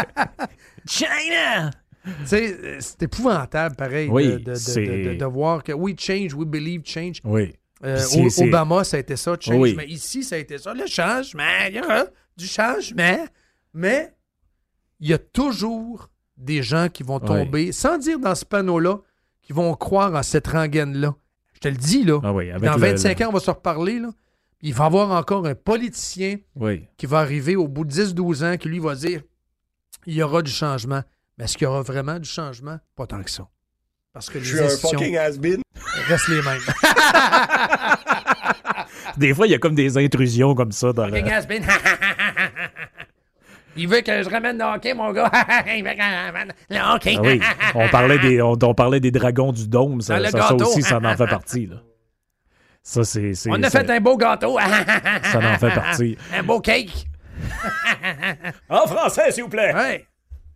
[SPEAKER 10] China!
[SPEAKER 2] Tu sais, c'est épouvantable, pareil,
[SPEAKER 1] oui,
[SPEAKER 2] de, de, de, de, de voir que we change, we believe change.
[SPEAKER 1] Oui.
[SPEAKER 2] Euh, c'est, c'est... Obama, ça a été ça, change. Oui. Mais ici, ça a été ça, le changement. Il y a du changement. Mais il y a toujours des gens qui vont tomber, oui. sans dire dans ce panneau-là, qui vont croire en cette rengaine-là. Je te le dis, là.
[SPEAKER 1] Ah oui, avec
[SPEAKER 2] dans vingt-cinq
[SPEAKER 1] le...
[SPEAKER 2] ans, on va se reparler, là. Il va y avoir encore un politicien
[SPEAKER 1] oui.
[SPEAKER 2] qui va arriver au bout de dix douze ans qui, lui, va dire il y aura du changement. Mais est-ce qu'il y aura vraiment du changement? Pas tant que ça. Parce que les
[SPEAKER 11] Je suis un fucking has-been.
[SPEAKER 2] Restent les mêmes.
[SPEAKER 1] Des fois, il y a comme des intrusions comme ça. Dans
[SPEAKER 2] fucking
[SPEAKER 1] le...
[SPEAKER 2] has-been. Il veut que je ramène le hockey, mon gars. Il veut que je ramène le hockey.
[SPEAKER 1] Ah oui. on, parlait des, on, on parlait des dragons du dôme. Ça, ça, ça aussi, ça en fait partie. Là. Ça, c'est, c'est,
[SPEAKER 2] On a
[SPEAKER 1] c'est...
[SPEAKER 2] fait un beau gâteau.
[SPEAKER 1] Ça en fait partie.
[SPEAKER 2] Un beau cake.
[SPEAKER 1] En français, s'il vous plaît.
[SPEAKER 2] Ouais.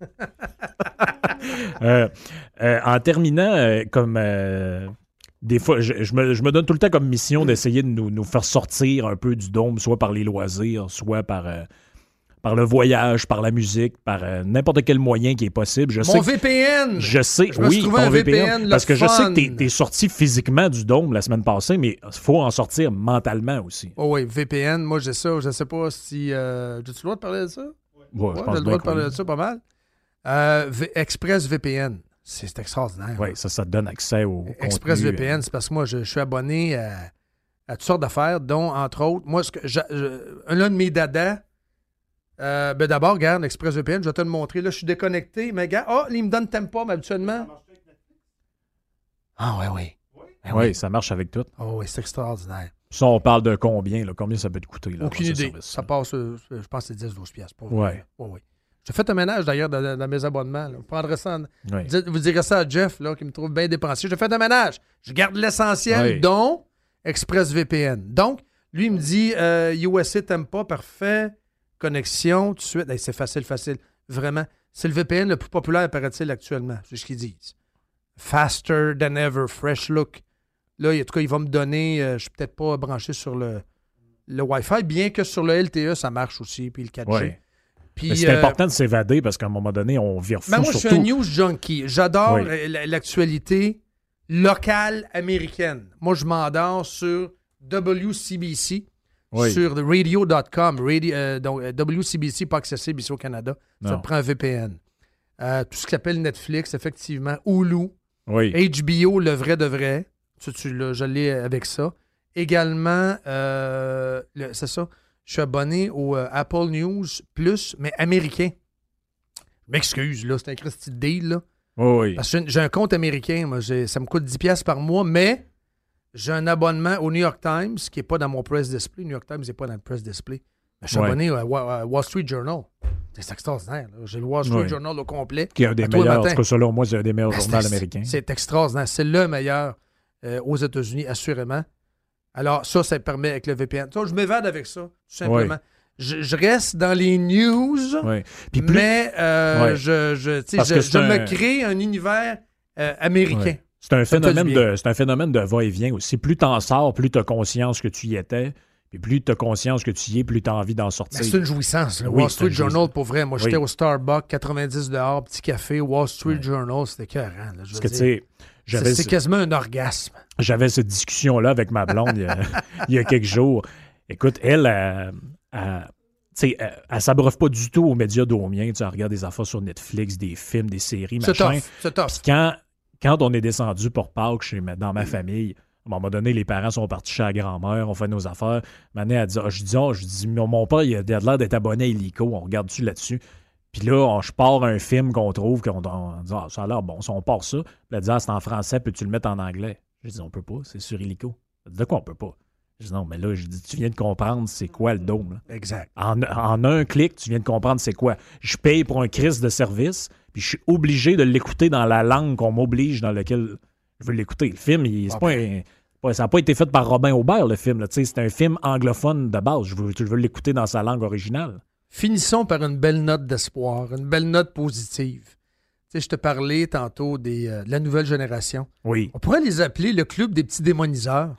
[SPEAKER 1] euh, euh, en terminant, euh, comme euh, des fois, je, je, me, je me donne tout le temps comme mission d'essayer de nous, nous faire sortir un peu du dôme, soit par les loisirs, soit par... Euh, par le voyage, par la musique, par euh, n'importe quel moyen qui est possible. Je
[SPEAKER 2] Mon
[SPEAKER 1] sais
[SPEAKER 2] V P N!
[SPEAKER 1] Je sais,
[SPEAKER 2] je
[SPEAKER 1] oui, ton V P N.
[SPEAKER 2] V P N
[SPEAKER 1] parce que
[SPEAKER 2] fun.
[SPEAKER 1] je sais que t'es, t'es sorti physiquement du dôme la semaine passée, mais il faut en sortir mentalement aussi.
[SPEAKER 2] Oh oui, V P N, moi j'ai ça. Je sais pas si... Euh, j'ai-tu le droit de parler de ça?
[SPEAKER 1] Ouais,
[SPEAKER 2] ouais,
[SPEAKER 1] je pense
[SPEAKER 2] j'ai le droit de parler de ça pas mal. Euh, v- Express V P N, c'est, c'est extraordinaire.
[SPEAKER 1] Oui, ça, ça te donne accès au
[SPEAKER 2] Express
[SPEAKER 1] contenu.
[SPEAKER 2] V P N, c'est parce que moi, je, je suis abonné à, à toutes sortes d'affaires, dont, entre autres, moi, ce que je, je, un de mes dadas, Euh, ben d'abord, regarde, ExpressVPN, je vais te le montrer. Là, je suis déconnecté, mais regarde, oh, il me donne Tempa, mais habituellement. Ah, oui, oui.
[SPEAKER 1] Ben oui, oui, ça marche avec tout.
[SPEAKER 2] Oh, oui, c'est extraordinaire.
[SPEAKER 1] Ça, on parle de combien, là? Combien ça peut te coûter? Là,
[SPEAKER 2] aucune idée. Service, ça passe, euh, je pense que c'est dix douze piastres.
[SPEAKER 1] Oui. Ouais.
[SPEAKER 2] Oui, oui. J'ai fait un ménage, d'ailleurs, dans, dans mes abonnements. Là. Vous prendrez ça. En...
[SPEAKER 1] Oui.
[SPEAKER 2] Vous direz ça à Jeff, là, qui me trouve bien dépensier. J'ai fait un ménage. Je garde l'essentiel, oui. dont ExpressVPN. Donc, lui, il me dit euh, U S A Tempa, parfait. Connexion, tout de suite. Hey, c'est facile, facile. Vraiment. C'est le V P N le plus populaire, paraît-il, actuellement. C'est ce qu'ils disent. Faster than ever, fresh look. Là, en tout cas, il va me donner... Euh, je suis peut-être pas branché sur le, le Wi-Fi, bien que sur le L T E, ça marche aussi, puis le quatre G.
[SPEAKER 1] Ouais.
[SPEAKER 2] Puis,
[SPEAKER 1] Mais c'est
[SPEAKER 2] euh,
[SPEAKER 1] important de s'évader parce qu'à un moment donné, on vire fou.
[SPEAKER 2] Ben moi,
[SPEAKER 1] surtout...
[SPEAKER 2] je suis un news junkie. J'adore
[SPEAKER 1] Oui.
[SPEAKER 2] euh, l'actualité locale américaine. Moi, je m'endors sur W C B C,
[SPEAKER 1] Oui.
[SPEAKER 2] sur radio dot com. Radio, euh, donc, euh, W C B C, pas accessible ici au Canada. Ça
[SPEAKER 1] Non.
[SPEAKER 2] te prend un V P N. Euh, tout ce qui s'appelle Netflix, effectivement. Hulu.
[SPEAKER 1] Oui.
[SPEAKER 2] H B O, le vrai de vrai. Ça, tu l'as, je l'ai avec ça. Également, euh, le- c'est ça, je suis abonné au euh, Apple News Plus, mais américain. Je m'excuse, là, c'est un Christy de deal, là.
[SPEAKER 1] Oh, oui.
[SPEAKER 2] Parce que j'ai- j'ai un compte américain, moi, j'ai- ça me coûte dix dollars par mois, mais j'ai un abonnement au New York Times qui n'est pas dans mon press display. New York Times n'est pas dans le press display. Mais je suis
[SPEAKER 1] Ouais.
[SPEAKER 2] abonné à Wa- à Wall Street Journal. C'est extraordinaire. là. J'ai le Wall Street
[SPEAKER 1] Ouais.
[SPEAKER 2] Journal au complet.
[SPEAKER 1] Qui est un des
[SPEAKER 2] à tous les
[SPEAKER 1] meilleurs, en
[SPEAKER 2] matins.
[SPEAKER 1] tout cas, selon moi, c'est un des meilleurs
[SPEAKER 2] Ben,
[SPEAKER 1] journaux
[SPEAKER 2] c'est-
[SPEAKER 1] américains.
[SPEAKER 2] C'est extraordinaire. C'est le meilleur euh, aux États-Unis, assurément. Alors, ça, ça permet avec le V P N. Ça, je m'évade avec ça, tout simplement.
[SPEAKER 1] Ouais.
[SPEAKER 2] Je, je reste dans les news,
[SPEAKER 1] Oui. Puis plus-
[SPEAKER 2] mais euh,
[SPEAKER 1] Ouais.
[SPEAKER 2] je, je, tu sais,
[SPEAKER 1] Parce
[SPEAKER 2] je,
[SPEAKER 1] que
[SPEAKER 2] je
[SPEAKER 1] c'est
[SPEAKER 2] me
[SPEAKER 1] un-
[SPEAKER 2] crée un univers euh, américain.
[SPEAKER 1] Ouais. C'est un,
[SPEAKER 2] Ça me fait
[SPEAKER 1] phénomène
[SPEAKER 2] du bien.
[SPEAKER 1] de, c'est un phénomène de va-et-vient aussi. Plus t'en sors, plus t'as conscience que tu y étais. Puis plus t'as conscience que tu y es, plus t'as envie d'en sortir.
[SPEAKER 2] Ben, c'est une jouissance. Le
[SPEAKER 1] Oui,
[SPEAKER 2] Wall
[SPEAKER 1] c'est
[SPEAKER 2] Street
[SPEAKER 1] une
[SPEAKER 2] Journal,
[SPEAKER 1] jouissance.
[SPEAKER 2] pour vrai. Moi,
[SPEAKER 1] Oui.
[SPEAKER 2] j'étais au Starbucks, quatre-vingt-dix dehors, petit café, Wall Street Journal, c'était écœurant. là, je
[SPEAKER 1] Parce
[SPEAKER 2] veux
[SPEAKER 1] que, tu
[SPEAKER 2] dire.
[SPEAKER 1] sais,
[SPEAKER 2] C'est
[SPEAKER 1] j'avais,
[SPEAKER 2] c'est quasiment un orgasme.
[SPEAKER 1] j'avais cette discussion-là avec ma blonde il, y a, il y a quelques jours. Écoute, elle, elle, elle, tu sais, elle, elle s'abreuve pas du tout aux médias d'Omien. Tu sais, elle regarde des affaires sur Netflix, des films, des séries,
[SPEAKER 2] C'est
[SPEAKER 1] machin.
[SPEAKER 2] tough. C'est tough.
[SPEAKER 1] Puis quand, quand on est descendu pour Pâques chez ma- dans ma famille, à un moment donné, les parents sont partis chez la grand-mère, on fait nos affaires. Maintenant, elle dit, ah, je dis, ah, je dis, mon, mon père, il a l'air d'être abonné à Illico, on regarde-tu là-dessus? Puis là, on, je pars un film qu'on trouve, qu'on on dit, ah, ça a l'air bon, si on part ça. Puis elle dit, ah, c'est en français, peux-tu le mettre en anglais? Je dis, on peut pas, c'est sur Illico. Elle dit, de quoi on peut pas? Je dis, non, mais là, je dis, tu viens de comprendre c'est quoi le dôme, là.
[SPEAKER 2] Exact.
[SPEAKER 1] En, en un clic, tu viens de comprendre c'est quoi. Je paye pour un crise de service, puis je suis obligé de l'écouter dans la langue qu'on m'oblige, dans laquelle je veux l'écouter. Le film, il, c'est
[SPEAKER 2] Ah
[SPEAKER 1] pas un- pas- ça n'a pas été fait par Robin Aubert, le film. là. Tu sais, C'est un film anglophone de base. Je veux, je veux l'écouter dans sa langue originale.
[SPEAKER 2] Finissons par une belle note d'espoir, une belle note positive. Tu sais, je te parlais tantôt des, euh, de la nouvelle génération.
[SPEAKER 1] Oui.
[SPEAKER 2] On pourrait les appeler le club des petits démoniseurs.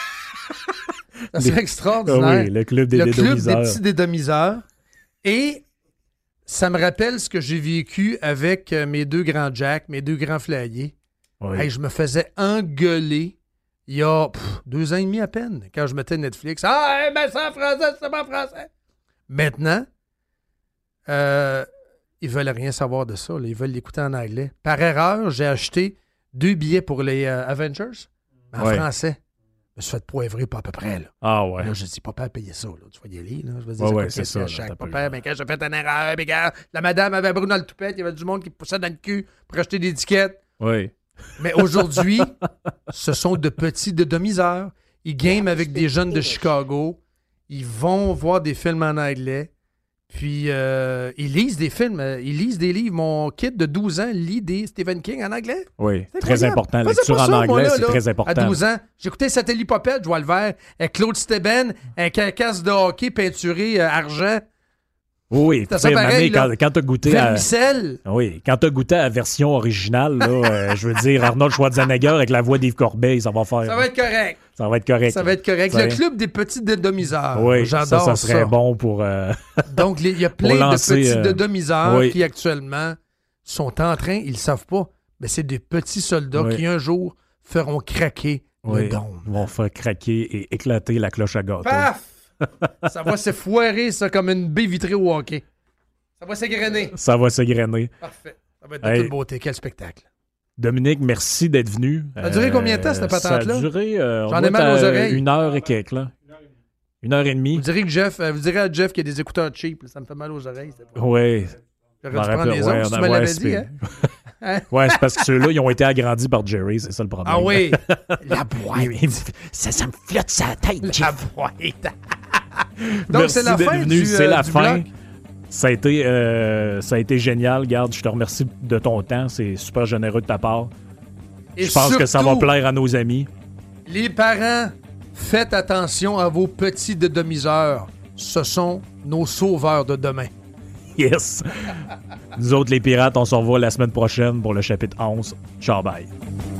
[SPEAKER 2] Ça
[SPEAKER 1] Les-
[SPEAKER 2] serait
[SPEAKER 1] Ah
[SPEAKER 2] extraordinaire.
[SPEAKER 1] oui, le club des
[SPEAKER 2] le club des
[SPEAKER 1] dédomiseurs.
[SPEAKER 2] petits dédomiseurs. Et ça me rappelle ce que j'ai vécu avec euh, mes deux grands Jack, mes deux grands flyers.
[SPEAKER 1] Oui.
[SPEAKER 2] Hey, je me faisais engueuler il y a pff, deux ans et demi à peine, quand je mettais Netflix. Ah, hey, mais c'est en français, c'est pas en français. Maintenant, euh, ils veulent rien savoir de ça. là. Ils veulent l'écouter en anglais. Par erreur, j'ai acheté deux billets pour les euh, Avengers, mais en
[SPEAKER 1] Ouais.
[SPEAKER 2] français. Je me suis fait poivrer pas à peu près. Là.
[SPEAKER 1] Ah ouais.
[SPEAKER 2] Là, je dis, papa a payé ça. Là. Tu vas y aller. Là. Je vais dire,
[SPEAKER 1] Ouais,
[SPEAKER 2] ça
[SPEAKER 1] ouais,
[SPEAKER 2] coûte
[SPEAKER 1] c'est
[SPEAKER 2] quinze
[SPEAKER 1] ça,
[SPEAKER 2] piastres
[SPEAKER 1] là,
[SPEAKER 2] chaque.
[SPEAKER 1] t'as pas le
[SPEAKER 2] Papa, mais quand j'ai fait une erreur, mais gars, la madame avait brûlé dans le toupette, il y avait du monde qui poussait dans le cul pour acheter des étiquettes.
[SPEAKER 1] Oui.
[SPEAKER 2] Mais aujourd'hui, ce sont de petits de demi-heures. Ils game avec des jeunes de Chicago. Ils vont voir des films en anglais. Puis, euh, ils lisent des films. euh, Ils lisent des livres. Mon kid de douze ans lit des Stephen King en anglais.
[SPEAKER 1] Oui.
[SPEAKER 2] C'est
[SPEAKER 1] Très
[SPEAKER 2] incroyable.
[SPEAKER 1] important. La
[SPEAKER 2] Faisais
[SPEAKER 1] lecture
[SPEAKER 2] pas
[SPEAKER 1] en
[SPEAKER 2] ça, moi,
[SPEAKER 1] anglais,
[SPEAKER 2] là,
[SPEAKER 1] c'est
[SPEAKER 2] là.
[SPEAKER 1] très important.
[SPEAKER 2] À douze ans, j'écoutais Satellite Popette, je vois le vert, avec Claude Steben, un carcasse de hockey peinturé euh, argent.
[SPEAKER 1] Oui,
[SPEAKER 2] C'était
[SPEAKER 1] tu
[SPEAKER 2] ça
[SPEAKER 1] sais,
[SPEAKER 2] pareil,
[SPEAKER 1] Mané, quand,
[SPEAKER 2] là.
[SPEAKER 1] quand t'as goûté à...
[SPEAKER 2] Vermicelle.
[SPEAKER 1] Oui, quand t'as goûté à la version originale, là, euh, je veux dire, Arnold Schwarzenegger avec la voix d'Yves Corbeil, ça va faire...
[SPEAKER 2] Ça va être correct.
[SPEAKER 1] Ça va être correct.
[SPEAKER 2] Ça va être correct.
[SPEAKER 1] Ça-
[SPEAKER 2] Le club des petits dédomiseurs.
[SPEAKER 1] Oui, ça,
[SPEAKER 2] J'adore
[SPEAKER 1] ça serait bon pour... euh,
[SPEAKER 2] Donc, les- il y a
[SPEAKER 1] Pour
[SPEAKER 2] plein
[SPEAKER 1] lancer,
[SPEAKER 2] de petits
[SPEAKER 1] euh,
[SPEAKER 2] dédomiseurs
[SPEAKER 1] oui.
[SPEAKER 2] qui, actuellement, sont en train, ils le savent pas, mais c'est des petits soldats
[SPEAKER 1] Oui.
[SPEAKER 2] qui, un jour, feront craquer
[SPEAKER 1] oui,
[SPEAKER 2] le dôme.
[SPEAKER 1] ils vont faire craquer et éclater la cloche à gâteau.
[SPEAKER 2] Paf! Ça va se foirer, ça, comme une baie vitrée au hockey. Ça va s'égrener.
[SPEAKER 1] Ça va s'égrener.
[SPEAKER 2] Parfait. Ça va être de
[SPEAKER 1] Hey.
[SPEAKER 2] toute beauté. Quel spectacle.
[SPEAKER 1] Dominique, merci d'être venu.
[SPEAKER 2] Ça a duré combien de temps, cette patente-là?
[SPEAKER 1] Ça a duré... euh, on
[SPEAKER 2] J'en ai
[SPEAKER 1] doit
[SPEAKER 2] mal
[SPEAKER 1] être
[SPEAKER 2] aux
[SPEAKER 1] à
[SPEAKER 2] oreilles.
[SPEAKER 1] Une heure et quelques, là. Une heure et demie.
[SPEAKER 2] Vous direz, que Jeff, euh, vous direz à Jeff qu'il y a des écouteurs cheap. là, ça me fait mal aux oreilles. c'est pas-
[SPEAKER 1] Oui.
[SPEAKER 2] J'aurais dû prendre les
[SPEAKER 1] ouais,
[SPEAKER 2] autres, si tu
[SPEAKER 1] on
[SPEAKER 2] me
[SPEAKER 1] a-
[SPEAKER 2] l'avais
[SPEAKER 1] ouais,
[SPEAKER 2] dit.
[SPEAKER 1] c'est-
[SPEAKER 2] Hein? Hein?
[SPEAKER 1] Ouais, c'est parce que ceux-là, ils ont été agrandis par Jerry, c'est ça le problème.
[SPEAKER 2] Ah oui! La boîte.
[SPEAKER 1] Il- il me- ça, ça me flotte sa tête,
[SPEAKER 2] La
[SPEAKER 1] Jeff.
[SPEAKER 2] boîte. Donc,
[SPEAKER 1] Merci
[SPEAKER 2] c'est la
[SPEAKER 1] d'être
[SPEAKER 2] fin
[SPEAKER 1] venu,
[SPEAKER 2] du,
[SPEAKER 1] c'est
[SPEAKER 2] euh,
[SPEAKER 1] la
[SPEAKER 2] du
[SPEAKER 1] fin.
[SPEAKER 2] bloc.
[SPEAKER 1] Ça a, été, euh, ça a été génial. Garde, je te remercie de ton temps. C'est super généreux de ta part.
[SPEAKER 2] Et
[SPEAKER 1] je pense que ça va
[SPEAKER 2] surtout,
[SPEAKER 1] plaire à nos amis.
[SPEAKER 2] Les parents, faites attention à vos petits de demi-heures. Ce sont nos sauveurs de demain.
[SPEAKER 1] Yes. Nous autres, les pirates, on se revoit la semaine prochaine pour le chapitre onze. Ciao, bye.